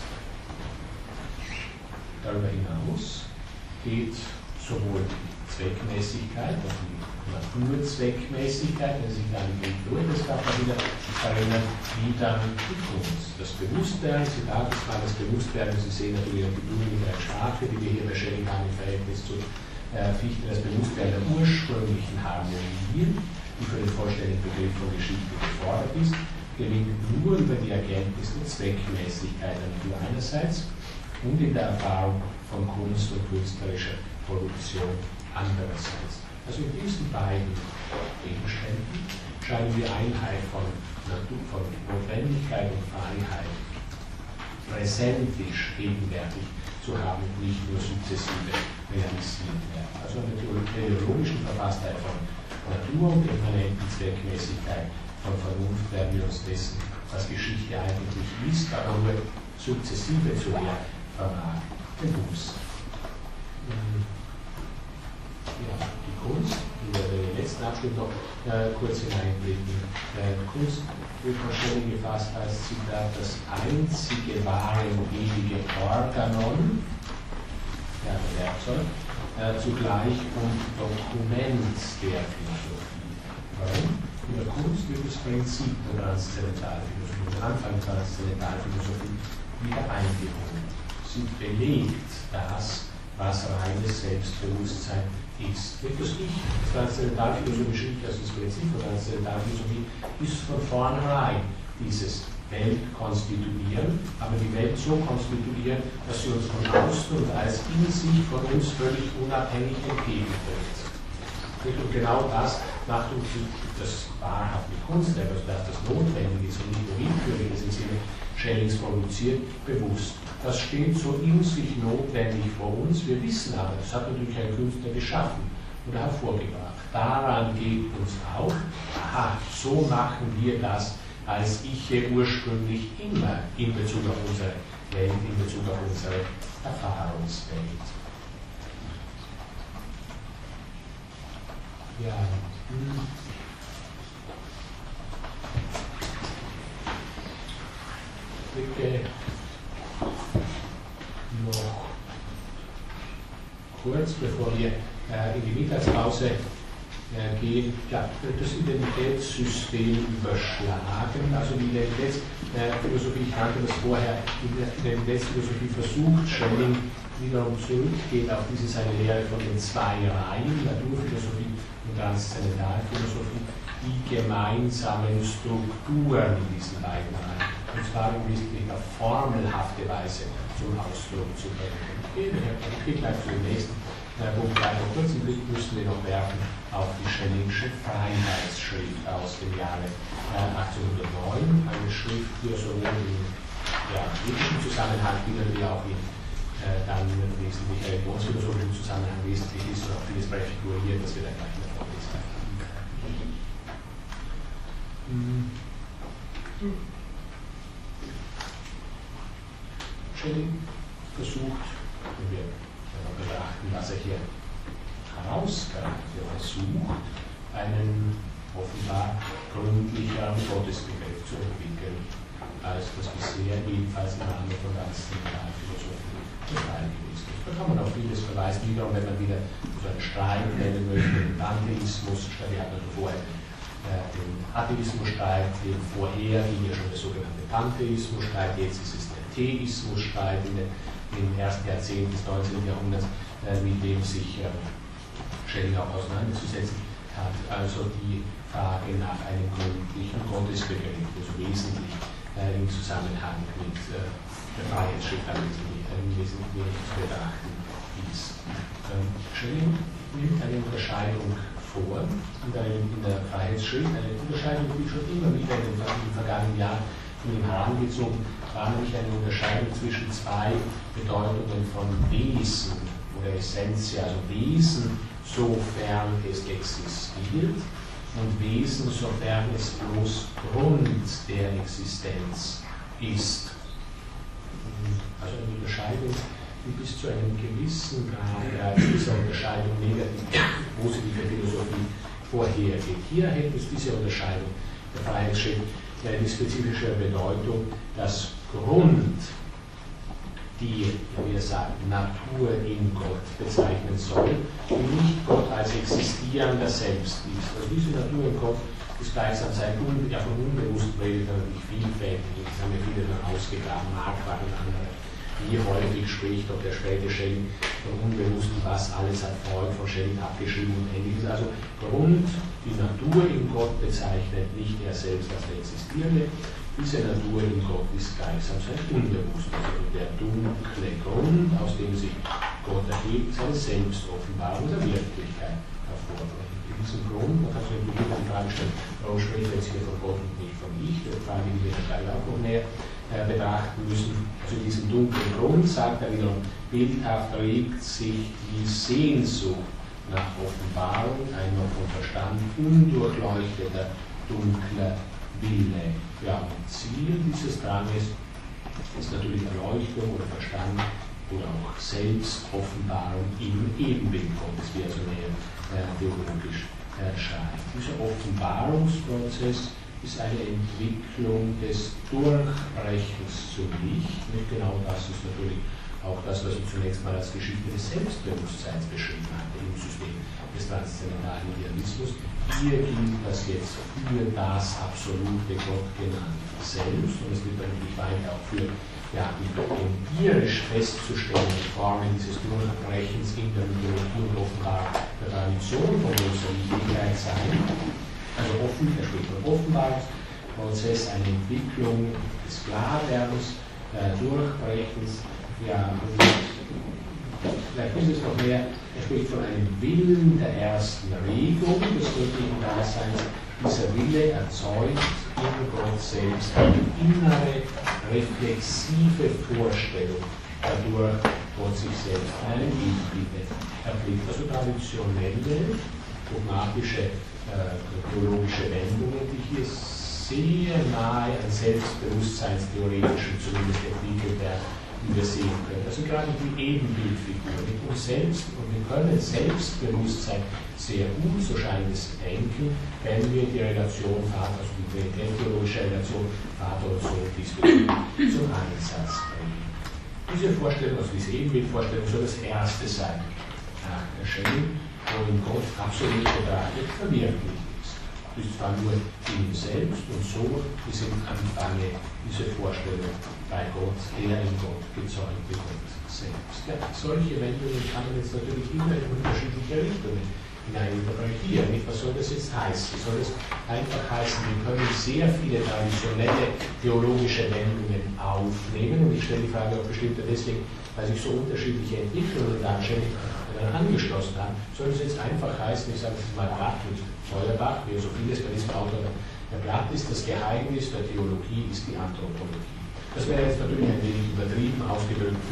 Darüber hinaus geht sowohl die Zweckmäßigkeit, also die Naturzweckmäßigkeit, wenn Sie sich an die Naturwissenschaft wieder erinnern, wie dann die Kunst. Das Bewusstwerden, Zitat ist mal das Bewusstwerden, Sie sehen natürlich auch die Blumen der Schafe, die wir hier bei Schelling haben im Verhältnis zu Fichte, das Bewusstwerden der ursprünglichen Harmonie, die für den vollständigen Begriff von Geschichte gefordert ist, gelingt nur über die Erkenntnis der Zweckmäßigkeit der Natur einerseits und in der Erfahrung von Kunst und künstlerischer Produktion andererseits. Also in diesen beiden Gegenständen scheinen die Einheit von Natur, von Notwendigkeit und Freiheit präsentisch, gegenwärtig zu haben und nicht nur sukzessive realisiert werden. Also eine teleologischen Verfasstheit von Natur und immanenten Zweckmäßigkeit von Vernunft werden wir uns dessen, was Geschichte eigentlich ist, aber nur sukzessive zu werden vermag, bewusst. Ja, die Kunst, in den letzten Abschnitt noch kurz hineinblicken. Kunst wird von Schelling gefasst als Zitat das einzige wahre und ewige Organon, ja, Werkzeug, zugleich und Dokument der Philosophie. Warum? In der Kunst wird das Prinzip der Transzendentalphilosophie, der Anfang der Transzendentalphilosophie wieder eingeholt. Sie belegt das, was reines Selbstbewusstsein ist. Nicht das Ich, das Transzendentalphilosophische Ich, also das Prinzip der Transzendentalphilosophie, ist von vornherein dieses Welt konstituieren, aber die Welt so konstituieren, dass sie uns von außen und als in sich von uns völlig unabhängig entgegentritt. Und genau das macht uns das wahrhafte Kunstwerk, also das notwendig ist und nicht nur willkürlich ist im Sinne Schellings produziert, bewusst. Das steht so in sich notwendig vor uns. Wir wissen aber, das hat natürlich ein Künstler geschaffen oder hervorgebracht. Daran geht uns auch, aha, so machen wir das als Ich ursprünglich immer in Bezug auf unsere Welt, in Bezug auf unsere Erfahrungswelt. Ja. Bitte noch kurz, bevor wir in die Mittagspause gehen, ja, das Identitätssystem überschlagen. Also die Identitätsphilosophie, ich kannte das vorher, die Identitätsphilosophie versucht, Schelling wiederum zurückgeht auf diese seine Lehre von den zwei Reihen, Naturphilosophie und Transzendentalphilosophie, die gemeinsamen Strukturen in diesen beiden Reihen, und zwar im Wesentlichen auf formelhafte Weise zum Ausdruck zu bringen. Okay, ich gehe gleich zu dem nächsten Punkt. Einen kurzen Blick müssen wir noch werfen auf die Schellingsche Freiheitsschrift aus dem Jahre 1809. Eine Schrift, die sowohl im ethischen Zusammenhang wie auch in dann wesentlich religionsphilosophischen Zusammenhang wesentlich ist und auch vieles präfiguriert, das wir dann gleich in der Vorlesung haben. Schelling versucht, wenn wir betrachten, was er hier herausgreift, er versucht, einen offenbar gründlicheren Gottesbegriff zu entwickeln, als das bisher jedenfalls im Rahmen von Transzendentalphilosophie der Fall gewesen ist. Da kann man auf vieles verweisen, wiederum, wenn man wieder so einen Streit nennen möchte, den Pantheismus, wir hatten also vorher den Atheismusstreit, den vorher ging ja schon der sogenannte Pantheismusstreit, jetzt ist es der Theismusstreit im ersten Jahrzehnt des 19. Jahrhunderts, mit dem sich Schelling auch auseinanderzusetzen hat also die Frage nach einem gründlichen Gottesbegriff, also wesentlich im Zusammenhang mit der Freiheitsschrift wesentlich zu betrachten ist. Schelling nimmt eine Unterscheidung vor in der Freiheitsschrift, eine Unterscheidung, die schon immer wieder in den vergangenen Jahren von ihm herangezogen war, nämlich eine Unterscheidung zwischen zwei Bedeutungen von Wesen oder Essentia, also Wesen, sofern es existiert, und Wesen, sofern es bloß Grund der Existenz ist. Also eine Unterscheidung, die bis zu einem gewissen Grad dieser Unterscheidung positive Philosophie vorhergeht. Hier erhält es diese Unterscheidung der Freiheitsschrift die spezifische Bedeutung, dass Grund die, wie er sagt, Natur in Gott bezeichnen soll und nicht Gott als existierender selbst ist. Also diese Natur in Gott ist gleichsam von unbewussten Rede natürlich vielfältig. Das haben wir viele dann ausgegraben, Marquardt und andere. Wie häufig spricht auch der späte Schelling von Unbewussten, was alles hat Freud von Schelling abgeschrieben und ähnliches. Also Grund, die Natur in Gott bezeichnet, nicht er selbst als der Existierende. Diese Natur in Gott ist gleichsam sein Unbewusstsein. Also der dunkle Grund, aus dem sich Gott erhebt, seine Selbstoffenbarung der Wirklichkeit hervorbringt. In diesem Grund, man kann sich natürlich die Frage stellen, warum spricht er jetzt hier von Gott und nicht von Ich? Die Frage, die wir gleich auch noch näher betrachten müssen. Also in diesem dunklen Grund, sagt er wiederum, bildhaft regt sich die Sehnsucht nach Offenbarung, ein noch vom Verstand undurchleuchteter, dunkler Wille. Ja, und Ziel dieses Dranges ist natürlich Erleuchtung oder Verstand oder auch Selbstoffenbarung im Ebenbild Gottes, wie er so näher theologisch schreibt. Dieser Offenbarungsprozess ist eine Entwicklung des Durchbrechens zum Licht. Nicht genau das ist natürlich auch das, was ich zunächst mal als Geschichte des Selbstbewusstseins beschrieben hatte im System des transzendentalen Idealismus. Hier gilt das jetzt für das absolute Gott genannte Selbst, und es wird natürlich weiter auch für die empirisch festzustellende Formen dieses Durchbrechens in der Mythologie und offenbar der Tradition von unserer Liebigkeit sein. Also er spricht von Offenbarungsprozess, eine Entwicklung des Klarwerdens, Durchbrechens. Ja, und vielleicht ist es noch mehr, er spricht von einem Willen der ersten Regung des göttlichen Daseins. Dieser Wille erzeugt in Gott selbst eine innere, reflexive Vorstellung, dadurch Gott sich selbst einen Ebenbild erblickt. Also traditionelle, dogmatische, theologische Wendungen, die hier sehr nahe an selbstbewusstseinstheoretischen zumindest entwickelt werden, wie wir sehen können. Also gerade die Ebenbildfigur mit uns selbst, und wir können Selbstbewusstsein sehr gut, so scheint es, denken, wenn wir die Relation Vater, also die theologische Relation Vater und Sohn diesbezüglich zum Einsatz bringen. Diese Vorstellung, also diese Ebenbildvorstellung, soll das erste sein nach der Schelling, wo in Gott absolut betrachtet verwirklicht ist. Das ist zwar nur in ihm selbst, und so ist im Anfange diese Vorstellung bei Gott, der in Gott gezeugte Gott selbst. Ja, solche Wendungen kann man jetzt natürlich immer in unterschiedliche Richtungen hineininterpretieren. Was soll das jetzt heißen? Soll es einfach heißen, wir können sehr viele traditionelle theologische Wendungen aufnehmen, und ich stelle die Frage auch bestimmt deswegen, weil sich so unterschiedliche Entwicklungen darstellen, angeschlossen haben, soll es jetzt einfach heißen, ich sage es mal Bach mit Feuerbach, wie so vieles bei diesem Autor der Blatt ist, das Geheimnis der Theologie ist die Anthropologie. Das wäre jetzt natürlich ein wenig übertrieben ausgedrückt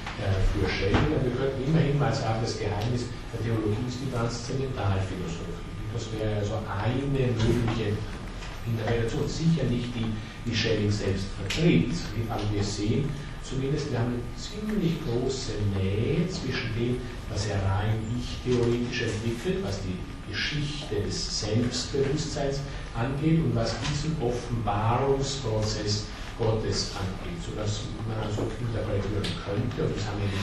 für Schelling, aber wir könnten immerhin mal sagen, das Geheimnis der Theologie ist die Transzendentalphilosophie. Das wäre also eine mögliche Interpretation, sicher nicht die Schelling selbst vertritt, aber wir sehen, zumindest wir haben eine ziemlich große Nähe zwischen dem, was er rein ich-theoretisch entwickelt, was die Geschichte des Selbstbewusstseins angeht und was diesen Offenbarungsprozess Gottes angeht, sodass man also interpretieren könnte, und das haben wir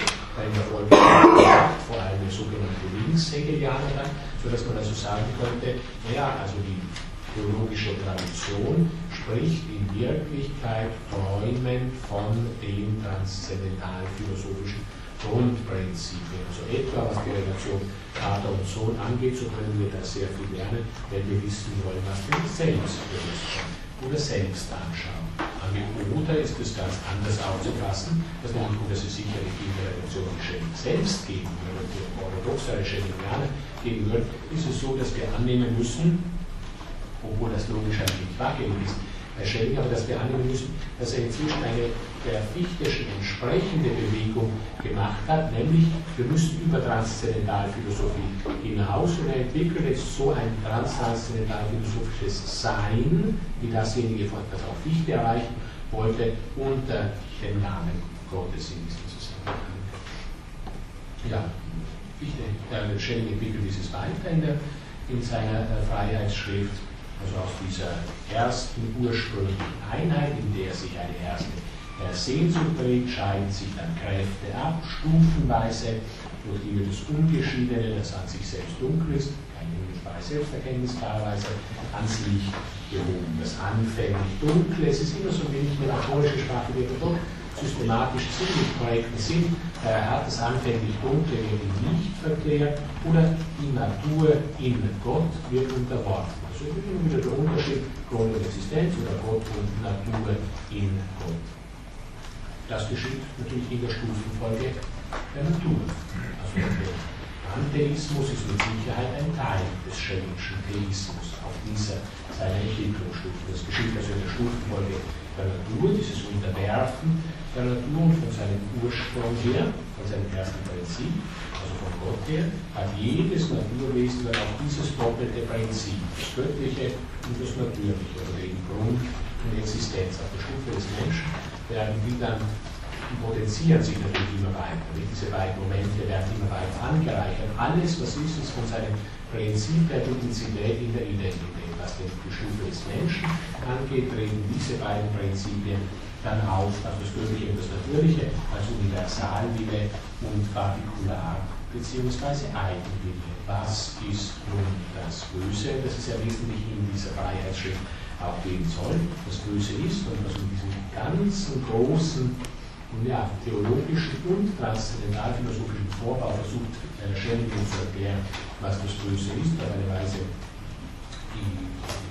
in der Folge gemacht, vor allem der sogenannte Linkshegelianer dann, sodass man also sagen könnte, naja, also die theologische Tradition spricht in Wirklichkeit träumend von dem transzendental-philosophischen Grundprinzipien. Also etwa was die Relation Vater und Sohn angeht, so können wir da sehr viel lernen, wenn wir wissen wollen, was wir Selbstbewusstsein oder Selbstanschauen angeht. Oder ist es ganz anders aufzufassen, dass nämlich, und das ist sicherlich die Relation, die Schelling selbst gegenüber, die orthodoxere Schellingerianer gegenüber, ist es so, dass wir annehmen müssen, obwohl das logischerweise nicht wahrgängig ist, bei Schelling, aber dass wir annehmen müssen, dass er inzwischen eine der Fichteschen entsprechende Bewegung gemacht hat, nämlich wir müssen über Transzendentalphilosophie hinaus und er entwickelt jetzt so ein transzendentalphilosophisches Sein, wie dasjenige, das auch Fichte erreichen wollte, unter dem Namen Gottes in diesem Zusammenhang. Ja, Schelling entwickelt dieses weiter in seiner Freiheitsschrift. Also aus dieser ersten ursprünglichen Einheit, in der sich eine erste Sehnsucht bringt, scheiden sich dann Kräfte ab, stufenweise, durch die wir das Ungeschiedene, das an sich selbst dunkel ist, keine unmittelbare Selbsterkenntnis klarerweise, ans Licht gehoben. Das anfänglich Dunkle, es ist immer so ein wenig metaphorische Sprache, die wir doch systematisch ziemlich korrekten Sinn hat. Das anfänglich Dunkle wird in Licht verklärt oder die Natur in Gott wird unterworfen. Also immer wieder der Unterschied Grund und Existenz oder Gott und Natur in Gott. Das geschieht natürlich in der Stufenfolge der Natur. Also der Pantheismus ist mit Sicherheit ein Teil des Schellingschen Theismus auf dieser seiner Entwicklungsstufe. Das geschieht also in der Stufenfolge der Natur, dieses Unterwerfen der Natur und von seinem Ursprung her, von seinem ersten Prinzip, also von Gott her, hat jedes Naturwesen dann auch dieses doppelte Prinzip, das Göttliche und das Natürliche, oder den Grund und Existenz. Auf der Stufe des Menschen werden die dann, potenzieren sich natürlich immer weiter. Diese beiden Momente werden immer weiter angereichert. Alles, was ist von seinem Prinzip der Duplizität in der Identität. Was die Stufe des Menschen angeht, treten diese beiden Prinzipien dann auf, also das Göttliche und das Natürliche, als Universalwille und Partikular bzw. Eigenwille. Was ist nun das Böse? Das ist ja wesentlich in dieser Freiheitsschrift auch geben soll. Das Böse ist, und was in diesem ganzen großen theologischen und transzendentalphilosophischen Vorbau versucht Schelling zu erklären, was das Böse ist, auf eine Weise, die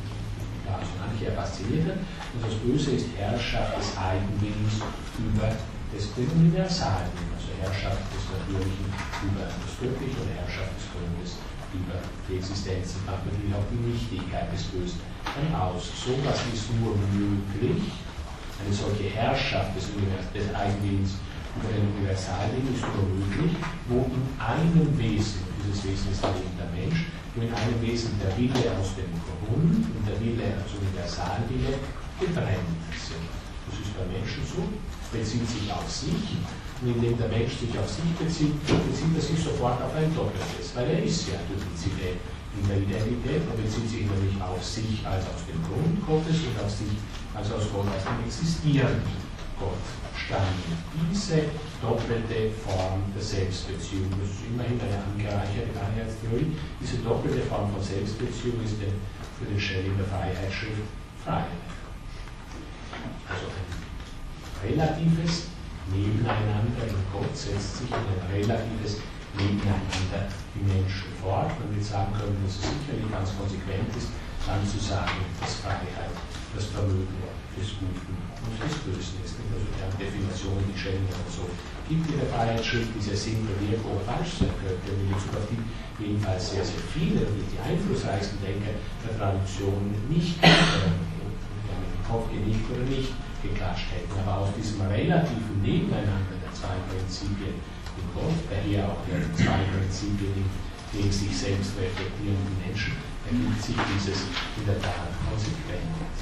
so manche fasziniert hat. Und das Böse ist Herrschaft des Eigenwillens über den Universalen, also Herrschaft des Natürlichen über das Göttliche und Herrschaft des Grundes über die Existenz. Und macht natürlich auch die Nichtigkeit des Bösen dann aus. So etwas ist nur möglich. Eine solche Herrschaft des Eigenwillens über den Universalwillen ist nur möglich, wo in einem Wesen, dieses Wesen ist eben der Mensch, wo in einem Wesen der Wille aus dem Grund und der Wille als Universalwille getrennt sind. Das ist beim Menschen so, bezieht sich auf sich, und indem der Mensch sich auf sich bezieht er sich sofort auf ein Doppeltes, weil er ist ja Duplizität in der Identität, er bezieht sich nämlich auf sich als aus dem Grund Gottes und auf sich als aus Gott aus dem existierenden Gott stammen. Diese doppelte Form der Selbstbeziehung, das ist immerhin eine angereicherte Freiheitstheorie, diese doppelte Form von Selbstbeziehung ist denn für den Schelling der Freiheitsschrift Freiheit. Also ein relatives Nebeneinander in Gott setzt sich in ein relatives Nebeneinander die Menschen fort. Man will sagen können, dass es sicherlich ganz konsequent ist, dann zu sagen, dass Freiheit das Vermögen des Guten und des Bösen ist. Also die Definition, die Schelling so gibt in der Freiheitsschrift, die sehr simpel wirkt oder falsch sein könnte, in Bezug auf die jedenfalls sehr, sehr viele und die einflussreichsten Denker der Tradition nicht im Kopf gelegt oder nicht geklatscht hätten. Aber aus diesem relativen Nebeneinander der zwei Prinzipien in Gott, daher auch der zwei Prinzipien in sich selbst reflektierenden Menschen, ergibt sich dieses in der Tat konsequent.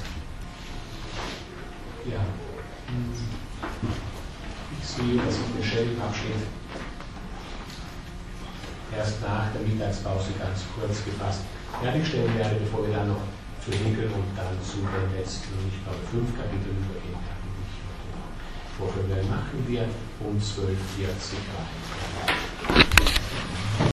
Ja, ich sehe, dass ich den Schelling-Abschnitt erst nach der Mittagspause ganz kurz gefasst fertigstellen werde, bevor wir dann noch zu Hegel und dann zu den letzten, ich glaube, 5 Kapiteln übergehen werden. Wofür machen wir um 12:40 Uhr.